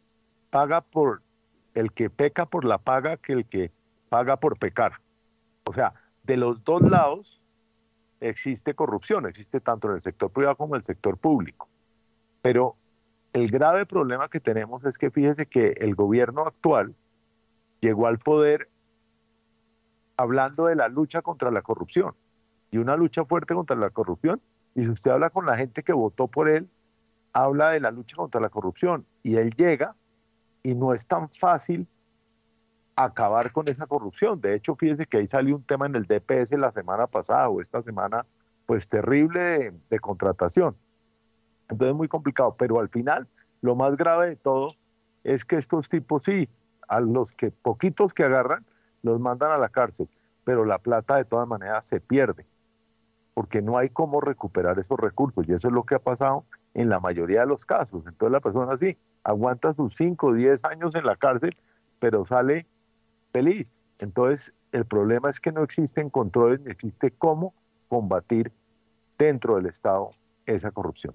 [SPEAKER 6] peca por la paga que el que paga por pecar. O sea, de los dos lados existe corrupción, existe tanto en el sector privado como en el sector público. Pero el grave problema que tenemos es que fíjese que el gobierno actual llegó al poder hablando de la lucha contra la corrupción, y una lucha fuerte contra la corrupción, y si usted habla con la gente que votó por él, habla de la lucha contra la corrupción, y él llega y no es tan fácil acabar con esa corrupción. De hecho, fíjese que ahí salió un tema en el DPS la semana pasada o esta semana, pues terrible de contratación. Entonces es muy complicado, pero al final lo más grave de todo es que estos tipos sí, a los poquitos que agarran, los mandan a la cárcel, pero la plata de todas maneras se pierde, porque no hay cómo recuperar esos recursos, y eso es lo que ha pasado en la mayoría de los casos. Entonces la persona sí, aguanta sus 5 o 10 años en la cárcel, pero sale feliz. Entonces el problema es que no existen controles, ni existe cómo combatir dentro del Estado esa corrupción.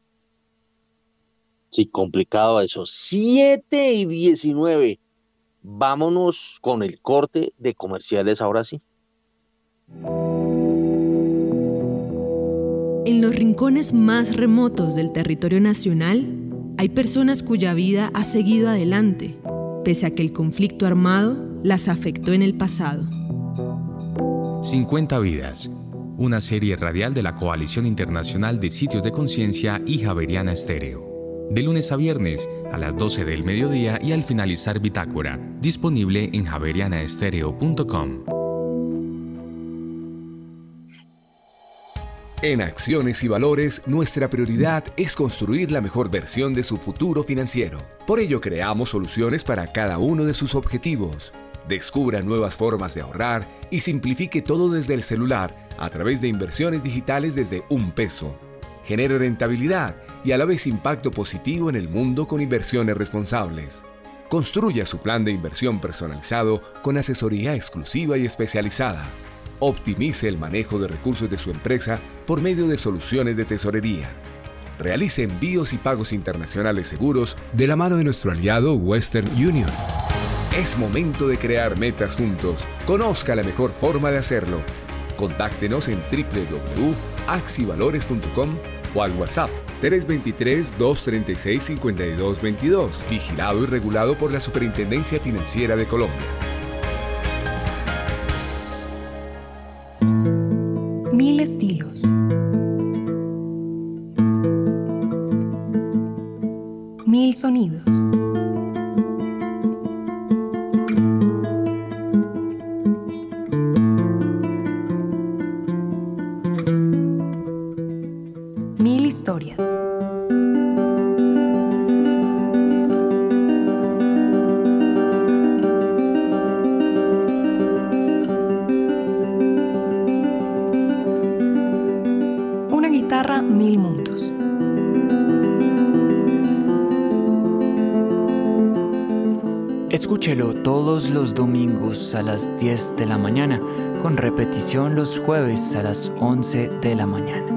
[SPEAKER 3] Sí, complicado eso. 7 y 19. Vámonos con el corte de comerciales ahora sí.
[SPEAKER 12] En los rincones más remotos del territorio nacional, hay personas cuya vida ha seguido adelante, pese a que el conflicto armado las afectó en el pasado.
[SPEAKER 13] 50 Vidas, una serie radial de la Coalición Internacional de Sitios de Conciencia y Javeriana Estéreo. De lunes a viernes a las 12 del mediodía y al finalizar Bitácora, disponible en javerianaestereo.com.
[SPEAKER 14] En Acciones y Valores, nuestra prioridad es construir la mejor versión de su futuro financiero. Por ello, creamos soluciones para cada uno de sus objetivos. Descubra nuevas formas de ahorrar y simplifique todo desde el celular a través de inversiones digitales desde $1. Genere rentabilidad y a la vez impacto positivo en el mundo con inversiones responsables. Construya su plan de inversión personalizado con asesoría exclusiva y especializada. Optimice el manejo de recursos de su empresa por medio de soluciones de tesorería. Realice envíos y pagos internacionales seguros de la mano de nuestro aliado Western Union. Es momento de crear metas juntos. Conozca la mejor forma de hacerlo. Contáctenos en www.axivalores.com o al WhatsApp 323-236-5222, vigilado y regulado por la Superintendencia Financiera de Colombia.
[SPEAKER 12] Mil estilos. Mil sonidos.
[SPEAKER 15] Escúchelo todos los domingos a las 10 de la mañana, con repetición los jueves a las 11 de la mañana.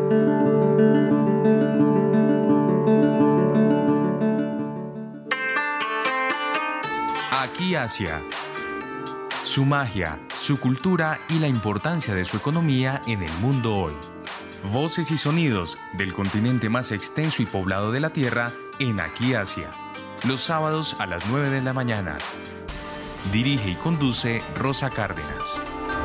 [SPEAKER 13] Aquí Asia. Su magia, su cultura y la importancia de su economía en el mundo hoy. Voces y sonidos del continente más extenso y poblado de la Tierra en Aquí Asia. Los sábados a las 9 de la mañana. Dirige y conduce Rosa Cárdenas.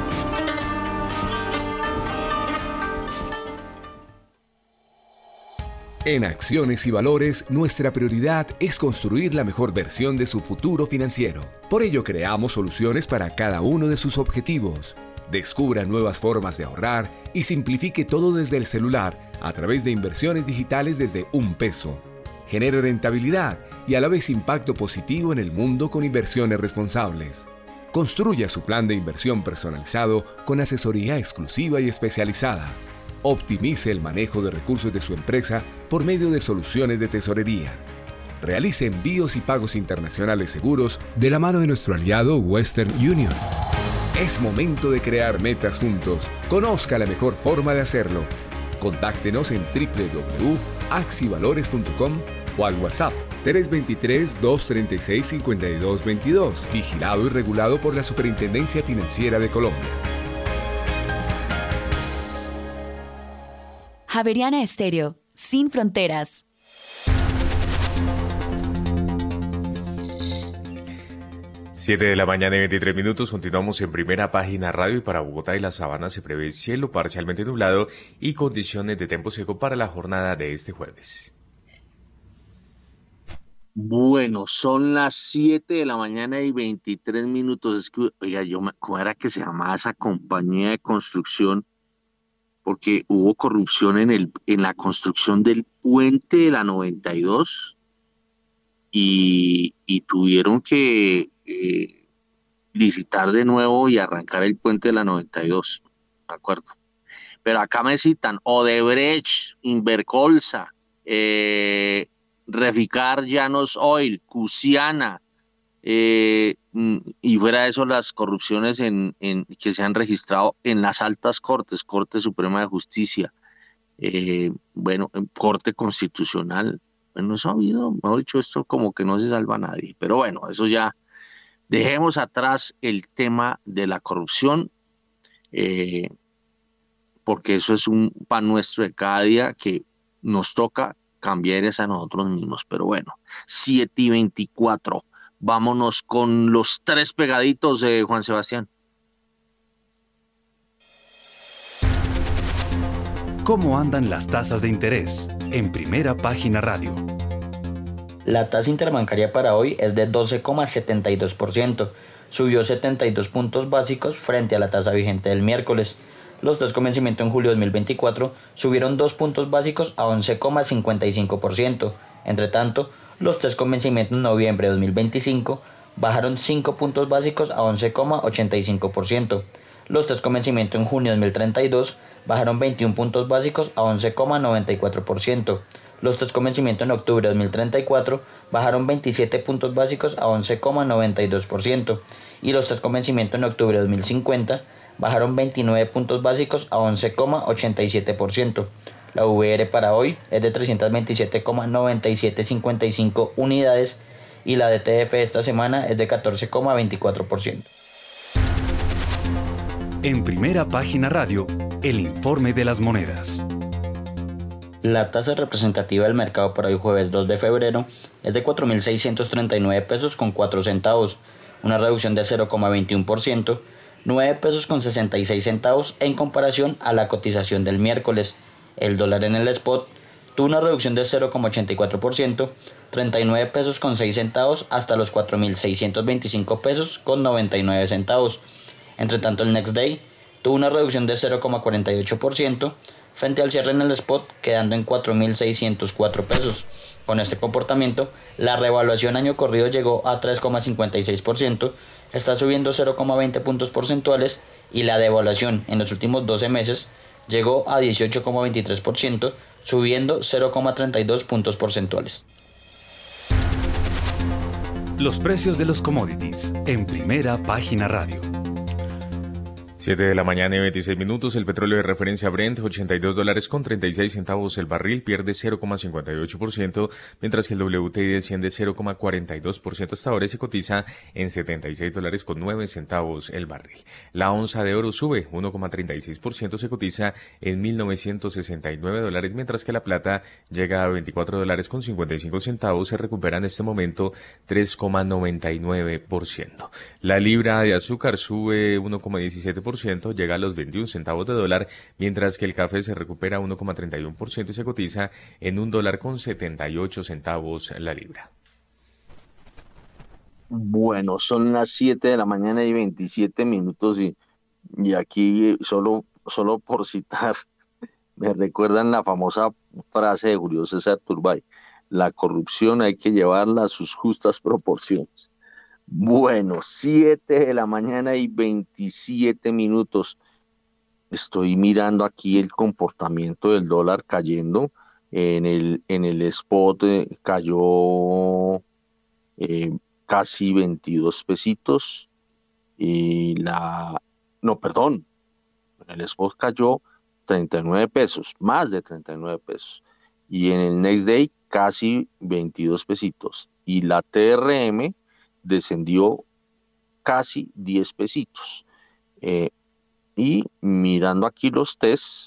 [SPEAKER 14] En Acciones y Valores, nuestra prioridad es construir la mejor versión de su futuro financiero. Por ello, creamos soluciones para cada uno de sus objetivos. Descubra nuevas formas de ahorrar y simplifique todo desde el celular a través de inversiones digitales desde $1. Genere rentabilidad y a la vez impacto positivo en el mundo con inversiones responsables. Construya su plan de inversión personalizado con asesoría exclusiva y especializada. Optimice el manejo de recursos de su empresa por medio de soluciones de tesorería. Realice envíos y pagos internacionales seguros de la mano de nuestro aliado Western Union. Es momento de crear metas juntos. Conozca la mejor forma de hacerlo. Contáctenos en www.axivalores.com o al WhatsApp 323-236-5222, vigilado y regulado por la Superintendencia Financiera de Colombia.
[SPEAKER 11] Javeriana Estéreo, sin fronteras.
[SPEAKER 2] Siete de la mañana y 23 minutos, continuamos en Primera Página Radio y para Bogotá y la Sabana se prevé cielo parcialmente nublado y condiciones de tiempo seco para la jornada de este jueves.
[SPEAKER 3] Bueno, son las 7 de la mañana y 23 minutos. Es que, oiga, ¿cómo era que se llamaba esa compañía de construcción? Porque hubo corrupción en la construcción del puente de la 92 y tuvieron que licitar de nuevo y arrancar el puente de la 92, ¿de acuerdo? Pero acá me citan Odebrecht, Invercolsa, Reficar Llanos Oil, Cusiana, y fuera de eso las corrupciones que se han registrado en las altas cortes, Corte Suprema de Justicia, Corte Constitucional. Bueno, eso ha habido, mejor dicho, esto como que no se salva a nadie, pero bueno, eso ya, dejemos atrás el tema de la corrupción, porque eso es un pan nuestro de cada día que nos toca cambiar es a nosotros mismos, pero bueno, 7:24. Vámonos con los tres pegaditos de Juan Sebastián.
[SPEAKER 1] ¿Cómo andan las tasas de interés? En Primera Página Radio.
[SPEAKER 16] La tasa interbancaria para hoy es de 12,72%. Subió 72 puntos básicos frente a la tasa vigente del miércoles. Los tres con vencimiento en julio de 2024 subieron 2 puntos básicos a 11,55%. Entre tanto, los tres con vencimiento en noviembre de 2025 bajaron 5 puntos básicos a 11,85%. Los tres con vencimiento en junio de 2032 bajaron 21 puntos básicos a 11,94%. Los tres con vencimiento en octubre de 2034 bajaron 27 puntos básicos a 11,92%. Y los tres con vencimiento en octubre de 2050 bajaron 29 puntos básicos a 11,87%. La VR para hoy es de 327,9755 unidades y la DTF esta semana es de 14,24%.
[SPEAKER 1] En Primera Página Radio, el informe de las monedas.
[SPEAKER 16] La tasa representativa del mercado para hoy jueves 2 de febrero es de 4.639 pesos con 4 centavos, una reducción de 0,21%, 9 pesos con 66 centavos en comparación a la cotización del miércoles. El dólar en el spot tuvo una reducción de 0,84%, 39 pesos con 6 centavos hasta los 4.625 pesos con 99 centavos. Entre tanto, el Next Day tuvo una reducción de 0,48% frente al cierre en el spot, quedando en 4.604 pesos. Con este comportamiento, la revaluación año corrido llegó a 3,56%, está subiendo 0,20 puntos porcentuales y la devaluación en los últimos 12 meses llegó a 18,23%, subiendo 0,32 puntos porcentuales.
[SPEAKER 1] Los precios de los commodities en Primera Página Radio.
[SPEAKER 2] 7 de la mañana y 26 minutos, el petróleo de referencia Brent, $82.36 el barril, pierde 0,58%, mientras que el WTI desciende 0,42% hasta ahora y se cotiza en $76.09 el barril. La onza de oro sube 1,36%, se cotiza en $1.969, mientras que la plata llega a $24.55, se recupera en este momento 3,99%. La libra de azúcar sube 1,17%, llega a los 21 centavos de dólar, mientras que el café se recupera 1,31% y se cotiza en $1.78 la libra.
[SPEAKER 3] Bueno, son las 7 de la mañana y 27 minutos y aquí solo por citar, me recuerdan la famosa frase de Julio César Turbay: la corrupción hay que llevarla a sus justas proporciones. Bueno, 7 de la mañana y 27 minutos. Estoy mirando aquí el comportamiento del dólar cayendo. En el spot cayó casi 22 pesitos. No, perdón. En el spot cayó 39 pesos, más de 39 pesos. Y en el next day casi 22 pesitos. Y la TRM descendió casi 10 pesitos. Y mirando aquí los test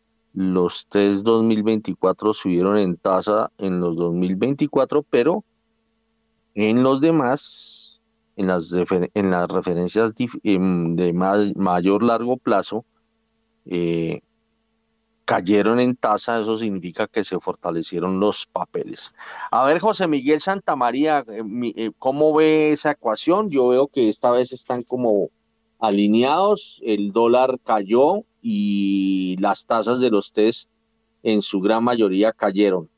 [SPEAKER 3] 2024 subieron en tasa en los 2024, pero en los demás, en las referencias de mayor largo plazo, cayeron en tasa. Eso significa que se fortalecieron los papeles. A ver, José Miguel Santamaría, ¿cómo ve esa ecuación? Yo veo que esta vez están como alineados, el dólar cayó y las tasas de los test en su gran mayoría cayeron.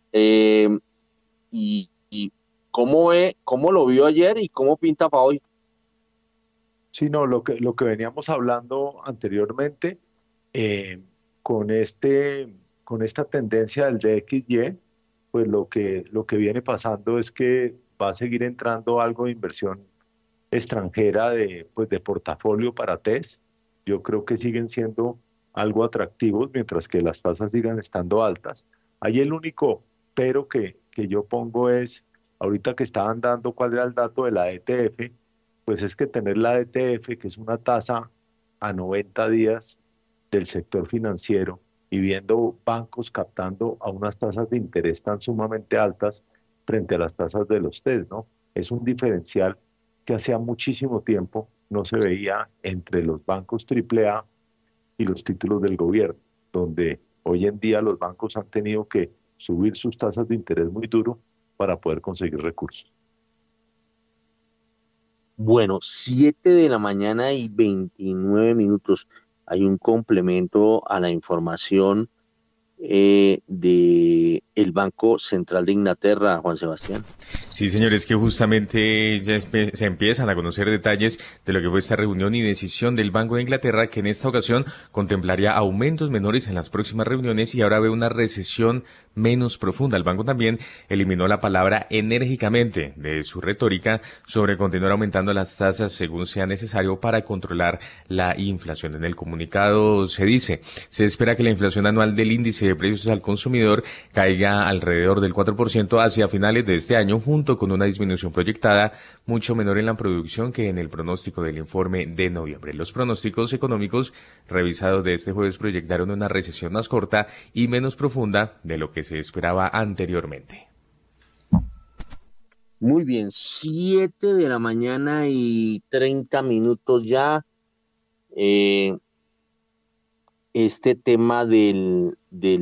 [SPEAKER 3] Y ¿cómo lo vio ayer y cómo pinta para hoy?
[SPEAKER 6] Sí, no, lo que veníamos hablando anteriormente, con esta tendencia del DXY, pues lo que viene pasando es que va a seguir entrando algo de inversión extranjera de portafolio para TES. Yo creo que siguen siendo algo atractivos mientras que las tasas sigan estando altas. Ahí el único pero que yo pongo es, ahorita que estaban dando cuál era el dato de la ETF, pues es que tener la ETF, que es una tasa a 90 días del sector financiero, y viendo bancos captando a unas tasas de interés tan sumamente altas frente a las tasas de los TES, ¿no? Es un diferencial que hacía muchísimo tiempo no se veía entre los bancos AAA y los títulos del gobierno, donde hoy en día los bancos han tenido que subir sus tasas de interés muy duro para poder conseguir recursos.
[SPEAKER 3] Bueno, 7 de la mañana y 29 minutos. Hay un complemento a la información del Banco Central de Inglaterra, Juan Sebastián.
[SPEAKER 2] Sí, señores, que justamente ya se empiezan a conocer detalles de lo que fue esta reunión y decisión del Banco de Inglaterra, que en esta ocasión contemplaría aumentos menores en las próximas reuniones y ahora ve una recesión menos profunda. El banco también eliminó la palabra enérgicamente de su retórica sobre continuar aumentando las tasas según sea necesario para controlar la inflación. En el comunicado se dice, se espera que la inflación anual del índice de precios al consumidor caiga alrededor del 4% hacia finales de este año, junto con una disminución proyectada mucho menor en la producción que en el pronóstico del informe de noviembre. Los pronósticos económicos revisados de este jueves proyectaron una recesión más corta y menos profunda de lo que se esperaba anteriormente.
[SPEAKER 3] Muy bien, 7 de la mañana y 30 minutos ya. Este tema de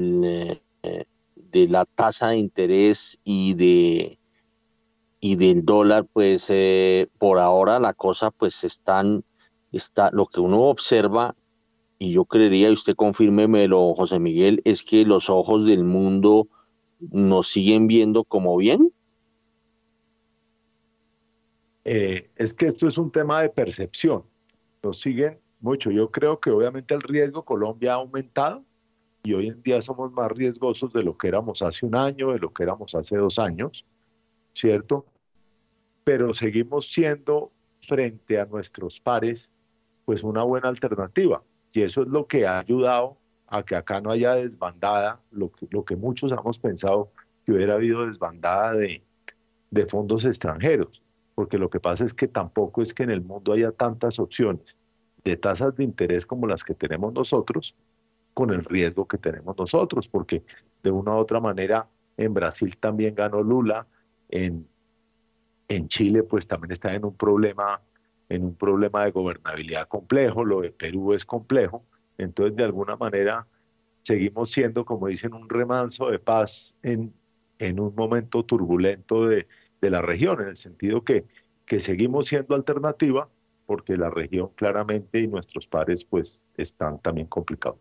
[SPEAKER 3] la tasa de interés y del dólar, pues por ahora la cosa pues está lo que uno observa, y yo creería, y usted confírmemelo, José Miguel, es que los ojos del mundo nos siguen viendo como bien.
[SPEAKER 6] Es que esto es un tema de percepción, nos siguen mucho. Yo creo que obviamente el riesgo Colombia ha aumentado y hoy en día somos más riesgosos de lo que éramos hace un año, de lo que éramos hace 2 años, ¿cierto? pero seguimos siendo frente a nuestros pares pues una buena alternativa, y eso es lo que ha ayudado a que acá no haya desbandada, lo que muchos hemos pensado que hubiera habido desbandada de fondos extranjeros, porque lo que pasa es que tampoco es que en el mundo haya tantas opciones de tasas de interés como las que tenemos nosotros, con el riesgo que tenemos nosotros, porque de una u otra manera en Brasil también ganó Lula, en Chile pues también está en un problema de gobernabilidad complejo, lo de Perú es complejo, entonces de alguna manera seguimos siendo, como dicen, un remanso de paz en un momento turbulento de la región, en el sentido que seguimos siendo alternativa, porque la región claramente y nuestros pares pues están también complicados.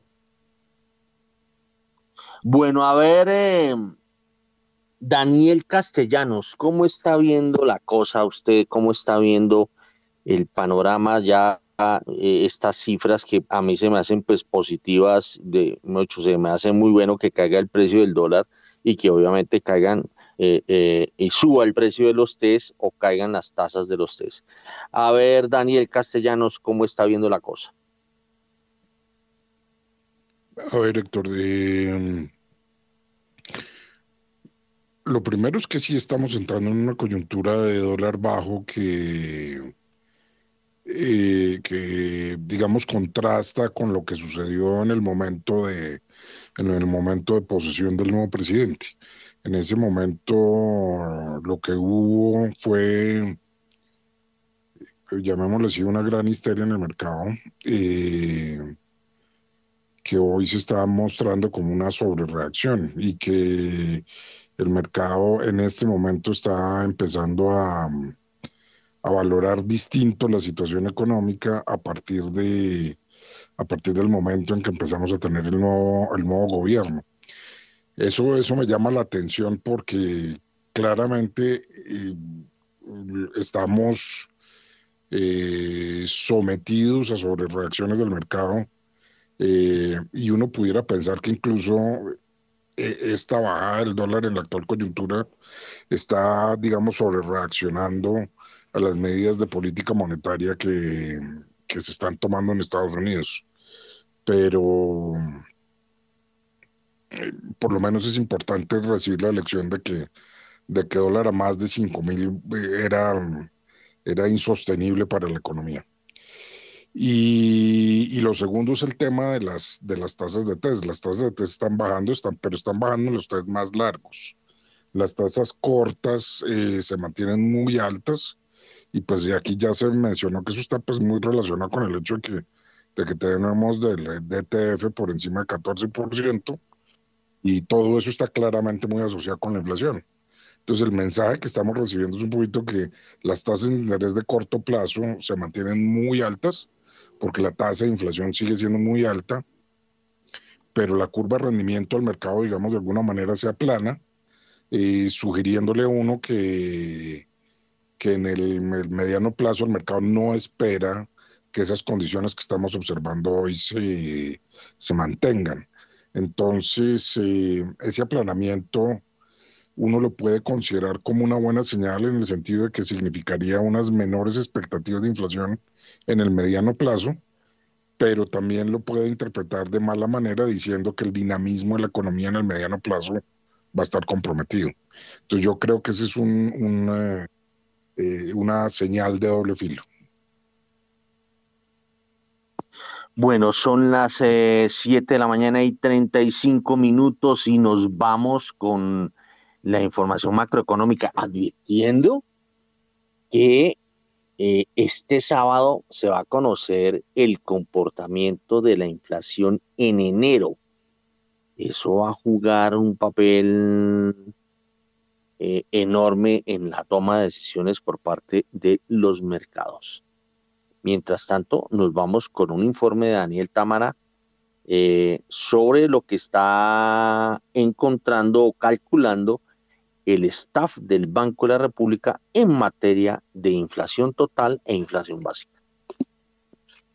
[SPEAKER 3] Bueno, a ver, Daniel Castellanos, ¿cómo está viendo la cosa usted? ¿Cómo está viendo el panorama ya? Estas cifras que a mí se me hacen pues positivas, se me hace muy bueno que caiga el precio del dólar y que obviamente caigan y suba el precio de los tés o caigan las tasas de los tés. A ver, Daniel Castellanos, ¿cómo está viendo la cosa?
[SPEAKER 10] A ver, Héctor, lo primero es que sí estamos entrando en una coyuntura de dólar bajo que digamos contrasta con lo que sucedió en el momento de posesión del nuevo presidente. En ese momento lo que hubo fue, llamémosle así, una gran histeria en el mercado, que hoy se está mostrando como una sobrereacción y que el mercado en este momento está empezando a valorar distinto la situación económica a partir del momento en que empezamos a tener el nuevo gobierno. Eso me llama la atención porque claramente estamos sometidos a sobrereacciones del mercado, y uno pudiera pensar que incluso esta bajada del dólar en la actual coyuntura está, digamos, sobrereaccionando a las medidas de política monetaria que se están tomando en Estados Unidos. Pero por lo menos es importante recibir la lección de que dólar a más de 5.000 era insostenible para la economía. Y lo segundo es el tema de las tasas de test. Las tasas de test están bajando, pero están bajando los test más largos. Las tasas cortas se mantienen muy altas, y pues de aquí ya se mencionó que eso está pues muy relacionado con el hecho de que tenemos del DTF por encima del 14%, y todo eso está claramente muy asociado con la inflación. Entonces el mensaje que estamos recibiendo es un poquito que las tasas de interés de corto plazo se mantienen muy altas, porque la tasa de inflación sigue siendo muy alta, pero la curva de rendimiento del mercado, digamos, de alguna manera se aplana, sugiriéndole a uno que en el mediano plazo el mercado no espera que esas condiciones que estamos observando hoy se mantengan. Entonces, ese aplanamiento uno lo puede considerar como una buena señal, en el sentido de que significaría unas menores expectativas de inflación en el mediano plazo, pero también lo puede interpretar de mala manera diciendo que el dinamismo de la economía en el mediano plazo va a estar comprometido. Entonces yo creo que ese es una señal de doble filo.
[SPEAKER 3] Bueno, son las 7 de la mañana y 35 minutos y nos vamos con la información macroeconómica, advirtiendo que este sábado se va a conocer el comportamiento de la inflación en enero. Eso va a jugar un papel enorme en la toma de decisiones por parte de los mercados. Mientras tanto, nos vamos con un informe de Daniel Támara sobre lo que está encontrando o calculando el staff del Banco de la República en materia de inflación total e inflación básica.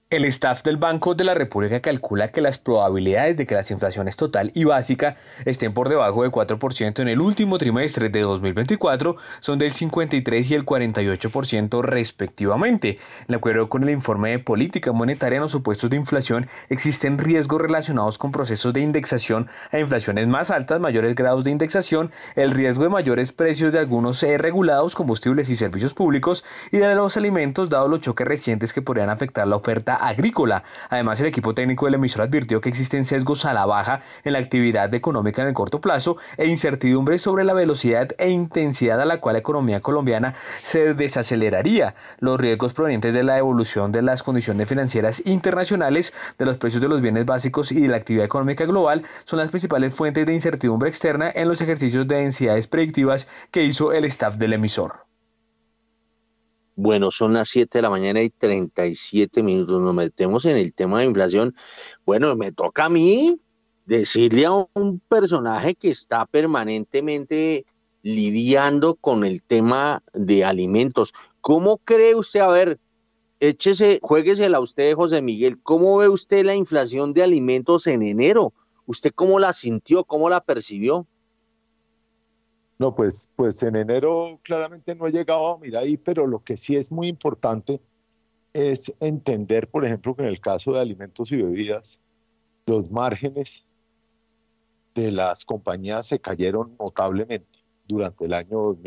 [SPEAKER 17] El staff del Banco de la República calcula que las probabilidades de que las inflaciones total y básica estén por debajo de 4% en el último trimestre de 2024 son del 53 y el 48% respectivamente. De acuerdo con el informe de política monetaria, en los supuestos de inflación existen riesgos relacionados con procesos de indexación a inflaciones más altas, mayores grados de indexación, el riesgo de mayores precios de algunos regulados, combustibles y servicios públicos, y de los alimentos, dados los choques recientes que podrían afectar la oferta agrícola. Además, el equipo técnico del emisor advirtió que existen sesgos a la baja en la actividad económica en el corto plazo e incertidumbre sobre la velocidad e intensidad a la cual la economía colombiana se desaceleraría. Los riesgos provenientes de la evolución de las condiciones financieras internacionales, de los precios de los bienes básicos y de la actividad económica global son las principales fuentes de incertidumbre externa en los ejercicios de densidades predictivas que hizo el staff del emisor.
[SPEAKER 3] Bueno, son las 7 de la mañana y 37 minutos. Nos metemos en el tema de inflación. Bueno, me toca a mí decirle a un personaje que está permanentemente lidiando con el tema de alimentos. ¿Cómo cree usted? A ver, juéguesela usted, José Miguel. ¿Cómo ve usted la inflación de alimentos en enero? ¿Usted cómo la sintió? ¿Cómo la percibió?
[SPEAKER 6] No, pues en enero claramente no he llegado a mirar ahí, pero lo que sí es muy importante es entender, por ejemplo, que en el caso de alimentos y bebidas, los márgenes de las compañías se cayeron notablemente durante el año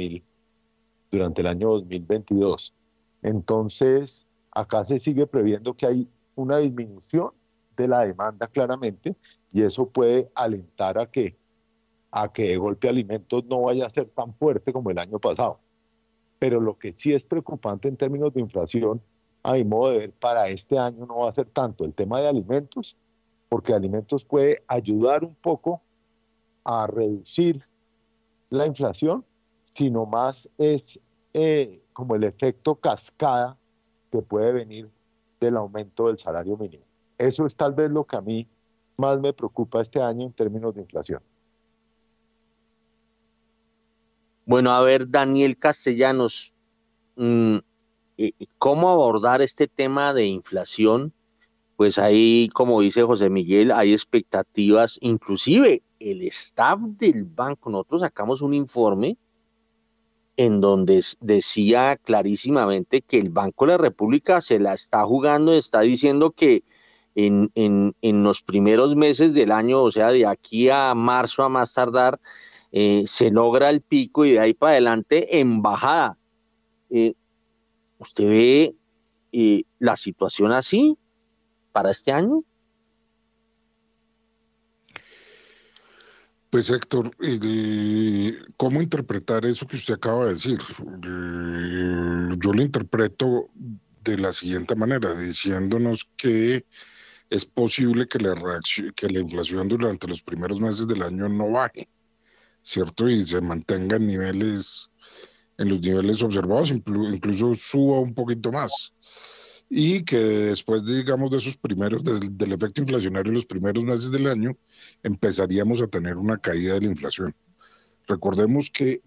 [SPEAKER 6] 2022. Entonces, acá se sigue previendo que hay una disminución de la demanda claramente, y eso puede alentar a que de golpe alimentos no vaya a ser tan fuerte como el año pasado. Pero lo que sí es preocupante en términos de inflación, a mi modo de ver, para este año no va a ser tanto el tema de alimentos, porque alimentos puede ayudar un poco a reducir la inflación, sino más es como el efecto cascada que puede venir del aumento del salario mínimo. Eso es tal vez lo que a mí más me preocupa este año en términos de inflación.
[SPEAKER 3] Bueno, a ver, Daniel Castellanos, ¿cómo abordar este tema de inflación? Pues ahí, como dice José Miguel, hay expectativas, inclusive el staff del banco, nosotros sacamos un informe en donde decía clarísimamente que el Banco de la República se la está jugando, está diciendo que en los primeros meses del año, o sea, de aquí a marzo a más tardar, se logra el pico y de ahí para adelante en bajada. ¿Usted ve la situación así para este año?
[SPEAKER 10] Pues Héctor, ¿cómo interpretar eso que usted acaba de decir? Yo lo interpreto de la siguiente manera, diciéndonos que es posible que la inflación durante los primeros meses del año no baje, ¿cierto? Y se mantenga en los niveles observados, incluso suba un poquito más. Y que después, digamos, de esos primeros, del efecto inflacionario en los primeros meses del año, empezaríamos a tener una caída de la inflación. Recordemos que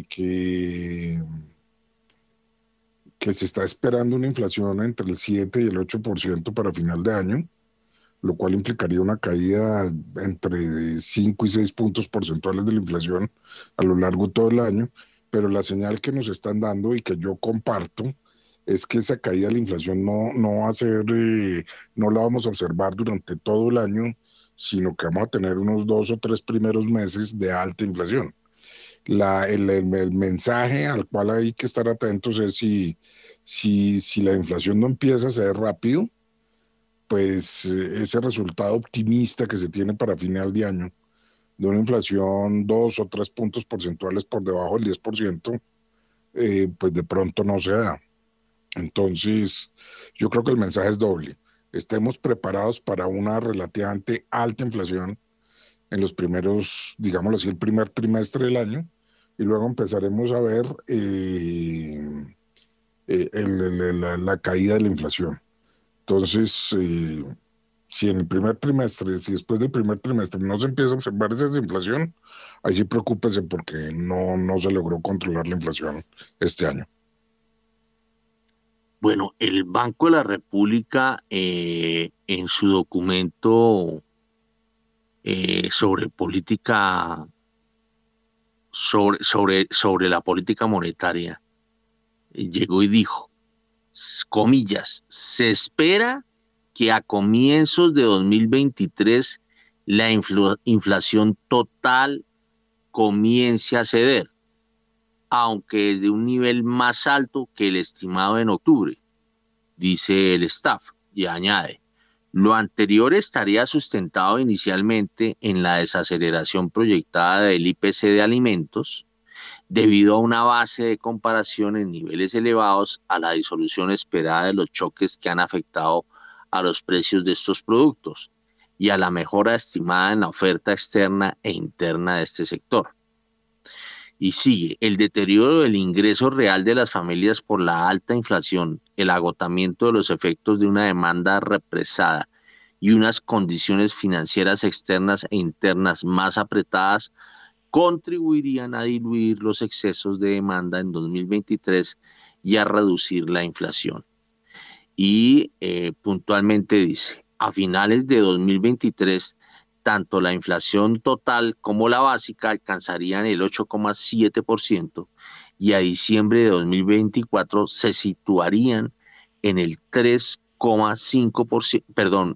[SPEAKER 10] se está esperando una inflación entre el 7 y el 8% para final de año, lo cual implicaría una caída entre 5 y 6 puntos porcentuales de la inflación a lo largo de todo el año, pero la señal que nos están dando y que yo comparto es que esa caída de la inflación no va a ser, no la vamos a observar durante todo el año, sino que vamos a tener unos 2 o 3 primeros meses de alta inflación. El mensaje al cual hay que estar atentos es si la inflación no empieza a ser rápido, pues ese resultado optimista que se tiene para final de año, de una inflación 2 o 3 puntos porcentuales por debajo del 10%, pues de pronto no se da. Entonces, yo creo que el mensaje es doble. Estemos preparados para una relativamente alta inflación en los primeros, digámoslo así, el primer trimestre del año, y luego empezaremos a ver la caída de la inflación. Entonces, si en el primer trimestre, si después del primer trimestre no se empieza a observar esa desinflación, ahí sí preocúpese porque no se logró controlar la inflación este año.
[SPEAKER 3] Bueno, el Banco de la República en su documento sobre política, sobre la política monetaria, llegó y dijo, comillas, se espera que a comienzos de 2023 la inflación total comience a ceder, aunque desde un nivel más alto que el estimado en octubre, dice el staff, y añade, lo anterior estaría sustentado inicialmente en la desaceleración proyectada del IPC de alimentos, debido a una base de comparación en niveles elevados a la disolución esperada de los choques que han afectado a los precios de estos productos y a la mejora estimada en la oferta externa e interna de este sector. Y sigue, el deterioro del ingreso real de las familias por la alta inflación, el agotamiento de los efectos de una demanda represada y unas condiciones financieras externas e internas más apretadas contribuirían a diluir los excesos de demanda en 2023 y a reducir la inflación. Y puntualmente dice, a finales de 2023, tanto la inflación total como la básica alcanzarían el 8,7% y a diciembre de 2024 se situarían en el 3,5%, perdón,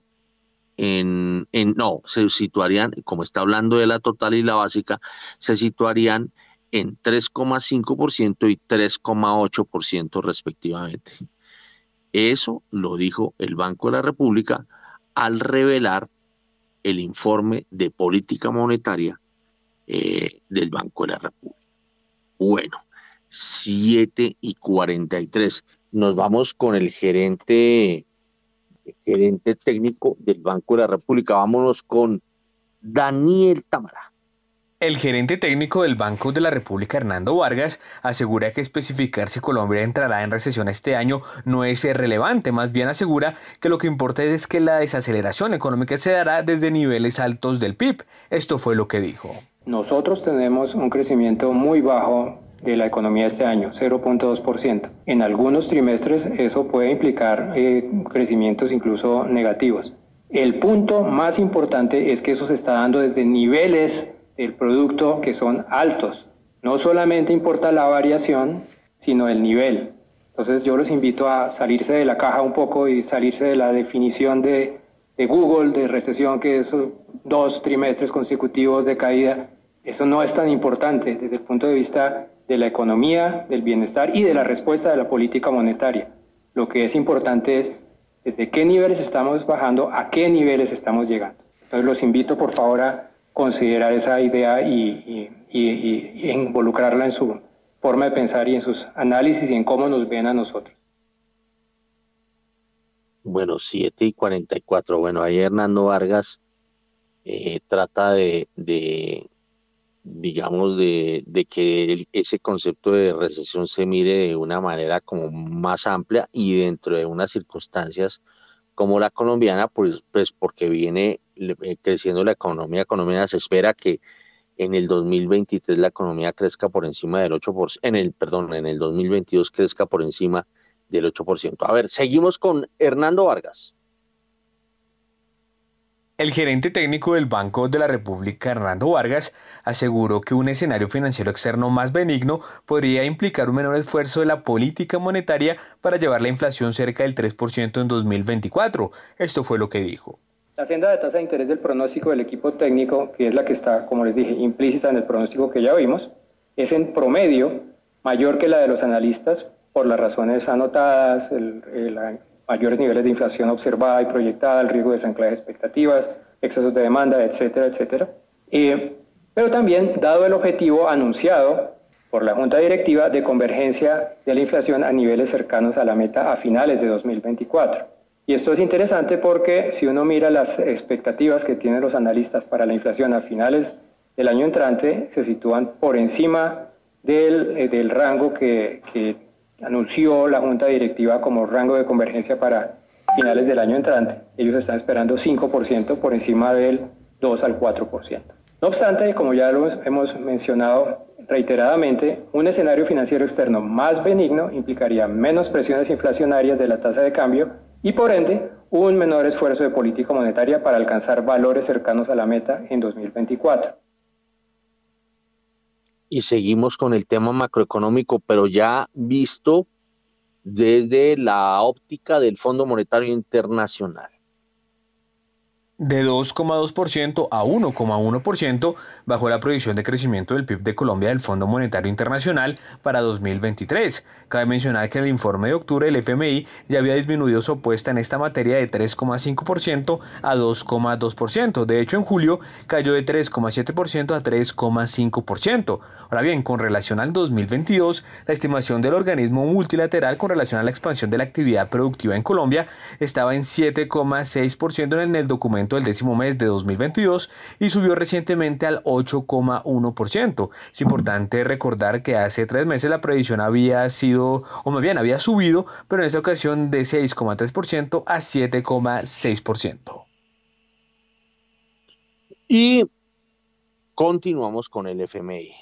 [SPEAKER 3] se situarían, como está hablando de la total y la básica, se situarían en 3,5% y 3,8% respectivamente. Eso lo dijo el Banco de la República al revelar el informe de política monetaria del Banco de la República. Bueno, 7:43. Nos vamos con el gerente técnico del Banco de la República. Vámonos con Daniel Támara.
[SPEAKER 17] El gerente técnico del Banco de la República, Hernando Vargas, asegura que especificar si Colombia entrará en recesión este año no es relevante, más bien asegura que lo que importa es que la desaceleración económica se dará desde niveles altos del PIB. Esto fue lo que dijo.
[SPEAKER 18] Nosotros tenemos un crecimiento muy bajo de la economía este año, 0.2%. En algunos trimestres eso puede implicar crecimientos incluso negativos. El punto más importante es que eso se está dando desde niveles del producto que son altos. No solamente importa la variación, sino el nivel. Entonces yo los invito a salirse de la caja un poco y salirse de la definición de Google de recesión, que es 2 trimestres consecutivos de caída. Eso no es tan importante desde el punto de vista de la economía, del bienestar y de la respuesta de la política monetaria. Lo que es importante es desde qué niveles estamos bajando, a qué niveles estamos llegando. Entonces los invito por favor a considerar esa idea y involucrarla en su forma de pensar y en sus análisis y en cómo nos ven a nosotros.
[SPEAKER 3] Bueno, 7:44. Bueno, ahí Hernando Vargas trata de que ese concepto de recesión se mire de una manera como más amplia y dentro de unas circunstancias como la colombiana, pues porque viene creciendo la economía se espera que en el 2023 la economía crezca por encima del 8%, en el 2022 crezca por encima del 8%. A ver, seguimos con Hernando Vargas.
[SPEAKER 17] El gerente técnico del Banco de la República, Hernando Vargas, aseguró que un escenario financiero externo más benigno podría implicar un menor esfuerzo de la política monetaria para llevar la inflación cerca del 3% en 2024. Esto fue lo que dijo.
[SPEAKER 18] La senda de tasa de interés del pronóstico del equipo técnico, que es la que está, como les dije, implícita en el pronóstico que ya vimos, es en promedio mayor que la de los analistas por las razones anotadas, mayores niveles de inflación observada y proyectada, el riesgo de desanclaje de expectativas, excesos de demanda, etcétera, etcétera. Pero también, dado el objetivo anunciado por la Junta Directiva de convergencia de la inflación a niveles cercanos a la meta a finales de 2024. Y esto es interesante porque si uno mira las expectativas que tienen los analistas para la inflación a finales del año entrante, se sitúan por encima del rango que anunció la Junta Directiva como rango de convergencia para finales del año entrante. Ellos están esperando 5% por encima del 2 al 4%. No obstante, como ya lo hemos mencionado reiteradamente, un escenario financiero externo más benigno implicaría menos presiones inflacionarias de la tasa de cambio y, por ende, un menor esfuerzo de política monetaria para alcanzar valores cercanos a la meta en 2024.
[SPEAKER 3] Y seguimos con el tema macroeconómico, pero ya visto desde la óptica del Fondo Monetario Internacional.
[SPEAKER 17] De 2,2% a 1,1% bajó la proyección de crecimiento del PIB de Colombia del Fondo Monetario Internacional para 2023. Cabe mencionar que en el informe de octubre el FMI ya había disminuido su apuesta en esta materia de 3,5% a 2,2%. De hecho, en julio cayó de 3,7% a 3,5%. Ahora bien, con relación al 2022, la estimación del organismo multilateral con relación a la expansión de la actividad productiva en Colombia estaba en 7,6% en el documento del décimo mes de 2022 y subió recientemente al 8,1%. Es importante recordar que hace 3 meses la previsión había sido, o más bien había subido, pero en esta ocasión de 6,3% a 7,6%.
[SPEAKER 3] Y continuamos con el FMI.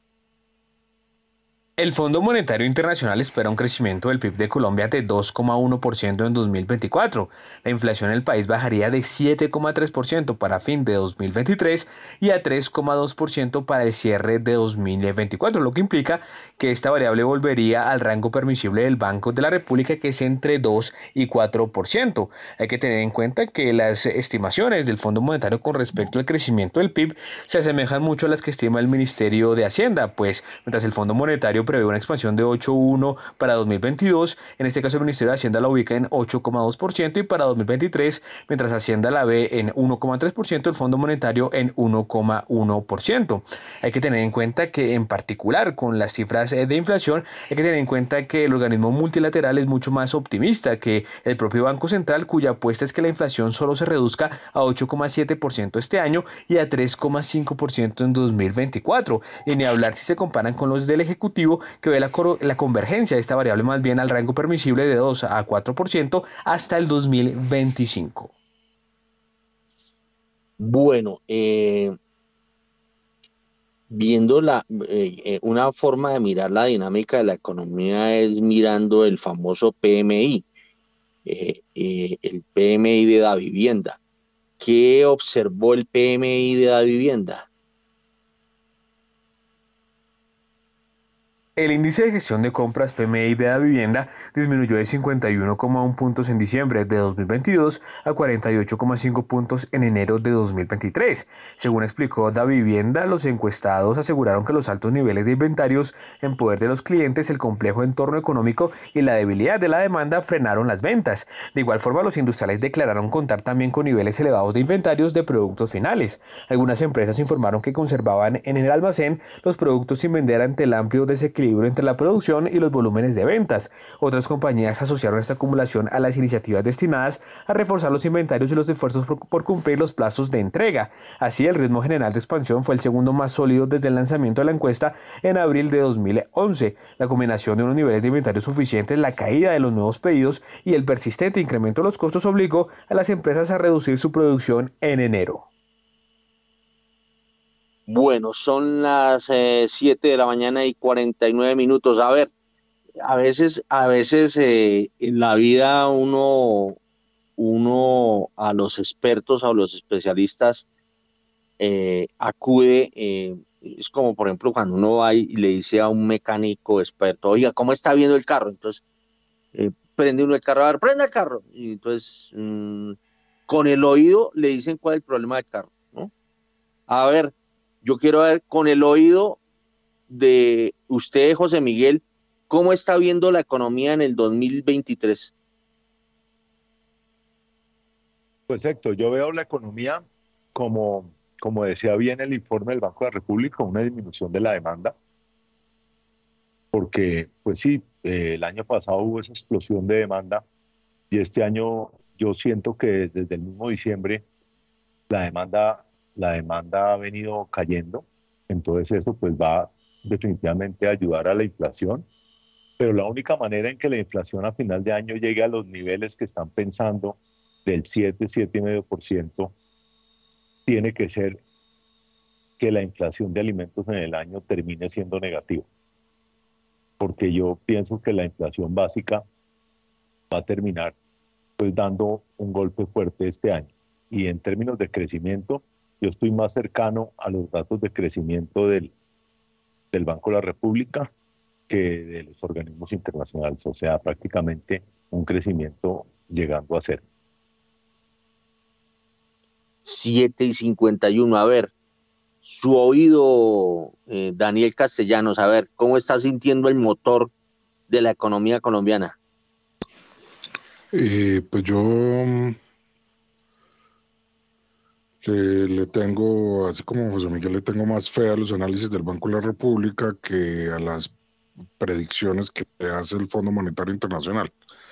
[SPEAKER 17] El Fondo Monetario Internacional espera un crecimiento del PIB de Colombia de 2,1% en 2024. La inflación en el país bajaría de 7,3% para fin de 2023 y a 3,2% para el cierre de 2024, lo que implica que esta variable volvería al rango permisible del Banco de la República, que es entre 2 y 4%. Hay que tener en cuenta que las estimaciones del Fondo Monetario con respecto al crecimiento del PIB se asemejan mucho a las que estima el Ministerio de Hacienda, pues mientras el Fondo Monetario prevé una expansión de 8,1 para 2022, en este caso el Ministerio de Hacienda la ubica en 8,2% y para 2023, mientras Hacienda la ve en 1,3%, el Fondo Monetario en 1,1%. Hay que tener en cuenta que en particular con las cifras de inflación, hay que tener en cuenta que el organismo multilateral es mucho más optimista que el propio Banco Central, cuya apuesta es que la inflación solo se reduzca a 8,7% este año y a 3,5% en 2024, y ni hablar si se comparan con los del Ejecutivo, que ve la convergencia de esta variable más bien al rango permisible de 2 a 4% hasta el 2025.
[SPEAKER 3] Bueno, viendo una forma de mirar la dinámica de la economía es mirando el famoso PMI, el PMI de la vivienda. ¿Qué observó el PMI de la vivienda?
[SPEAKER 17] El índice de gestión de compras PMI de la vivienda disminuyó de 51,1 puntos en diciembre de 2022 a 48,5 puntos en enero de 2023. Según explicó Da Vivienda, los encuestados aseguraron que los altos niveles de inventarios en poder de los clientes, el complejo entorno económico y la debilidad de la demanda frenaron las ventas. De igual forma, los industriales declararon contar también con niveles elevados de inventarios de productos finales. Algunas empresas informaron que conservaban en el almacén los productos sin vender ante el amplio desequilibrio entre la producción y los volúmenes de ventas. Otras compañías asociaron esta acumulación a las iniciativas destinadas a reforzar los inventarios y los esfuerzos por cumplir los plazos de entrega. Así, el ritmo general de expansión fue el segundo más sólido desde el lanzamiento de la encuesta en abril de 2011. La combinación de unos niveles de inventario suficientes, la caída de los nuevos pedidos y el persistente incremento de los costos obligó a las empresas a reducir su producción en enero.
[SPEAKER 3] Bueno, son las 7 de la mañana y 49 minutos. A ver, a veces en la vida uno a los expertos, a los especialistas acude, es como por ejemplo cuando uno va y le dice a un mecánico experto, oiga, ¿cómo está viendo el carro? Entonces prende uno el carro, a ver, prenda el carro. Y entonces con el oído le dicen cuál es el problema del carro, ¿no? A ver, yo quiero ver con el oído de usted, José Miguel, ¿cómo está viendo la economía en el 2023?
[SPEAKER 6] Pues Héctor, yo veo la economía como decía bien el informe del Banco de la República, una disminución de la demanda, porque pues sí, el año pasado hubo esa explosión de demanda y este año yo siento que desde el mismo diciembre la demanda ha venido cayendo, entonces eso pues va definitivamente a ayudar a la inflación, pero la única manera en que la inflación a final de año llegue a los niveles que están pensando del 7,5%, tiene que ser que la inflación de alimentos en el año termine siendo negativa, porque yo pienso que la inflación básica va a terminar pues dando un golpe fuerte este año. Y en términos de crecimiento, yo estoy más cercano a los datos de crecimiento del Banco de la República que de los organismos internacionales, o sea, prácticamente un crecimiento llegando a cero.
[SPEAKER 3] 7:51. A ver, su oído, Daniel Castellanos, a ver, ¿cómo está sintiendo el motor de la economía colombiana?
[SPEAKER 10] Pues yo le tengo, así como José Miguel, le tengo más fe a los análisis del Banco de la República que a las predicciones que hace el Fondo Monetario Internacional.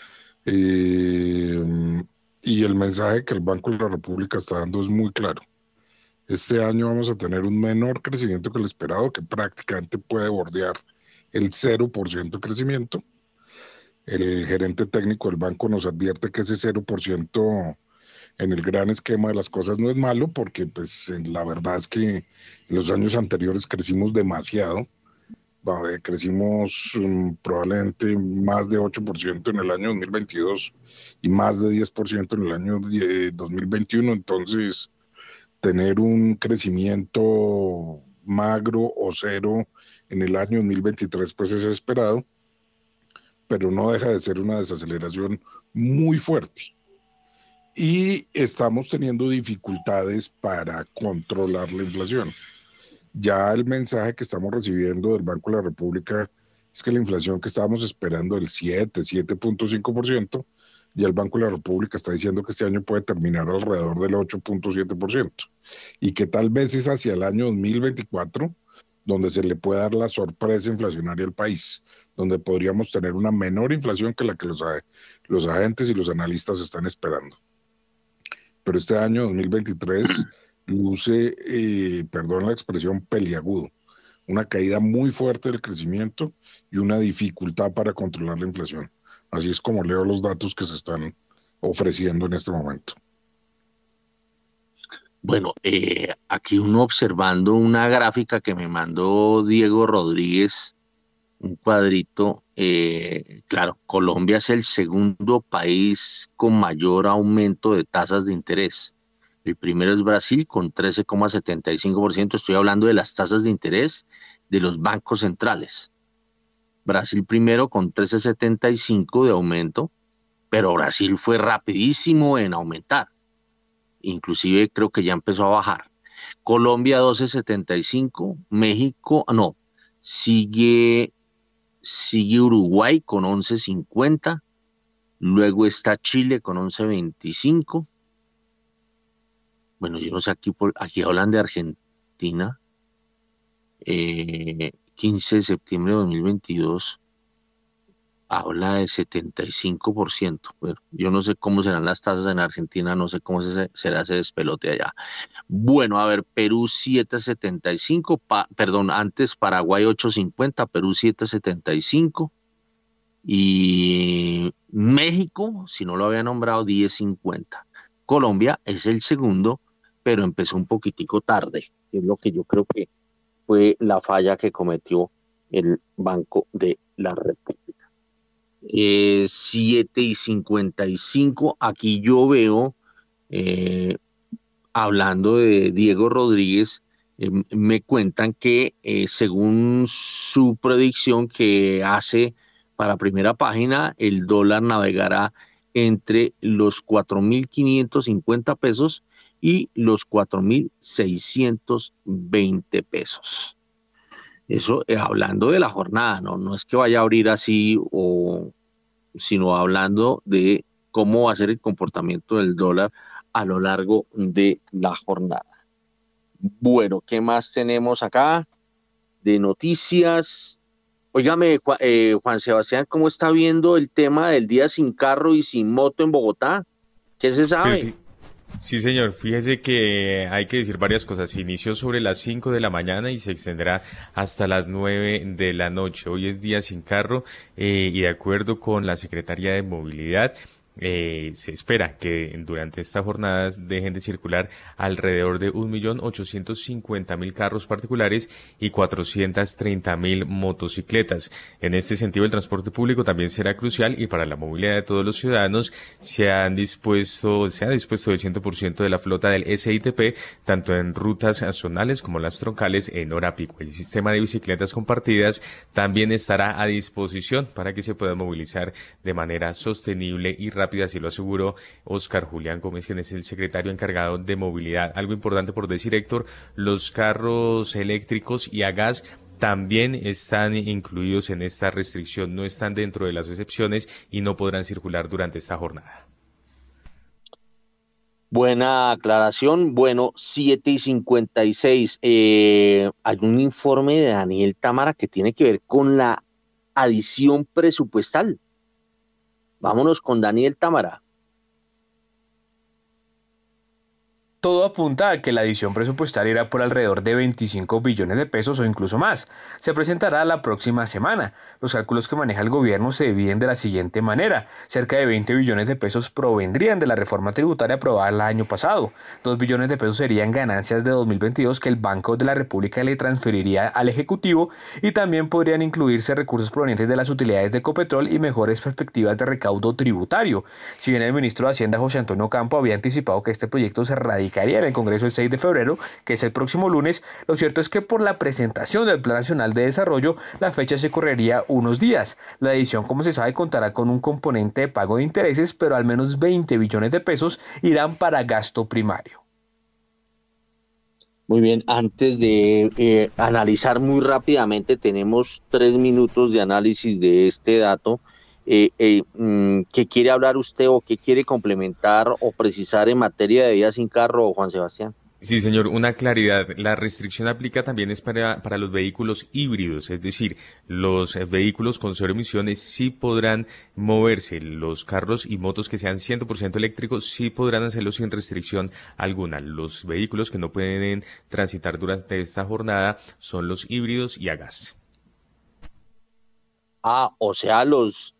[SPEAKER 10] Y el mensaje que el Banco de la República está dando es muy claro. Este año vamos a tener un menor crecimiento que el esperado, que prácticamente puede bordear el 0% de crecimiento. El gerente técnico del banco nos advierte que ese 0% en el gran esquema de las cosas no es malo, porque pues la verdad es que en los años anteriores crecimos demasiado. Crecimos probablemente más de 8% en el año 2022 y más de 10% en el año 2021. Entonces, tener un crecimiento magro o cero en el año 2023 pues es esperado, pero no deja de ser una desaceleración muy fuerte. Y estamos teniendo dificultades para controlar la inflación. Ya el mensaje que estamos recibiendo del Banco de la República es que la inflación que estábamos esperando, el 7.5%, ya el Banco de la República está diciendo que este año puede terminar alrededor del 8.7%, y que tal vez es hacia el año 2024 donde se le puede dar la sorpresa inflacionaria al país, donde podríamos tener una menor inflación que la que los agentes y los analistas están esperando. Pero este año 2023 luce, perdón la expresión, peliagudo, una caída muy fuerte del crecimiento y una dificultad para controlar la inflación. Así es como leo los datos que se están ofreciendo en este momento.
[SPEAKER 3] Bueno, aquí uno observando una gráfica que me mandó Diego Rodríguez, un cuadrito, claro, Colombia es el segundo país con mayor aumento de tasas de interés. El primero es Brasil con 13,75%. Estoy hablando de las tasas de interés de los bancos centrales. Brasil primero con 13,75% de aumento, pero Brasil fue rapidísimo en aumentar. Inclusive creo que ya empezó a bajar. Colombia 12,75%, México, no, sigue Uruguay con 11,50%, luego está Chile con 11,25%. Bueno, yo no sé, aquí hablan de Argentina, 15 de septiembre de 2022, habla de 75%. Bueno, yo no sé cómo serán las tasas en Argentina, no sé cómo será ese despelote allá. Bueno, a ver, Perú 7,75, antes Paraguay 8,50, Perú 7,75, y México, si no lo había nombrado, 10,50. Colombia es el segundo, pero empezó un poquitico tarde, que es lo que yo creo que fue la falla que cometió el Banco de la República. 7:55, aquí yo veo, hablando de Diego Rodríguez, me cuentan que según su predicción que hace para Primera Página, el dólar navegará entre los 4.550 pesos y los 4.620 pesos. Eso hablando de la jornada, no es que vaya a abrir así, sino hablando de cómo va a ser el comportamiento del dólar a lo largo de la jornada. Bueno, ¿qué más tenemos acá de noticias? Óigame, Juan Sebastián, ¿cómo está viendo el tema del día sin carro y sin moto en Bogotá? ¿Qué se sabe?
[SPEAKER 2] Sí, señor. Fíjese que hay que decir varias cosas. Se inició sobre las 5 de la mañana y se extenderá hasta las 9 de la noche. Hoy es día sin carro y de acuerdo con la Secretaría de Movilidad, se espera que durante estas jornadas dejen de circular alrededor de 1.850.000 carros particulares y 430.000 motocicletas. En este sentido, el transporte público también será crucial y para la movilidad de todos los ciudadanos se ha dispuesto el 100% de la flota del SITP, tanto en rutas zonales como las troncales en hora pico. El sistema de bicicletas compartidas también estará a disposición para que se pueda movilizar de manera sostenible y rápida, así lo aseguró Óscar Julián Gómez, quien es el secretario encargado de movilidad. Algo importante por decir, Héctor, los carros eléctricos y a gas también están incluidos en esta restricción, no están dentro de las excepciones y no podrán circular durante esta jornada.
[SPEAKER 3] Buena aclaración. Bueno, 7:56. Hay un informe de Daniel Támara que tiene que ver con la adición presupuestal. Vámonos con Daniel Támara.
[SPEAKER 17] Todo apunta a que la adición presupuestaria irá por alrededor de 25 billones de pesos o incluso más. Se presentará la próxima semana. Los cálculos que maneja el gobierno se dividen de la siguiente manera. Cerca de 20 billones de pesos provendrían de la reforma tributaria aprobada el año pasado. 2 billones de pesos serían ganancias de 2022 que el Banco de la República le transferiría al Ejecutivo y también podrían incluirse recursos provenientes de las utilidades de Ecopetrol y mejores perspectivas de recaudo tributario. Si bien el ministro de Hacienda, José Antonio Campo, había anticipado que este proyecto se radicaría en el Congreso el 6 de febrero, que es el próximo lunes, lo cierto es que por la presentación del Plan Nacional de Desarrollo, la fecha se correría unos días. La edición, como se sabe, contará con un componente de pago de intereses, pero al menos 20 billones de pesos irán para gasto primario.
[SPEAKER 3] Muy bien, antes de analizar muy rápidamente, tenemos 3 minutos de análisis de este dato. ¿Qué quiere hablar usted o qué quiere complementar o precisar en materia de vida sin carro, Juan Sebastián?
[SPEAKER 2] Sí, señor, una claridad. La restricción aplica también es para los vehículos híbridos, es decir, los vehículos con cero emisiones sí podrán moverse. Los carros y motos que sean 100% eléctricos sí podrán hacerlo sin restricción alguna. Los vehículos que no pueden transitar durante esta jornada son los híbridos y a gas.
[SPEAKER 3] O sea, los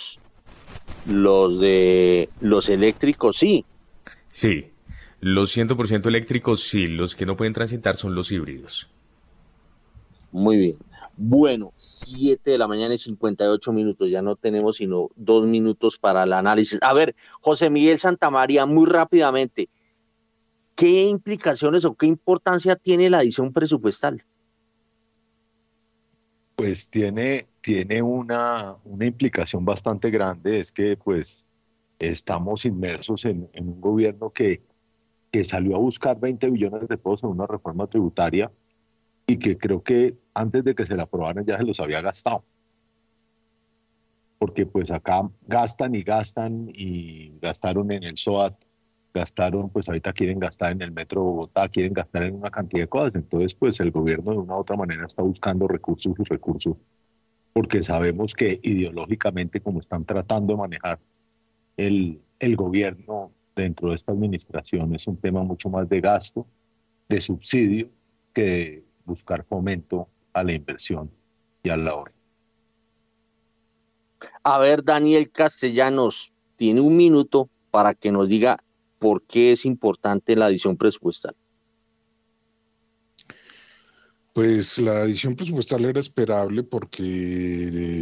[SPEAKER 3] eléctricos sí.
[SPEAKER 2] Sí, los 100% eléctricos sí, los que no pueden transitar son los híbridos.
[SPEAKER 3] Muy bien. Bueno, 7 de la mañana y 58 minutos, ya no tenemos sino 2 minutos para el análisis. A ver, José Miguel Santamaría, muy rápidamente, ¿qué implicaciones o qué importancia tiene la adición presupuestal?
[SPEAKER 6] Pues tiene una implicación bastante grande, es que pues estamos inmersos en un gobierno que salió a buscar 20 billones de pesos en una reforma tributaria y que creo que antes de que se la aprobaran ya se los había gastado. Porque pues acá gastan y gastaron en el SOAT, gastaron, pues ahorita quieren gastar en el Metro de Bogotá, quieren gastar en una cantidad de cosas. Entonces pues el gobierno de una u otra manera está buscando recursos, porque sabemos que ideológicamente como están tratando de manejar el gobierno dentro de esta administración es un tema mucho más de gasto, de subsidio, que de buscar fomento a la inversión y al ahorro.
[SPEAKER 3] A ver, Daniel Castellanos, tiene un minuto para que nos diga por qué es importante la adición presupuestal.
[SPEAKER 10] Pues la adición presupuestal era esperable porque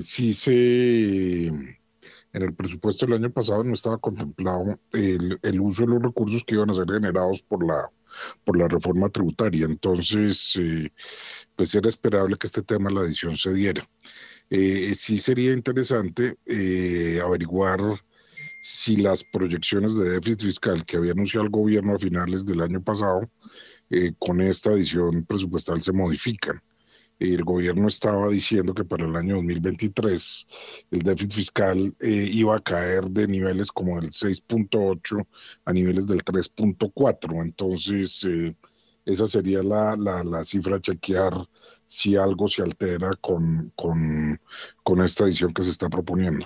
[SPEAKER 10] en el presupuesto del año pasado no estaba contemplado el uso de los recursos que iban a ser generados por la reforma tributaria. Entonces, pues era esperable que este tema de la adición se diera. Sí sería interesante averiguar si las proyecciones de déficit fiscal que había anunciado el gobierno a finales del año pasado, con esta adición presupuestal se modifican. El gobierno estaba diciendo que para el año 2023 el déficit fiscal iba a caer de niveles como del 6.8 a niveles del 3.4. Entonces, esa sería la cifra a chequear si algo se altera con esta adición que se está proponiendo.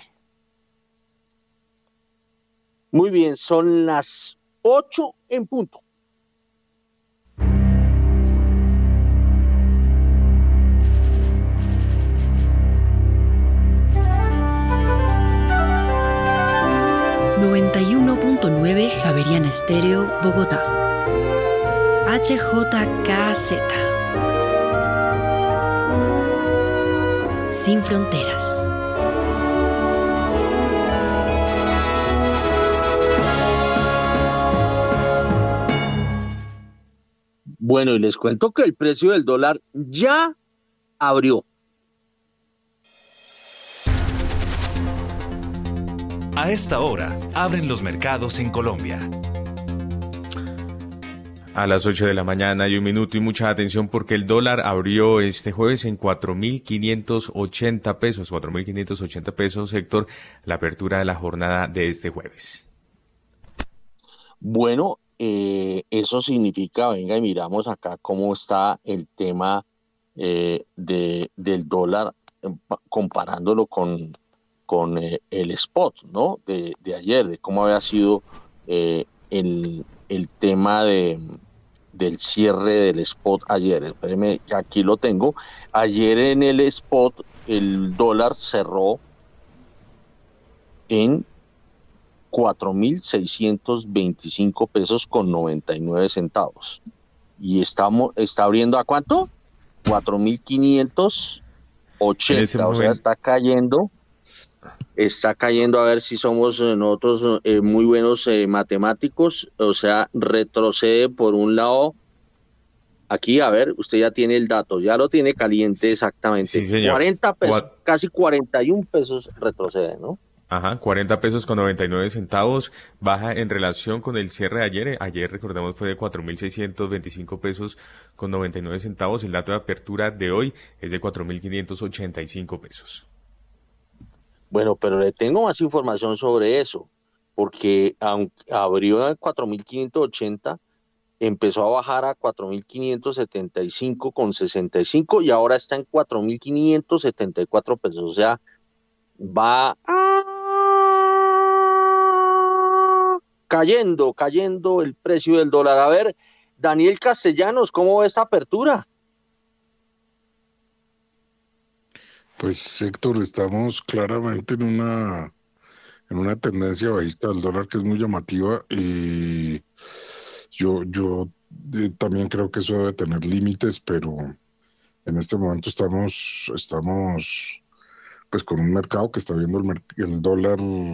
[SPEAKER 3] Muy bien, son las 8 en punto.
[SPEAKER 11] 91.9 Javeriana Estéreo, Bogotá. HJKZ. Sin fronteras.
[SPEAKER 3] Bueno, y les cuento que el precio del dólar ya abrió.
[SPEAKER 1] A esta hora, abren los mercados en Colombia.
[SPEAKER 2] A las 8 de la mañana y 1 minuto y mucha atención porque el dólar abrió este jueves en 4.580 pesos, 4.580 pesos, Héctor, la apertura de la jornada de este jueves.
[SPEAKER 3] Bueno, eso significa, venga y miramos acá cómo está el tema del dólar, comparándolo con el spot, ¿no? De ayer, de cómo había sido el tema del cierre del spot ayer. Espérenme, que aquí lo tengo. Ayer en el spot el dólar cerró en 4.625 pesos con 99 centavos. Y está abriendo ¿a cuánto? 4.580. O sea, está cayendo, a ver si somos nosotros muy buenos matemáticos, o sea, retrocede por un lado. Aquí, a ver, usted ya tiene el dato, ya lo tiene caliente exactamente.
[SPEAKER 2] Sí, señor.
[SPEAKER 3] 40 pesos, casi 41 pesos retrocede, ¿no?
[SPEAKER 2] Ajá, 40 pesos con 99 centavos, baja en relación con el cierre de ayer. Ayer, recordemos, fue de 4.625 pesos con 99 centavos. El dato de apertura de hoy es de 4.585 pesos.
[SPEAKER 3] Bueno, pero le tengo más información sobre eso, porque aunque abrió en 4.580, empezó a bajar a 4.575 con 65 y ahora está en 4.574 pesos. O sea, va cayendo el precio del dólar. A ver, Daniel Castellanos, ¿cómo ve esta apertura?
[SPEAKER 10] Pues, Héctor, estamos claramente en una tendencia bajista del dólar que es muy llamativa, y yo también creo que eso debe tener límites, pero en este momento estamos pues con un mercado que está viendo el dólar,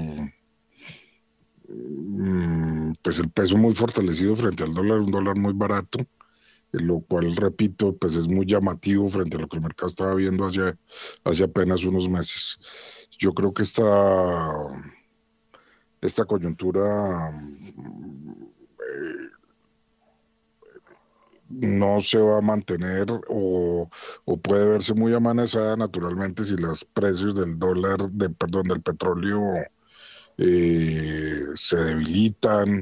[SPEAKER 10] pues el peso muy fortalecido frente al dólar, un dólar muy barato, lo cual, repito, pues es muy llamativo frente a lo que el mercado estaba viendo hace apenas unos meses. Yo creo que esta coyuntura no se va a mantener o puede verse muy amenazada, naturalmente, si los precios del petróleo se debilitan,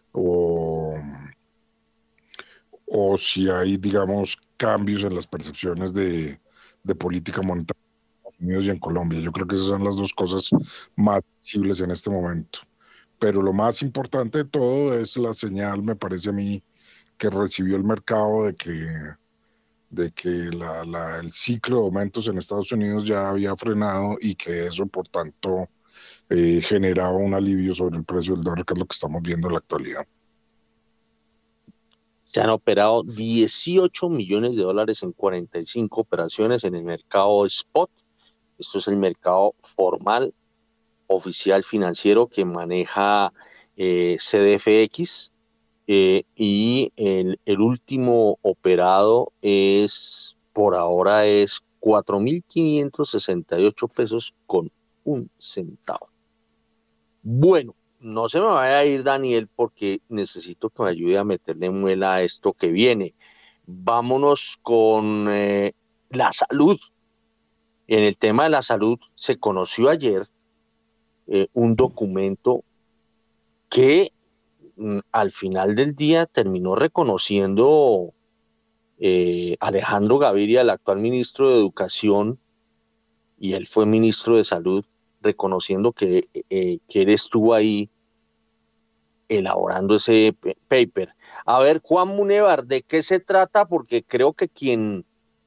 [SPEAKER 10] o si hay, digamos, cambios en las percepciones de política monetaria en Estados Unidos y en Colombia. Yo creo que esas son las dos cosas más visibles en este momento. Pero lo más importante de todo es la señal, me parece a mí, que recibió el mercado de que el ciclo de aumentos en Estados Unidos ya había frenado y que eso, por tanto, generaba un alivio sobre el precio del dólar, que es lo que estamos viendo en la actualidad.
[SPEAKER 3] Se han operado 18 millones de dólares en 45 operaciones en el mercado spot. Esto es el mercado formal, oficial financiero que maneja CDFX. Y el último operado por ahora es 4.568 pesos con 1 centavo. Bueno, no se me vaya a ir, Daniel, porque necesito que me ayude a meterle muela a esto que viene. Vámonos con la salud. En el tema de la salud se conoció ayer un documento que al final del día terminó reconociendo Alejandro Gaviria, el actual ministro de Educación, y él fue ministro de Salud, reconociendo que él estuvo ahí elaborando ese paper. A ver, Juan Munevar, ¿de qué se trata? Porque creo que quien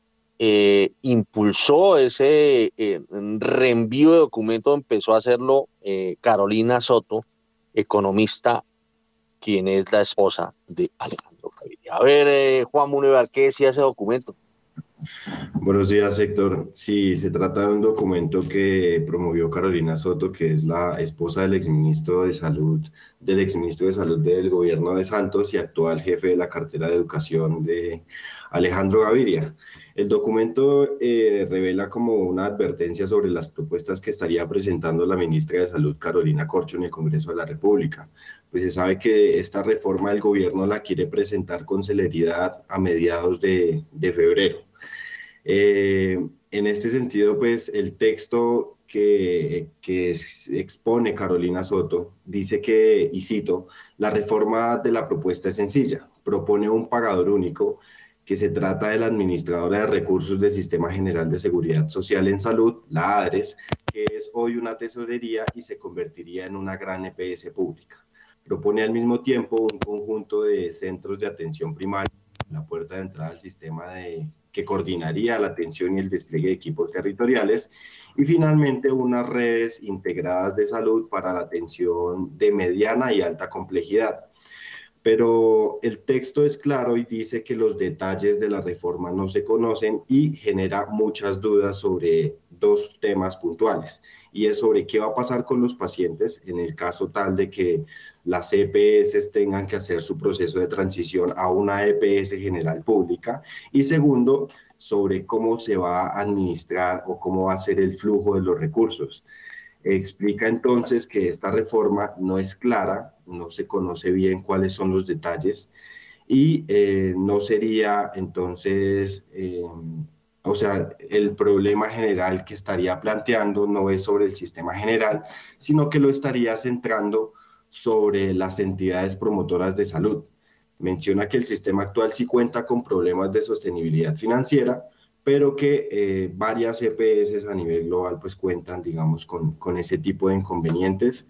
[SPEAKER 3] impulsó ese reenvío de documento empezó a hacerlo Carolina Soto, economista, quien es la esposa de Alejandro Gaviria. A ver, Juan Munevar, ¿qué decía ese documento?
[SPEAKER 19] Buenos días, Héctor. Sí, se trata de un documento que promovió Carolina Soto, que es la esposa del exministro de Salud del gobierno de Santos y actual jefe de la cartera de educación de Alejandro Gaviria. El documento revela como una advertencia sobre las propuestas que estaría presentando la ministra de Salud, Carolina Corcho, en el Congreso de la República. Pues se sabe que esta reforma el gobierno la quiere presentar con celeridad a mediados de febrero. En este sentido, pues el texto que expone Carolina Soto dice que, y cito, la reforma de la propuesta es sencilla, propone un pagador único, que se trata de la Administradora de Recursos del Sistema General de Seguridad Social en Salud, la ADRES, que es hoy una tesorería y se convertiría en una gran EPS pública. Propone al mismo tiempo un conjunto de centros de atención primaria, la puerta de entrada al sistema que coordinaría la atención y el despliegue de equipos territoriales, y finalmente unas redes integradas de salud para la atención de mediana y alta complejidad. Pero el texto es claro y dice que los detalles de la reforma no se conocen y genera muchas dudas sobre dos temas puntuales, y es sobre qué va a pasar con los pacientes en el caso tal de que las EPS tengan que hacer su proceso de transición a una EPS general pública, y segundo, sobre cómo se va a administrar o cómo va a ser el flujo de los recursos. Explica entonces que esta reforma no es clara, no se conoce bien cuáles son los detalles y no sería entonces, o sea, el problema general que estaría planteando no es sobre el sistema general, sino que lo estaría centrando sobre las entidades promotoras de salud. Menciona que el sistema actual sí cuenta con problemas de sostenibilidad financiera, pero que varias EPS a nivel global pues cuentan, digamos, con ese tipo de inconvenientes.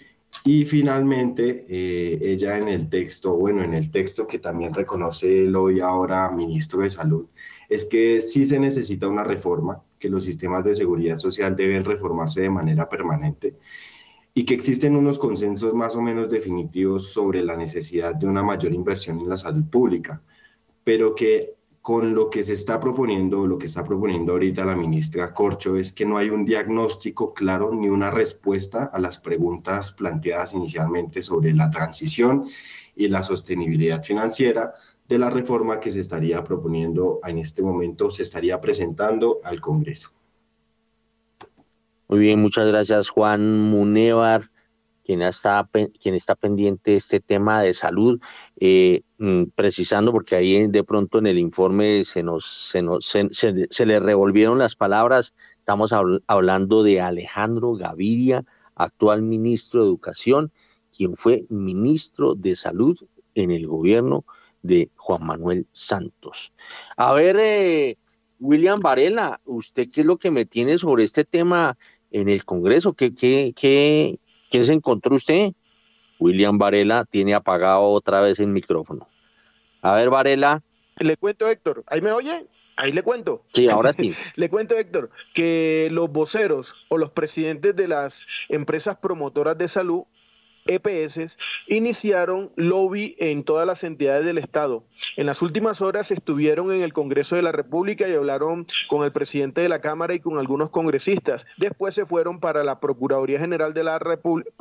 [SPEAKER 19] Y finalmente, ella en el texto que también reconoce el hoy ahora ministro de Salud, es que sí se necesita una reforma, que los sistemas de seguridad social deben reformarse de manera permanente y que existen unos consensos más o menos definitivos sobre la necesidad de una mayor inversión en la salud pública, pero que con lo que se está proponiendo, lo que está proponiendo ahorita la ministra Corcho, es que no hay un diagnóstico claro ni una respuesta a las preguntas planteadas inicialmente sobre la transición y la sostenibilidad financiera de la reforma que se estaría proponiendo en este momento, se estaría presentando al Congreso.
[SPEAKER 3] Muy bien, muchas gracias, Juan Munevar, quien está pendiente de este tema de salud, precisando, porque ahí de pronto en el informe se le revolvieron las palabras. Estamos hablando de Alejandro Gaviria, actual ministro de Educación, quien fue ministro de Salud en el gobierno de Juan Manuel Santos. A ver, William Varela, ¿usted qué es lo que me tiene sobre este tema en el Congreso? ¿Qué se encontró usted? William Varela tiene apagado otra vez el micrófono. A ver, Varela.
[SPEAKER 20] Le cuento, Héctor. ¿Ahí me oye? Ahí le cuento.
[SPEAKER 3] Sí, ahora sí.
[SPEAKER 20] Le cuento, Héctor, que los voceros o los presidentes de las empresas promotoras de salud, EPS, iniciaron lobby en todas las entidades del Estado. En las últimas horas estuvieron en el Congreso de la República y hablaron con el presidente de la Cámara y con algunos congresistas. Después se fueron para la Procuraduría General de la República,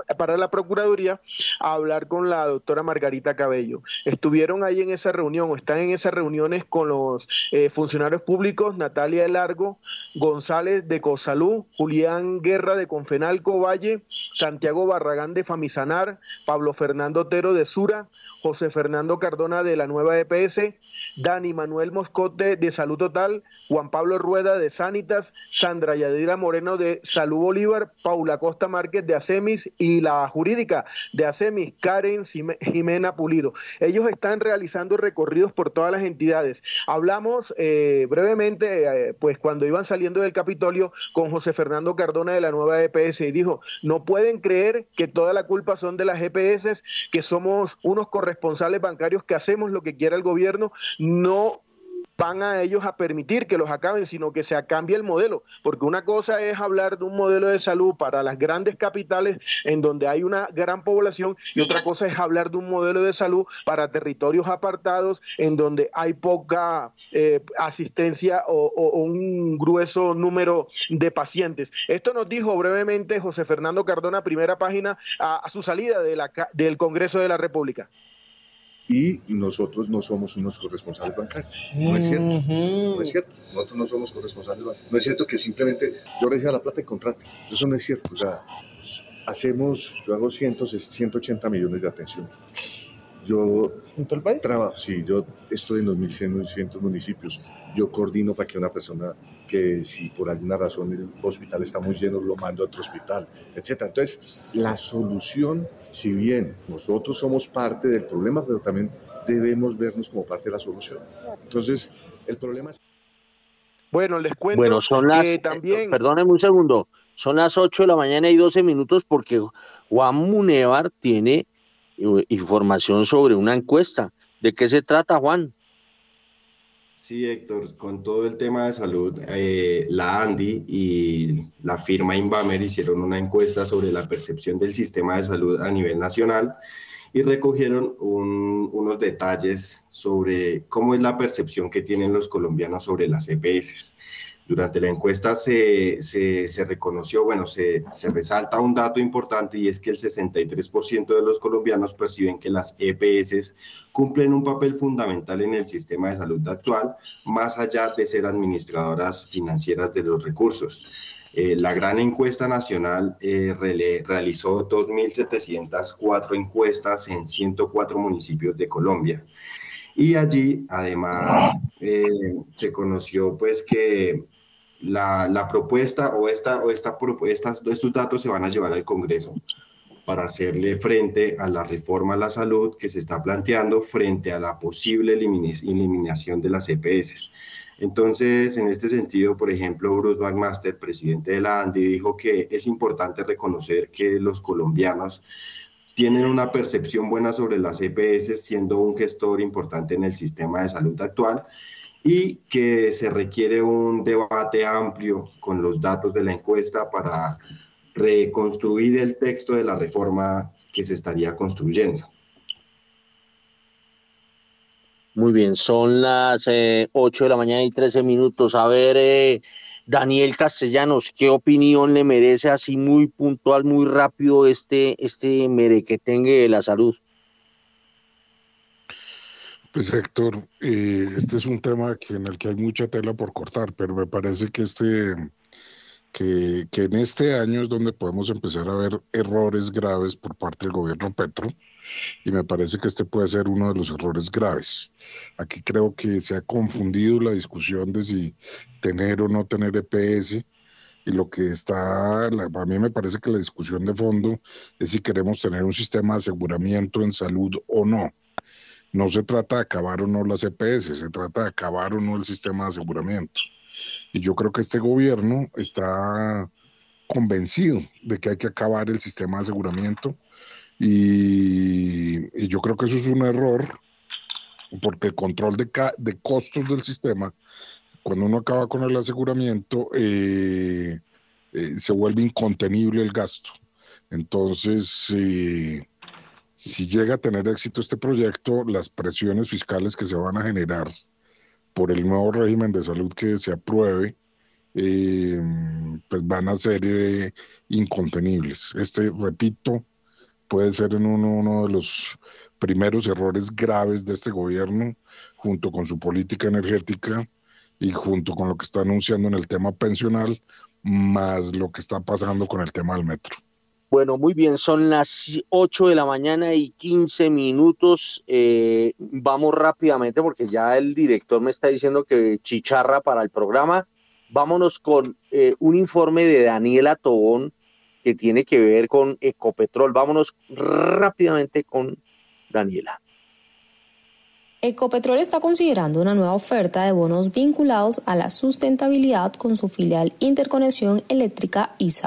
[SPEAKER 20] a hablar con la doctora Margarita Cabello. Estuvieron ahí en esa reunión, o están en esas reuniones con los funcionarios públicos, Natalia de Largo, González de Cosalú, Julián Guerra de Confenalco Valle, Santiago Barragán de Famisanar, Pablo Fernando Otero de Sura, José Fernando Cardona de la Nueva EPS, Dani Manuel Moscote de Salud Total, Juan Pablo Rueda de Sanitas, Sandra Yadira Moreno de Salud Bolívar, Paula Costa Márquez de Asemis y la jurídica de Asemis, Karen Jimena Pulido. Ellos están realizando recorridos por todas las entidades. Hablamos brevemente, pues cuando iban saliendo del Capitolio, con José Fernando Cardona de la Nueva EPS y dijo, no pueden creer que toda la culpa son de las EPS, que somos unos corresponsales bancarios que hacemos lo que quiera el gobierno. No van a ellos a permitir que los acaben, sino que se cambie el modelo, porque una cosa es hablar de un modelo de salud para las grandes capitales en donde hay una gran población, y otra cosa es hablar de un modelo de salud para territorios apartados en donde hay poca asistencia o un grueso número de pacientes. Esto nos dijo brevemente José Fernando Cardona, Primera Página, a su salida del Congreso de la República.
[SPEAKER 21] Y nosotros no somos unos corresponsales bancarios. No es cierto, no es cierto. Nosotros no somos corresponsales bancarios. No es cierto que simplemente yo reciba la plata y contrate. Eso no es cierto. O sea, yo hago 180 millones de atenciones. Yo trabajo, sí, yo estoy en los 1.100 municipios. Yo coordino para que una persona que si por alguna razón el hospital está muy lleno, lo mando a otro hospital, etc. Entonces, la solución, si bien nosotros somos parte del problema, pero también debemos vernos como parte de la solución. Entonces, el problema es...
[SPEAKER 20] Bueno, les cuento
[SPEAKER 3] que
[SPEAKER 20] también...
[SPEAKER 3] Perdónenme un segundo, son las 8 de la mañana y 12 minutos porque Juan Munevar tiene información sobre una encuesta. ¿De qué se trata, Juan?
[SPEAKER 19] Sí, Héctor, con todo el tema de salud, la ANDI y la firma Invamer hicieron una encuesta sobre la percepción del sistema de salud a nivel nacional y recogieron unos detalles sobre cómo es la percepción que tienen los colombianos sobre las EPS. Durante la encuesta se reconoció, se resalta un dato importante, y es que el 63% de los colombianos perciben que las EPS cumplen un papel fundamental en el sistema de salud actual, más allá de ser administradoras financieras de los recursos. La gran encuesta nacional realizó 2.704 encuestas en 104 municipios de Colombia. Y allí, además, se conoció que la propuesta estos datos se van a llevar al Congreso para hacerle frente a la reforma a la salud que se está planteando frente a la posible eliminación de las EPS. Entonces, en este sentido, por ejemplo, Bruce McMaster, presidente de la ANDI, dijo que es importante reconocer que los colombianos tienen una percepción buena sobre las EPS, siendo un gestor importante en el sistema de salud actual, y que se requiere un debate amplio con los datos de la encuesta para reconstruir el texto de la reforma que se estaría construyendo.
[SPEAKER 3] Muy bien, son las 8 de la mañana y 13 minutos. A ver, Daniel Castellanos, ¿qué opinión le merece así muy puntual, muy rápido este merequetengue de la salud?
[SPEAKER 10] Pues Héctor, este es un tema en el que hay mucha tela por cortar, pero me parece que en este año es donde podemos empezar a ver errores graves por parte del gobierno Petro, y me parece que este puede ser uno de los errores graves. Aquí creo que se ha confundido la discusión de si tener o no tener EPS, y a mí me parece que la discusión de fondo es si queremos tener un sistema de aseguramiento en salud o no. No se trata de acabar o no las EPS, se trata de acabar o no el sistema de aseguramiento. Y yo creo que este gobierno está convencido de que hay que acabar el sistema de aseguramiento, y yo creo que eso es un error, porque el control de costos del sistema, cuando uno acaba con el aseguramiento, se vuelve incontenible el gasto. Entonces, si llega a tener éxito este proyecto, las presiones fiscales que se van a generar por el nuevo régimen de salud que se apruebe, pues van a ser incontenibles. Repito, puede ser uno de los primeros errores graves de este gobierno, junto con su política energética y junto con lo que está anunciando en el tema pensional, más lo que está pasando con el tema del metro.
[SPEAKER 3] Bueno, muy bien, son las 8 de la mañana y 15 minutos. Vamos rápidamente porque ya el director me está diciendo que chicharra para el programa. Vámonos con un informe de Daniela Tobón que tiene que ver con Ecopetrol. Vámonos rápidamente con Daniela.
[SPEAKER 9] Ecopetrol está considerando una nueva oferta de bonos vinculados a la sustentabilidad con su filial Interconexión Eléctrica ISA.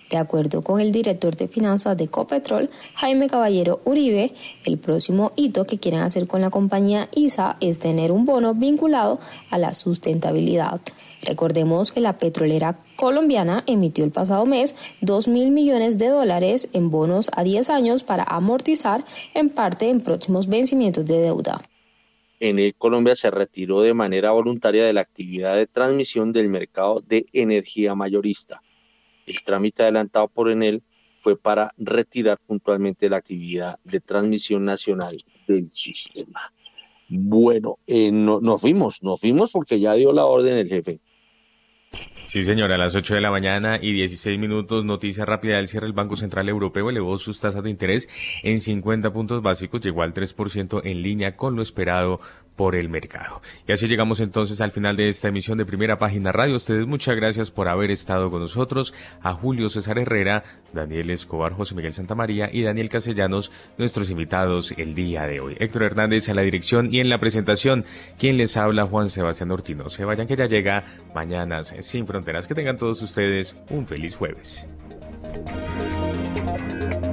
[SPEAKER 9] De acuerdo con el director de finanzas de Ecopetrol, Jaime Caballero Uribe, el próximo hito que quieren hacer con la compañía ISA es tener un bono vinculado a la sustentabilidad. Recordemos que la petrolera colombiana emitió el pasado mes $2.000 millones en bonos a 10 años para amortizar en parte en próximos vencimientos de deuda.
[SPEAKER 3] Enel Colombia se retiró de manera voluntaria de la actividad de transmisión del mercado de energía mayorista. El trámite adelantado por Enel fue para retirar puntualmente la actividad de transmisión nacional del sistema. Bueno, nos fuimos porque ya dio la orden el jefe.
[SPEAKER 2] Sí, señora, a las 8 de la mañana y 16 minutos, noticia rápida del cierre. El Banco Central Europeo elevó sus tasas de interés en 50 puntos básicos, llegó al 3% en línea con lo esperado por el mercado. Y así llegamos entonces al final de esta emisión de Primera Página Radio. Ustedes muchas gracias por haber estado con nosotros. A Julio César Herrera, Daniel Escobar, José Miguel Santamaría y Daniel Castellanos, nuestros invitados el día de hoy. Héctor Hernández en la dirección y en la presentación. Quien les habla, Juan Sebastián Ortino. Se vayan que ya llega Mañanas Sin Fronteras. Que tengan todos ustedes un feliz jueves.